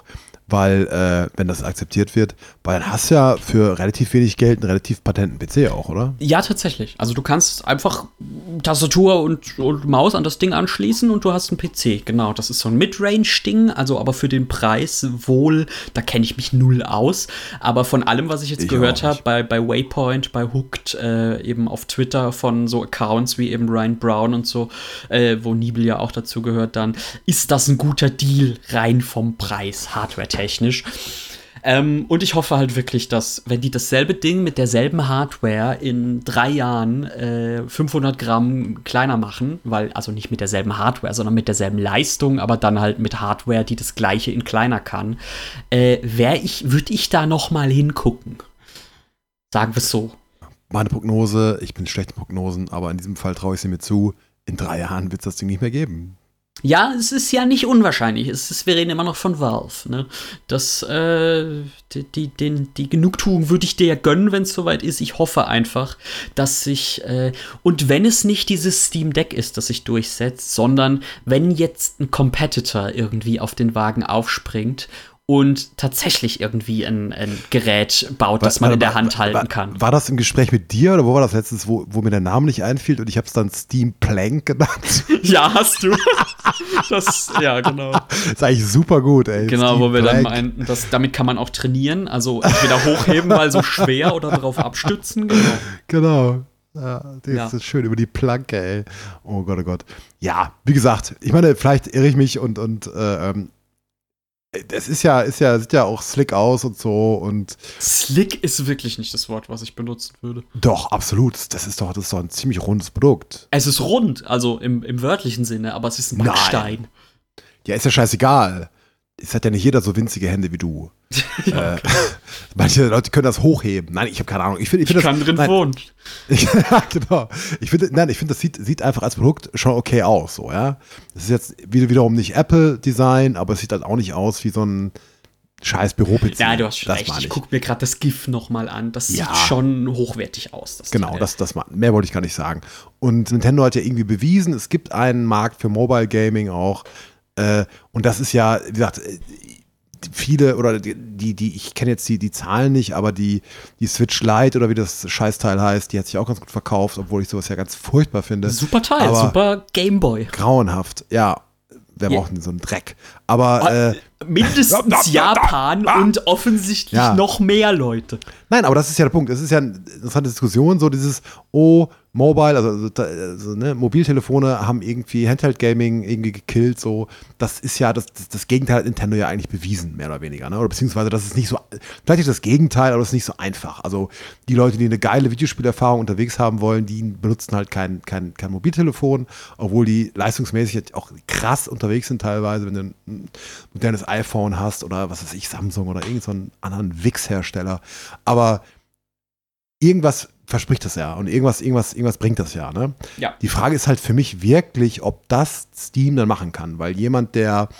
weil, äh, wenn das akzeptiert wird, weil dann hast du ja für relativ wenig Geld einen relativ patenten P C auch, oder? Ja, tatsächlich. Also du kannst einfach Tastatur und, und Maus an das Ding anschließen und du hast einen P C. Genau, das ist so ein Midrange-Ding, also aber für den Preis wohl, da kenne ich mich null aus. Aber von allem, was ich jetzt Ich gehört auch habe, bei, bei Waypoint, bei Hooked, äh, eben auf Twitter von so Accounts wie eben Ryan Brown und so, äh, wo Nibel ja auch dazu gehört, dann ist das ein guter Deal rein vom Preis, hardware-technisch. Ähm, und ich hoffe halt wirklich, dass, wenn die dasselbe Ding mit derselben Hardware in drei Jahren äh, fünfhundert Gramm kleiner machen, weil, also nicht mit derselben Hardware, sondern mit derselben Leistung, aber dann halt mit Hardware, die das Gleiche in kleiner kann, äh, wär ich, würde ich da noch mal hingucken. Sagen wir es so. Meine Prognose, ich bin schlecht in Prognosen, aber in diesem Fall traue ich sie mir zu, in drei Jahren wird es das Ding nicht mehr geben. Ja, es ist ja nicht unwahrscheinlich. Es ist, wir reden immer noch von Valve. Ne? Das, äh, die, die, den, die Genugtuung würde ich dir ja gönnen, wenn es soweit ist. Ich hoffe einfach, dass sich, äh, und wenn es nicht dieses Steam Deck ist, das sich durchsetzt, sondern wenn jetzt ein Competitor irgendwie auf den Wagen aufspringt und tatsächlich irgendwie ein, ein Gerät baut, das man in der Hand halten kann. War das im Gespräch mit dir oder wo war das letztens, wo, wo mir der Name nicht einfiel und ich habe es dann Steam Plank genannt? Ja, hast du. Das, ja, genau. Das ist eigentlich super gut, ey. Genau, Steam wo wir Plank. dann meinten, dass, damit kann man auch trainieren, also entweder hochheben, weil so schwer oder darauf abstützen. Genau. Genau. Ja, das Ja. ist schön über die Planke, ey. Oh Gott, oh Gott. Ja, wie gesagt, ich meine, vielleicht irre ich mich und, und äh, ähm, es ist ja, ist ja, sieht ja auch slick aus und so und Slick ist wirklich nicht das Wort, was ich benutzen würde. doch, absolut. Das ist doch, das ist doch ein ziemlich rundes Produkt. Es ist rund, also im, im wörtlichen Sinne, aber es ist ein Backstein. Ja, ist ja scheißegal. Es hat ja nicht jeder so winzige Hände wie du. Ja, äh, manche Leute können das hochheben. Nein, ich habe keine Ahnung. Ich, find, ich, find ich das, kann drin nein, wohnen. Ich, ja, genau. Ich finde, nein, ich finde, das sieht, sieht einfach als Produkt schon okay aus, so, ja. Das ist jetzt wieder, wiederum nicht Apple-Design, aber es sieht halt auch nicht aus wie so ein scheiß Büro-P C. Ja, du hast schon das recht. meine Ich ich. gucke mir gerade das GIF noch mal an. Das Ja. sieht schon hochwertig aus. Das Genau, Teil. das, das mal. Mehr wollte ich gar nicht sagen. Und Nintendo hat ja irgendwie bewiesen, es gibt einen Markt für Mobile Gaming auch. Äh, und das ist ja, wie gesagt, äh, viele oder die, die, die ich kenne jetzt die, die Zahlen nicht, aber die, die Switch Lite oder wie das Scheißteil heißt, die hat sich auch ganz gut verkauft, obwohl ich sowas ja ganz furchtbar finde. Super Teil, aber super Gameboy. grauenhaft, ja. Wer Ja. braucht denn so einen Dreck? Aber äh, Mindestens Japan und offensichtlich Ja. noch mehr Leute. nein, aber das ist ja der Punkt. Es ist ja eine interessante Diskussion, so dieses, oh, Mobile, also, also, also ne, Mobiltelefone haben irgendwie Handheld-Gaming irgendwie gekillt, so. Das ist ja, das, das, das Gegenteil hat Nintendo ja eigentlich bewiesen, mehr oder weniger, ne? Oder beziehungsweise, das ist nicht so, vielleicht nicht das Gegenteil, aber es ist nicht so einfach. Also, die Leute, die eine geile Videospielerfahrung unterwegs haben wollen, die benutzen halt kein, kein, kein Mobiltelefon, obwohl die leistungsmäßig auch krass unterwegs sind teilweise, wenn du ein modernes iPhone hast oder was weiß ich, Samsung oder irgendeinen so einen anderen Wix-Hersteller. Aber irgendwas verspricht das ja und irgendwas, irgendwas, irgendwas bringt das ja, ne? Ja. Die Frage ist halt für mich wirklich, ob das Steam dann machen kann, weil jemand, der,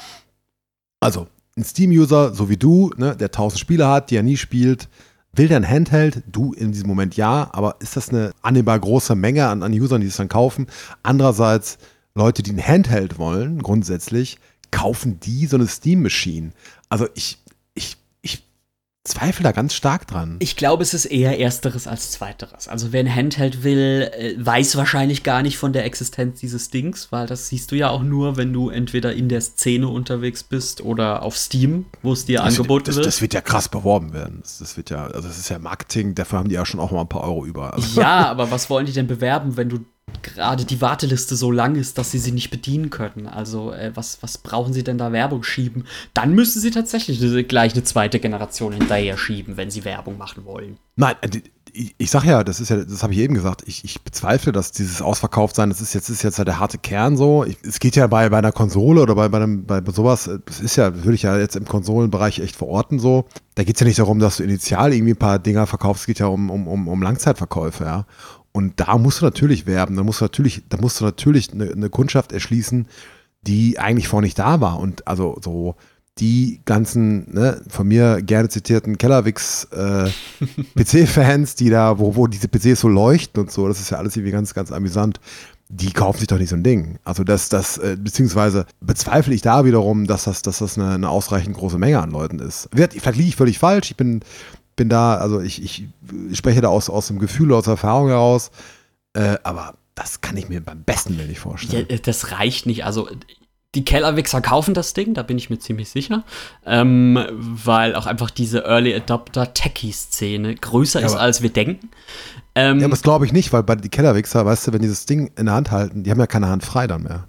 also ein Steam-User, so wie du, ne, der tausend Spiele hat, die er nie spielt, will der ein Handheld? Du in diesem Moment ja, aber ist das eine annehmbar große Menge an, an Usern, die es dann kaufen? Andererseits, Leute, die ein Handheld wollen, grundsätzlich, kaufen die so eine Steam-Machine. Also ich, ich, ich zweifle da ganz stark dran. Ich glaube, es ist eher Ersteres als Zweiteres. Also wer ein Handheld will, äh, weiß wahrscheinlich gar nicht von der Existenz dieses Dings, weil das siehst du ja auch nur, wenn du entweder in der Szene unterwegs bist oder auf Steam, wo es dir das angeboten wird, das, wird. das wird ja krass beworben werden. Das, das wird ja, also das ist ja Marketing, dafür haben die ja schon auch mal ein paar Euro über. Also Ja, aber was wollen die denn bewerben, wenn du gerade die Warteliste so lang ist, dass sie sie nicht bedienen können? Also äh, was, was brauchen sie denn da Werbung schieben? Dann müssen sie tatsächlich eine, gleich eine zweite Generation hinterher schieben, wenn sie Werbung machen wollen. Nein, ich, ich sag ja, das ist ja, das habe ich eben gesagt, ich, ich bezweifle, dass dieses Ausverkauftsein, das ist jetzt, ist jetzt halt der harte Kern so. Ich, es geht ja bei, bei einer Konsole oder bei, bei, einem, bei sowas, das ist ja, würde ich ja jetzt im Konsolenbereich echt verorten so. Da geht es ja nicht darum, dass du initial irgendwie ein paar Dinger verkaufst, es geht ja um, um, um, um Langzeitverkäufe, ja. Und da musst du natürlich werben, da musst du natürlich, da musst du natürlich eine, eine Kundschaft erschließen, die eigentlich vorher nicht da war. Und also so die ganzen, ne, von mir gerne zitierten Kellerwix äh, P C-Fans, die da, wo, wo diese P Cs so leuchten und so, das ist ja alles irgendwie ganz, ganz amüsant. die kaufen sich doch nicht so ein Ding. Also das, das, äh, beziehungsweise bezweifle ich da wiederum, dass das, dass das eine, eine ausreichend große Menge an Leuten ist. Vielleicht liege ich völlig falsch, ich bin, bin da, also ich, ich spreche da aus, aus dem Gefühl, aus Erfahrung heraus, äh, aber das kann ich mir beim besten Willen nicht vorstellen. Ja, das reicht nicht, also die Kellerwichser kaufen das Ding, da bin ich mir ziemlich sicher, ähm, weil auch einfach diese Early Adopter Techie-Szene größer ja, ist, als wir denken. Ähm, ja, aber das glaube ich nicht, weil bei die Kellerwichser, weißt du, wenn die das Ding in der Hand halten, die haben ja keine Hand frei dann mehr.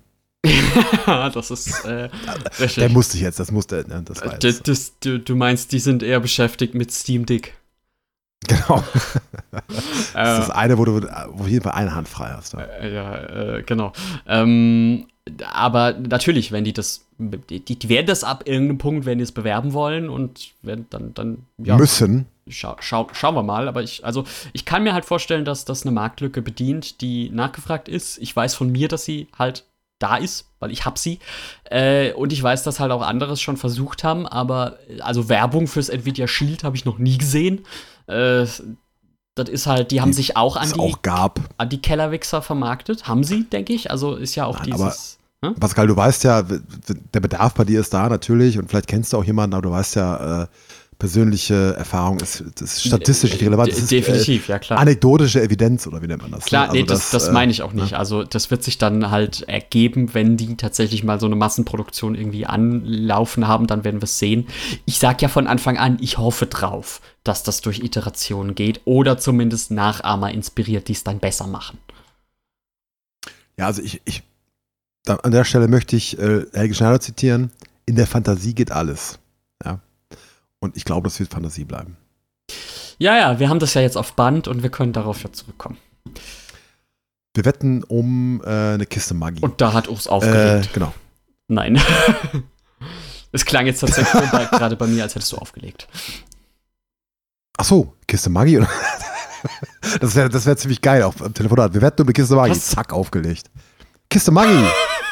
das ist äh, Der musste ich jetzt, das musste, ne, das war das, das, du, du meinst, die sind eher beschäftigt mit Steam Deck. Genau. Das ist das eine, wo du auf jeden Fall eine Hand frei hast. Ja, äh, ja äh, genau. Ähm, aber natürlich, wenn die das, die, die werden das ab irgendeinem Punkt, wenn die es bewerben wollen und werden dann, dann ja, müssen. Schau, schau, schauen wir mal, aber ich, also ich kann mir halt vorstellen, dass das eine Marktlücke bedient, die nachgefragt ist. Ich weiß von mir, dass sie halt da ist, weil ich hab sie. Äh, und ich weiß, dass halt auch anderes schon versucht haben, aber also Werbung fürs Nvidia Shield habe ich noch nie gesehen. Äh, das ist halt, die haben die sich auch an es die, auch gab. an die Kellerwichser vermarktet. Haben sie, denke ich. Also ist ja auch Nein, dieses. Aber, hm? Pascal, du weißt ja, der Bedarf bei dir ist da natürlich und vielleicht kennst du auch jemanden, aber du weißt ja, äh, persönliche Erfahrung ist, das ist statistisch nicht relevant. Das ist, definitiv, äh, ja klar. Anekdotische Evidenz oder wie nennt man das? Klar, also nee, das, das, das meine ich auch nicht. Ne? Also das wird sich dann halt ergeben, wenn die tatsächlich mal so eine Massenproduktion irgendwie anlaufen haben, dann werden wir es sehen. Ich sag ja von Anfang an, ich hoffe drauf, dass das durch Iterationen geht oder zumindest Nachahmer inspiriert, die es dann besser machen. Ja, also ich, ich da, an der Stelle möchte ich äh, Helge Schneider zitieren, in der Fantasie geht alles. Ja. Und ich glaube, das wird Fantasie bleiben. Ja, ja, wir haben das ja jetzt auf Band und wir können darauf ja zurückkommen. Wir wetten um äh, eine Kiste Maggi. Und da hat Urs aufgelegt. Äh, genau. Nein. Es klang jetzt tatsächlich gerade bei mir, als hättest du aufgelegt. Ach so, Kiste Maggi? Oder? Das wäre das wär ziemlich geil auf am Telefonat. Wir wetten um eine Kiste Maggi. Was? Zack, aufgelegt. Kiste Maggi.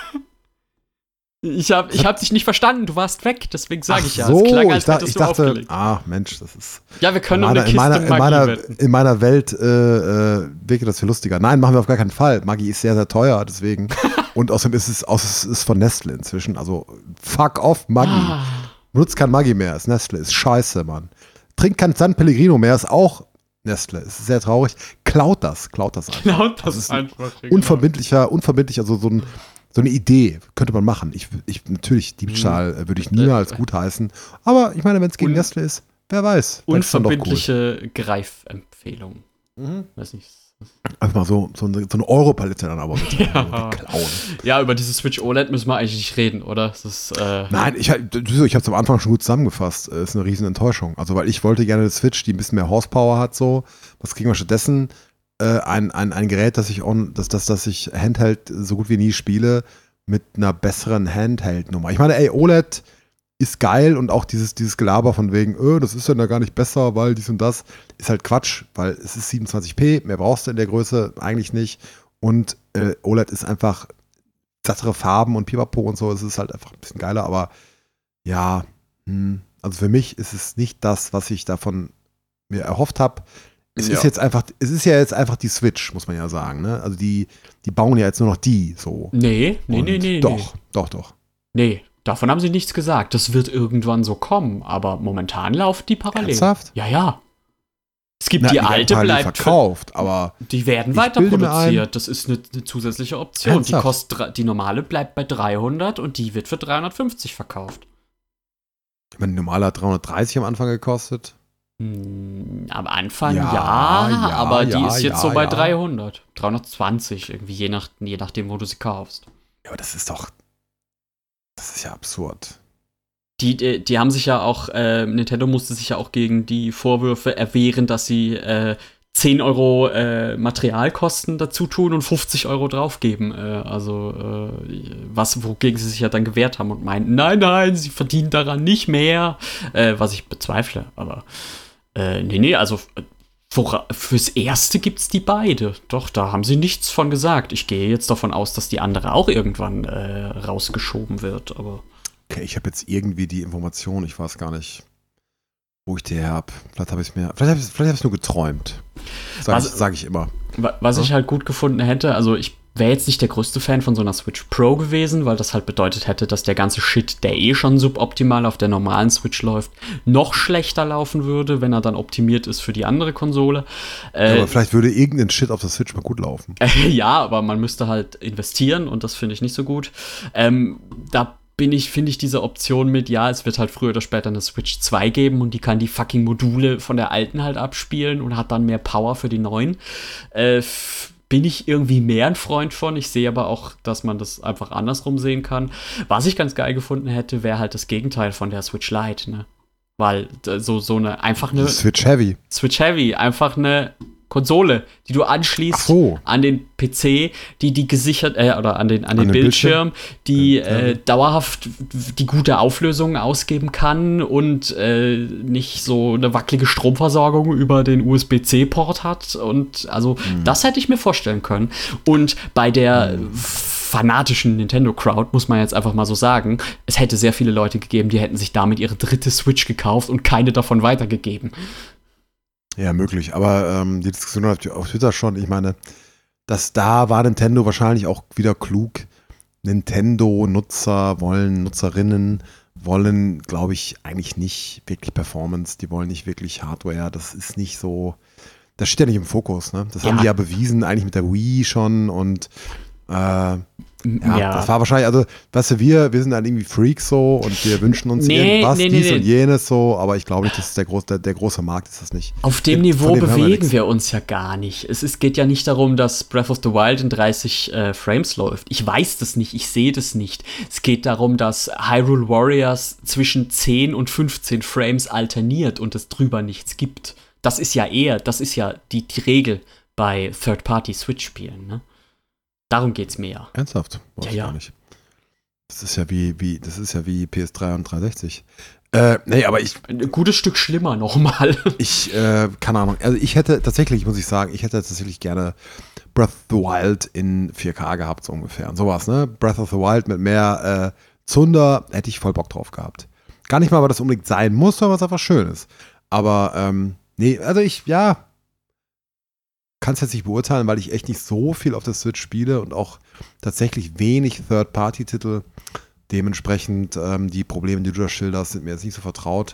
Ich habe ich hab dich nicht verstanden, du warst weg, deswegen sage ich ja. So, es klang, als ich, da, hättest ich du dachte, aufgelegt. ah Mensch, das ist. Ja, wir können in um meiner, eine Kiste in meiner, Maggi in meiner, wetten. in meiner Welt äh, äh, wirke das viel lustiger. Nein, machen wir auf gar keinen Fall. Maggi ist sehr, sehr teuer, deswegen. Und außerdem ist es, aus, es ist von Nestle inzwischen. Also fuck off, Maggi. Ah. Nutzt kein Maggi mehr, ist Nestle, ist scheiße, Mann. Trinkt kein San Pellegrino mehr, ist auch Nestle. Ist sehr traurig. Klaut das, klaut das einfach. Klaut das Also ist ein einfach. Unverbindlicher, unverbindlich, also so ein So eine Idee könnte man machen. Ich, ich natürlich, Diebstahl äh, würde ich niemals gutheißen. Aber ich meine, wenn es gegen Un- Nestle ist, wer weiß. vielleicht ist dann doch cool. Unverbindliche Greifempfehlung. Mhm. Weiß nicht. Einfach mal so, so eine, so eine Europalette dann aber mit Ja. klauen. Ja, über diese Switch O L E D müssen wir eigentlich nicht reden, oder? Das ist, äh Nein, ich, ich habe es am Anfang schon gut zusammengefasst. Es ist eine riesen Enttäuschung. Also, weil ich wollte gerne eine Switch, die ein bisschen mehr Horsepower hat, so. Was kriegen wir stattdessen? Äh, ein, ein, ein Gerät, das ich, on, das, das, das ich Handheld so gut wie nie spiele, mit einer besseren Handheld-Nummer. Ich meine, ey, O L E D ist geil und auch dieses, dieses Gelaber von wegen, öh, das ist ja gar nicht besser, weil dies und das, ist halt Quatsch, weil es ist siebenundzwanzig p, mehr brauchst du in der Größe eigentlich nicht. Und äh, O L E D ist einfach sattere Farben und Pipapo und so, es ist halt einfach ein bisschen geiler, aber ja, hm, also für mich ist es nicht das, was ich davon mir erhofft habe. Es Ja. ist jetzt einfach, es ist ja jetzt einfach die Switch, muss man ja sagen, ne? Also die, die bauen ja jetzt nur noch die so. Nee, nee, Und nee, nee. Doch, Nee. doch, doch. Nee, davon haben sie nichts gesagt. Das wird irgendwann so kommen, aber momentan laufen die parallel. Ernsthaft? Ja, ja. Es gibt Na, die werden alte, parallel bleibt verkauft, aber Die werden Ich weiter bilde mir ein- produziert. Das ist eine, eine zusätzliche Option. Die, Ernsthaft? kostet, dre- die normale bleibt bei dreihundert und die wird für dreihundertfünfzig verkauft. ich meine, die normale hat dreihundertdreißig am Anfang gekostet. Hm, am Anfang Ja, ja, ja, aber die ja, ist jetzt ja, so bei ja. dreihundert. dreihundertzwanzig irgendwie, je, nach, je nachdem, wo du sie kaufst. Ja, aber das ist doch, das ist ja absurd. Die, die, die haben sich ja auch, äh, Nintendo musste sich ja auch gegen die Vorwürfe erwehren, dass sie äh, zehn Euro äh, Materialkosten dazu tun und fünfzig Euro draufgeben. Äh, also, äh, was, wogegen sie sich ja dann gewehrt haben und meinten, nein, nein, sie verdienen daran nicht mehr. Äh, was ich bezweifle, aber äh, nee, nee, also äh, wora- fürs Erste gibt's die beide. Doch, da haben sie nichts von gesagt. Ich gehe jetzt davon aus, dass die andere auch irgendwann äh, rausgeschoben wird, aber Okay, ich habe jetzt irgendwie die Information, ich weiß gar nicht, wo ich die her habe. Vielleicht habe ich es mir, vielleicht habe ich vielleicht hab ich nur geträumt. Sage ich, Was- sag ich immer. Wa- Was Ja. ich halt gut gefunden hätte, also ich wäre jetzt nicht der größte Fan von so einer Switch Pro gewesen, weil das halt bedeutet hätte, dass der ganze Shit, der eh schon suboptimal auf der normalen Switch läuft, noch schlechter laufen würde, wenn er dann optimiert ist für die andere Konsole. Äh, ja, aber vielleicht würde irgendein Shit auf der Switch mal gut laufen. Äh, ja, aber man müsste halt investieren und das finde ich nicht so gut. Ähm, da bin ich, finde ich diese Option mit, ja, es wird halt früher oder später eine Switch zwei geben und die kann die fucking Module von der alten halt abspielen und hat dann mehr Power für die neuen. Äh, f- bin ich irgendwie mehr ein Freund von. Ich sehe aber auch, dass man das einfach andersrum sehen kann. Was ich ganz geil gefunden hätte, wäre halt das Gegenteil von der Switch Lite, ne? Weil äh, so, so eine, einfach eine Switch Heavy. Switch Heavy, einfach eine Konsole, die du anschließt so. an den P C, die die gesichert, äh, oder an den, an den, an den Bildschirm, Bildschirm. die ja, äh, dauerhaft die gute Auflösung ausgeben kann und äh, nicht so eine wackelige Stromversorgung über den U S B C-Port hat. Und also, mhm. das hätte ich mir vorstellen können. Und bei der mhm. fanatischen Nintendo-Crowd, muss man jetzt einfach mal so sagen, es hätte sehr viele Leute gegeben, die hätten sich damit ihre dritte Switch gekauft und keine davon weitergegeben. Ja, möglich. Aber ähm, die Diskussion auf Twitter schon, ich meine, dass da war Nintendo wahrscheinlich auch wieder klug. Nintendo-Nutzer wollen, Nutzerinnen wollen, glaube ich, eigentlich nicht wirklich Performance. Die wollen nicht wirklich Hardware. Das ist nicht so, das steht ja nicht im Fokus. Ne? Das ja. haben die ja bewiesen, eigentlich mit der Wii schon und äh, Ja, ja, das war wahrscheinlich, also, weißt du, wir, wir sind halt irgendwie Freaks so und wir wünschen uns nee, irgendwas, nee, dies nee. und jenes so, aber ich glaube nicht, dass der, groß, der, der große Markt ist das nicht. Auf dem Von Niveau dem bewegen wir, wir uns ja gar nicht. Es ist, geht ja nicht darum, dass Breath of the Wild in dreißig äh, Frames läuft. Ich weiß das nicht, ich sehe das nicht. Es geht darum, dass Hyrule Warriors zwischen zehn und fünfzehn Frames alterniert und es drüber nichts gibt. Das ist ja eher, das ist ja die, die Regel bei Third-Party-Switch-Spielen, ne? Darum geht's mir ja. Ernsthaft? Weiß ja, ich ja. gar nicht. Das ist ja wie, wie, das ist ja wie P S drei und dreihundertsechzig. Äh, nee, aber ich. Ein gutes Stück schlimmer nochmal. Ich, äh, keine Ahnung. Also ich hätte tatsächlich, muss ich sagen, ich hätte tatsächlich gerne Breath of the Wild in vier K gehabt, so ungefähr. Und sowas, ne? Breath of the Wild mit mehr äh, Zunder, hätte ich voll Bock drauf gehabt. Gar nicht mal, weil das unbedingt sein muss, sondern weil es einfach schön ist. Aber, ähm, nee, also ich, ja. Kann es jetzt nicht beurteilen, weil ich echt nicht so viel auf der Switch spiele und auch tatsächlich wenig Third-Party-Titel. Dementsprechend ähm, die Probleme, die du da schilderst, sind mir jetzt nicht so vertraut.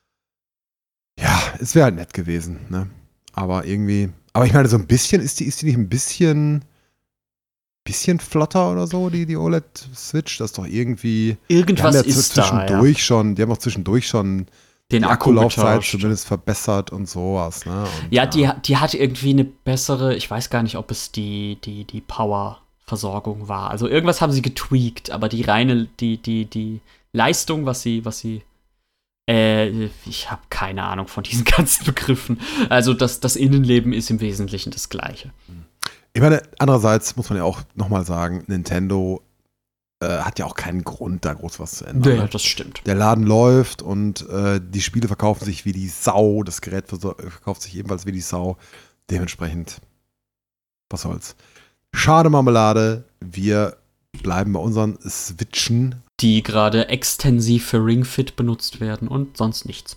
Ja, es wäre halt nett gewesen, ne? Aber irgendwie, aber ich meine, so ein bisschen, ist die, ist die nicht ein bisschen, bisschen flotter oder so, die, die O L E D-Switch? Das ist doch irgendwie. Irgendwas die haben ja ist da, zwischendurch ja. schon, die haben auch zwischendurch schon den die Akku Akkulaufzeit getauscht. zumindest verbessert und sowas, ne? Und, ja, die, die hat irgendwie eine bessere, ich weiß gar nicht, ob es die, die, die Power-Versorgung war. Also irgendwas haben sie getweakt, aber die reine, die, die, die Leistung, was sie, was sie, äh, ich habe keine Ahnung von diesen ganzen Begriffen. Also das, das Innenleben ist im Wesentlichen das Gleiche. Ich meine, andererseits muss man ja auch nochmal sagen, Nintendo Äh, hat ja auch keinen Grund, da groß was zu ändern. Ja, das stimmt. Der Laden läuft und äh, die Spiele verkaufen sich wie die Sau. Das Gerät verkauft sich ebenfalls wie die Sau. Dementsprechend, was soll's. Schade Marmelade, wir bleiben bei unseren Switchen. Die gerade extensiv für Ring Fit benutzt werden und sonst nichts.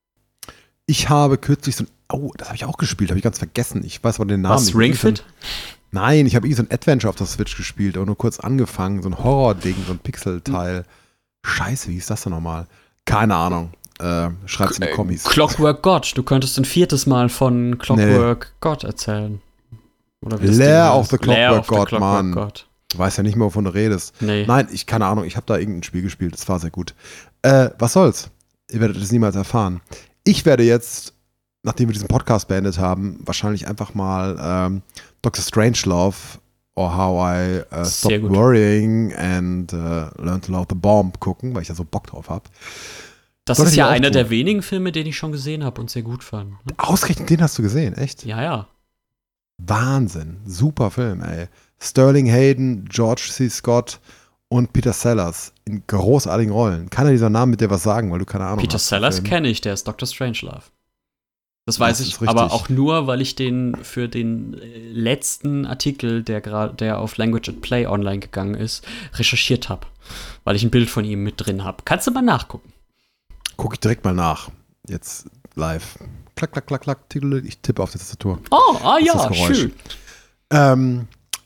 Ich habe kürzlich so ein, oh, das habe ich auch gespielt, habe ich ganz vergessen. Ich weiß aber den Namen Was, nicht. Ring Fit? Nein, ich habe irgendwie so ein Adventure auf der Switch gespielt, aber nur kurz angefangen, so ein Horror-Ding, so ein Pixel-Teil. Scheiße, wie ist das denn nochmal? Keine Ahnung. Äh, schreibt's in die Kommis. Clockwork God. Du könntest ein viertes Mal von Clockwork nee. God erzählen. Oder wie Lair of the Clockwork God, God, Mann. God. Du weißt ja nicht mehr, wovon du redest. Nee. Nein, ich keine Ahnung. Ich habe da irgendein Spiel gespielt. Das war sehr gut. Äh, was soll's? Ihr werdet es niemals erfahren. Ich werde jetzt, nachdem wir diesen Podcast beendet haben, wahrscheinlich einfach mal ähm, Doctor Strangelove or How I uh, Stopped Worrying and uh, Learned to Love the Bomb gucken, weil ich ja so Bock drauf habe. Das Soll ist ja einer tun? der wenigen Filme, den ich schon gesehen habe und sehr gut fand. Ne? Ausgerechnet den hast du gesehen, echt? Ja, ja. Wahnsinn. Super Film, ey. Sterling Hayden, George C. Scott und Peter Sellers in großartigen Rollen. Keiner dieser Namen mit dir was sagen, weil du keine Ahnung Peter hast. Peter Sellers kenne ich, der ist Doctor Strangelove. Das weiß das ich, aber auch nur, weil ich den für den letzten Artikel, der gerade, der auf Language at Play online gegangen ist, recherchiert habe. Weil ich ein Bild von ihm mit drin habe. Kannst du mal nachgucken. Guck ich direkt mal nach. Jetzt live. Klack, klack, klack, klack. Ich tippe auf die Tastatur. Oh, ah ja, schön. Ähm,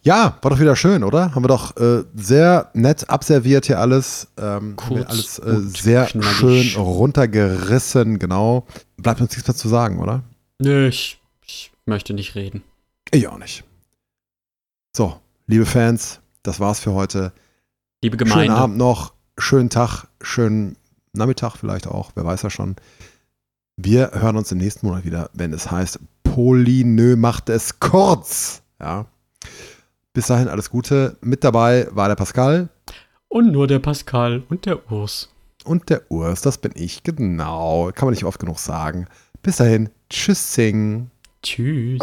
Ja, war doch wieder schön, oder? Haben wir doch äh, sehr nett abserviert hier alles. Ähm, Kurz haben wir alles äh, und sehr knackig. schön runtergerissen, genau. Bleibt uns nichts mehr zu sagen, oder? Nö, ich, ich möchte nicht reden. Ich auch nicht. So, liebe Fans, das war's für heute. Liebe Schönen Gemeinde. Abend noch, schönen Tag, schönen Nachmittag vielleicht auch, wer weiß ja schon. Wir hören uns im nächsten Monat wieder, wenn es heißt, Polynö macht es kurz. Ja. Bis dahin alles Gute. Mit dabei war der Pascal. Und nur der Pascal und der Urs. Und der Urs, das bin ich, genau. Kann man nicht oft genug sagen. Bis dahin, tschüssing. Tschüss.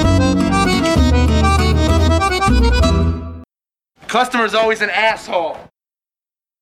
Customer's always an asshole.